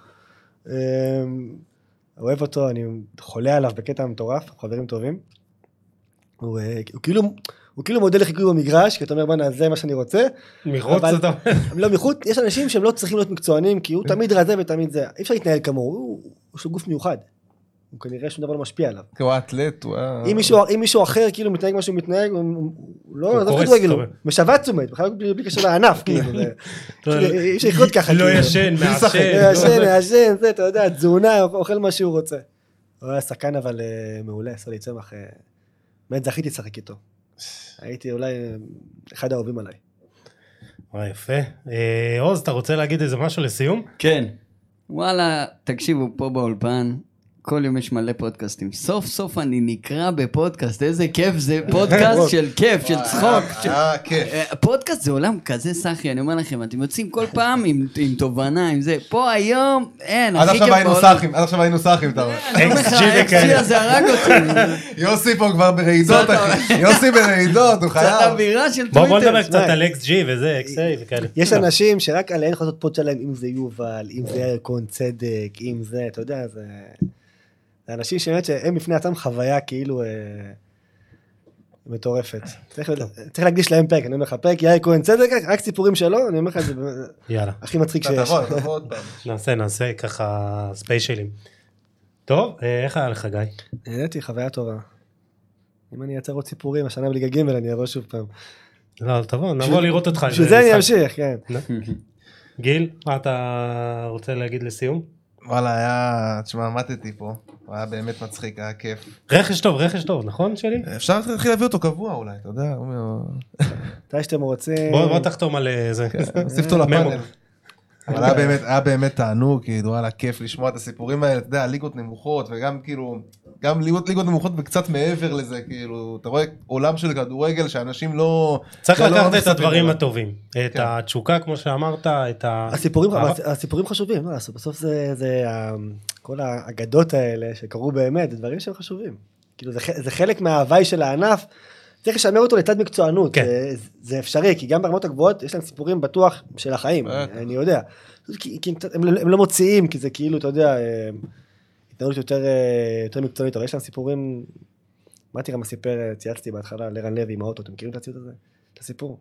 אוהב אותו, אני חולה עליו בקטע מטורף, חברים טובים. הוא כאילו... הוא כאילו מודל לחיקוי במגרש, כי אתה אומר, בוא, זה מה שאני רוצה. מחוץ אתה... לא, מחוץ, יש אנשים שהם לא צריכים להיות מקצוענים, כי הוא תמיד רזה ותמיד זה. אי אפשר להתנהל כמוהו, הוא של גוף מיוחד. הוא כנראה שום דבר לא משפיע עליו. כי הוא האתלט, הוא... אם מישהו אחר כאילו מתנהג מה שהוא מתנהג, הוא לא, זה כדורגל, הוא משווה תשומת, בכלל בלי קשר לענף, כאילו. אי אפשר לחיות ככה. לא ישן, מעשן. לא ישן, מעשן, זה, אתה יודע, תזונה, אוכל מה שהוא רוצה. הוא היה שחקן אבל מעולה, סולי צמח. באמת זכיתי לשחק איתו. הייתי אולי אחד האהובים עליי. וואי, יפה. עוז, אתה רוצה להגיד איזה משהו לסיום? כן. וואלה, תקשיבו, פה באולפן, כל יום יש מלא פודקאסטים. סוף סוף אני נקרא בפודקאסט, איזה כיף זה פודקאסט של כיף, של צחוק. אה, כיף. פודקאסט זה עולם כזה סחי, אני אומר לכם, אתם יוצאים כל פעם עם תובנה, עם זה. פה היום, אין, עד הכי עכשיו כיף היינו בעולם. סחים, עד עכשיו היינו סחים, אתה אומר. אני אומר לך, האקסג'י הזה הרג אותי. יוסי פה כבר ברעידות, אחי. יוסי ברעידות, הוא קצת חייב. אווירה של בוא טוויטר. נדבר קצת על אקס ג'י וזה, אקס איי וכאלה. יש אנשים שרק עליהם יכולים לעשות פוד שלהם, אם זה יובל, אם זה ירקון צדק, אם זה, אתה יודע, זה... זה אנשים שבאמת שהם בפני עצמם חוויה כאילו מטורפת. צריך להקדיש להם פרק, אני אומר לך, פרק ירקון צדק, רק סיפורים שלו, אני אומר לך, זה הכי מצחיק שיש. תבוא, תבוא עוד פעם. נעשה, נעשה ככה ספיישלים. טוב, איך היה לך גיא? נהניתי, חוויה טובה. אם אני אעצר עוד סיפורים, השנה בליגה ג' אני אבוא שוב פעם. לא, תבוא, נבוא לראות אותך. בשביל זה אני אמשיך, כן. גיל, מה אתה רוצה להגיד לסיום? וואלה, היה, תשמע, מתתי פה, הוא היה באמת מצחיק, היה כיף. רכש טוב, רכש טוב, נכון שלי? אפשר להתחיל להביא אותו קבוע אולי, אתה יודע. מתי שאתם רוצים. בוא תחתום על זה. נוסיף אותו לפאנל. אבל היה באמת, היה באמת תענוג, כאילו, וואלה, כיף לשמוע את הסיפורים האלה, אתה יודע, ליגות נמוכות, וגם כאילו, גם ליגות, ליגות נמוכות וקצת מעבר לזה, כאילו, אתה רואה עולם של כדורגל שאנשים לא... צריך לקחת את הדברים הטובים, את התשוקה, כמו שאמרת, את ה... הסיפורים חשובים, בסוף זה כל האגדות האלה שקרו באמת, דברים שהם חשובים. כאילו, זה חלק מההוואי של הענף, צריך לשמר אותו לתת מקצוענות, זה אפשרי, כי גם ברמות הגבוהות יש להם סיפורים בטוח של החיים, אני יודע. הם לא מוציאים, כי זה כאילו, אתה יודע, התנהלות יותר מקצוענית, אבל יש להם סיפורים, מה תראה מה סיפר, צייצתי בהתחלה, לרן לוי עם האוטו, אתם מכירים את הציוד הזה? את הסיפור?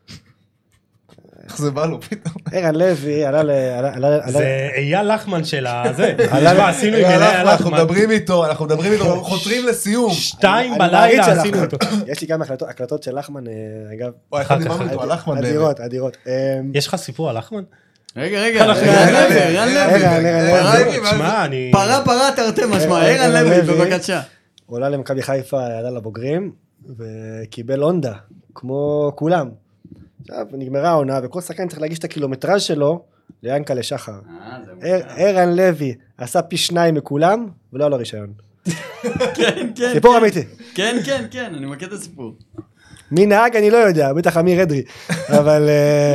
איך זה בא לו פתאום? ערן לוי עלה ל... זה אייל לחמן של הזה. עשינו עם אייל אנחנו לחמן. מדברים איתו, אנחנו מדברים איתו, אנחנו חותרים לסיום. שתיים בלילה עשינו אותו. יש לי גם הקלטות של לחמן, אגב. וואי, איך דיברנו איתו על לחמן באמת. אדירות, אדירות. יש לך סיפור על לחמן? רגע, רגע, ערן לוי, ערן לוי. שמע, אני... פרה פרה תרתי משמע, ערן לוי, בבקשה. הוא עלה למכבי חיפה, עלה לבוגרים, וקיבל הונדה, כמו כולם. עכשיו, נגמרה העונה, וכל שחקן צריך להגיש את הקילומטרז שלו ליענקל'ה שחר. ערן לוי עשה פי שניים מכולם, ולא היה לו רישיון. כן, כן. סיפור אמיתי. כן, כן, כן, אני מכיר את הסיפור. מי נהג אני לא יודע, בטח אמיר אדרי, אבל...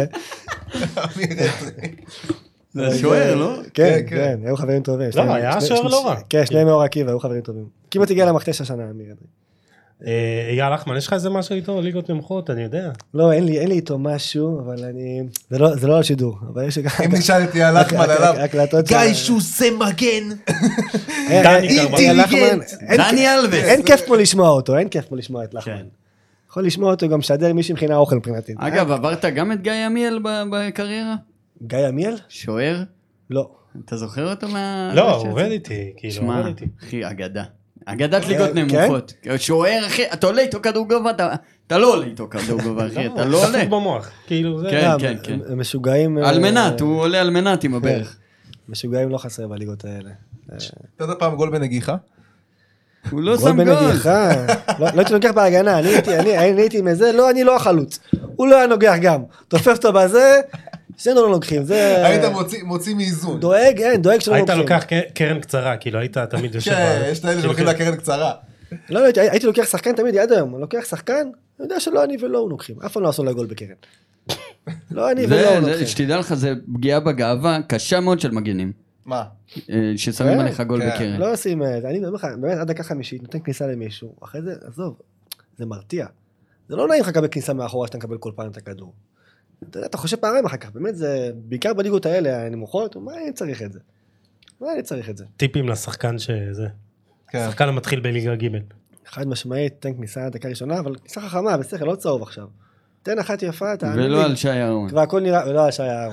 אמיר אדרי. זה השוער, לא? כן, כן, היו חברים טובים. לא, היה שוער לא רע. כן, שניהם מאור עקיבא, היו חברים טובים. כמעט הגיע למכתש השנה, אמיר אדרי. אייל לחמן, יש לך איזה משהו איתו, ליגות נמוכות, אני יודע. לא, אין לי, אין לי איתו משהו, אבל אני... זה לא, זה לא על שידור, אבל יש... אם נשאל את אייל לחמן עליו, גיא שוסה מגן. אינטליגנט. דני אלבס. אין כיף כמו לשמוע אותו, אין כיף כמו לשמוע את לחמן. יכול לשמוע אותו, גם משדר מישהי מבחינה אוכל מבחינתי. אגב, עברת גם את גיא עמיאל בקריירה? גיא עמיאל? שוער? לא. אתה זוכר אותו מה... לא, הוא עובד איתי, כאילו, עובד איתי. אחי, אגדה. אגדת ליגות נמוכות. שוער, אחי, אתה עולה איתו כדור גובה, אתה לא עולה איתו כדור גובה, אחי, אתה לא עולה. דפוק במוח, כאילו זה... כן, כן, כן. הם משוגעים... על מנת, הוא עולה על מנת עם הברך. משוגעים לא חסר בליגות האלה. אתה יודע פעם גול בנגיחה? הוא לא שם גול. גול בנגיחה. לא הייתי לוקח בהגנה, אני הייתי עם זה, לא, אני לא החלוץ. הוא לא היה נוגח גם. תופף אותו בזה, שנינו לא לוקחים, זה... היית מוציא מאיזון. דואג, אין, דואג שלא לוקחים. היית לוקח קרן קצרה, כאילו היית תמיד יושב... כן, יש את האלה שלוקחים לה קרן קצרה. לא, הייתי לוקח שחקן תמיד, עד היום, אני לוקח שחקן, אני יודע שלא אני ולא הוא לוקחים, אף פעם לא עשו לה גול בקרן. לא אני ולא הוא לוקחים. שתדע לך, זה פגיעה בגאווה קשה מאוד של מגנים. מה? ששמים עליך גול בקרן. לא עושים, אני אומר לך, באמת עד דקה חמישית, נותן כניסה למישהו, אחרי זה, עזוב, זה מרתיע. זה לא נעים לך לקבל כניסה מאחורה, שאתה מקבל כל פעם את הכדור. אתה חושב פעמיים אחר כך, באמת זה, בעיקר בליגות האלה, הנמוכות, מה אני צריך את זה? מה אני צריך את זה? טיפים לשחקן שזה, שחקן המתחיל בליגה ג' חד משמעית, תן כניסה דקה ראשונה, אבל כניסה חכמה, בסדר, לא צהוב עכשיו. תן אחת יפה, אתה... ולא על שי אהרון. והכל נראה, ולא על שי אהרון.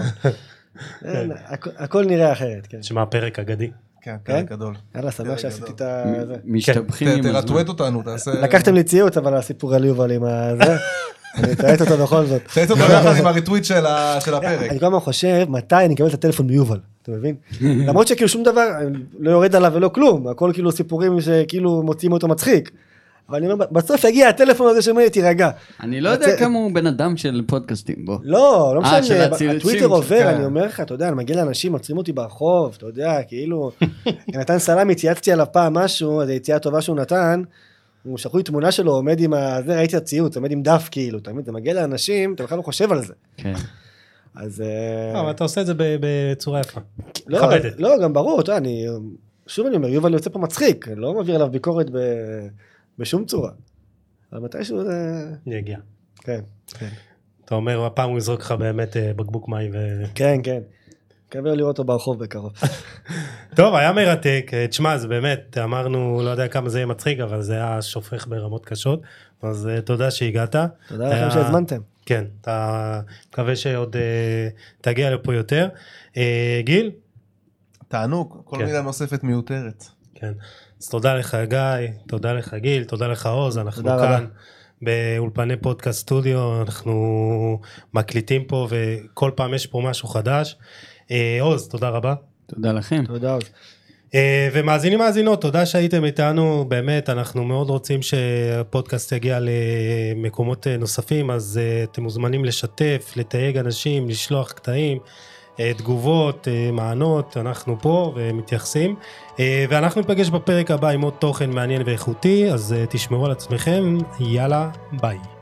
הכל נראה אחרת, כן. שמה הפרק אגדי. כן, פרק גדול. יאללה, שמח שעשיתי את זה. משתבחים עם הזמן. תרטווט אותנו, תעשה... לקחתם לי ציוט, אבל הסיפור על יובל עם הזה. אני אתעט אותו בכל זאת. תעט אותו יחד עם הריטוויט של הפרק. אני כל הזמן חושב, מתי אני אקבל את הטלפון מיובל, אתה מבין? למרות שכאילו שום דבר לא יורד עליו ולא כלום, הכל כאילו סיפורים שכאילו מוצאים אותו מצחיק. אבל אני אומר, בסוף יגיע הטלפון הזה שאומר לי, תירגע. אני לא יודע כמה הוא בן אדם של פודקאסטים, בוא. לא, לא אה, של משנה, הציוצים, הטוויטר של- עובר, כן. אני אומר לך, אתה יודע, אני מגיע לאנשים, עוצרים אותי ברחוב, אתה יודע, כאילו, נתן סלם, התייעצתי עליו פעם משהו, אז היציאה הטובה שהוא נתן, הוא שלחו לי תמונה שלו, עומד עם ה... זה, ראיתי את הציוץ, עומד עם דף, כאילו, תמיד, אתה מגיע לאנשים, אתה בכלל לא חושב על זה. כן. אז... לא, אבל אתה עושה את זה ב- בצורה יפה. לא, מכבדת. לא, גם ברור, אתה יודע, אני... שוב אני אומר, יובל יוצא פה מצחיק, אני לא מעביר עליו ביקורת ב... בשום צורה. אבל מתישהו זה... יגיע. כן, כן. אתה אומר, הפעם הוא יזרוק לך באמת אה, בקבוק מים ו... כן, כן. מקווה לראות אותו ברחוב בקרוב. טוב, היה מרתק. אה, תשמע, זה באמת, אמרנו, לא יודע כמה זה יהיה מצחיק, אבל זה היה שופך ברמות קשות. אז אה, תודה שהגעת. תודה היה- לכם שהזמנתם. כן, אתה מקווה שעוד אה, תגיע לפה יותר. אה, גיל? תענוג, כל כן. מילה נוספת מיותרת. כן. אז תודה לך גיא, תודה לך גיל, תודה לך עוז, אנחנו תודה רבה. כאן באולפני פודקאסט סטודיו, אנחנו מקליטים פה וכל פעם יש פה משהו חדש. אה, עוז, תודה רבה. תודה לכם. תודה עוד. אה, ומאזינים מאזינות, תודה שהייתם איתנו, באמת אנחנו מאוד רוצים שהפודקאסט יגיע למקומות אה, נוספים, אז אה, אתם מוזמנים לשתף, לתייג אנשים, לשלוח קטעים, אה, תגובות, אה, מענות, אנחנו פה ומתייחסים, אה, ואנחנו ניפגש בפרק הבא עם עוד תוכן מעניין ואיכותי, אז אה, תשמרו על עצמכם, יאללה, ביי.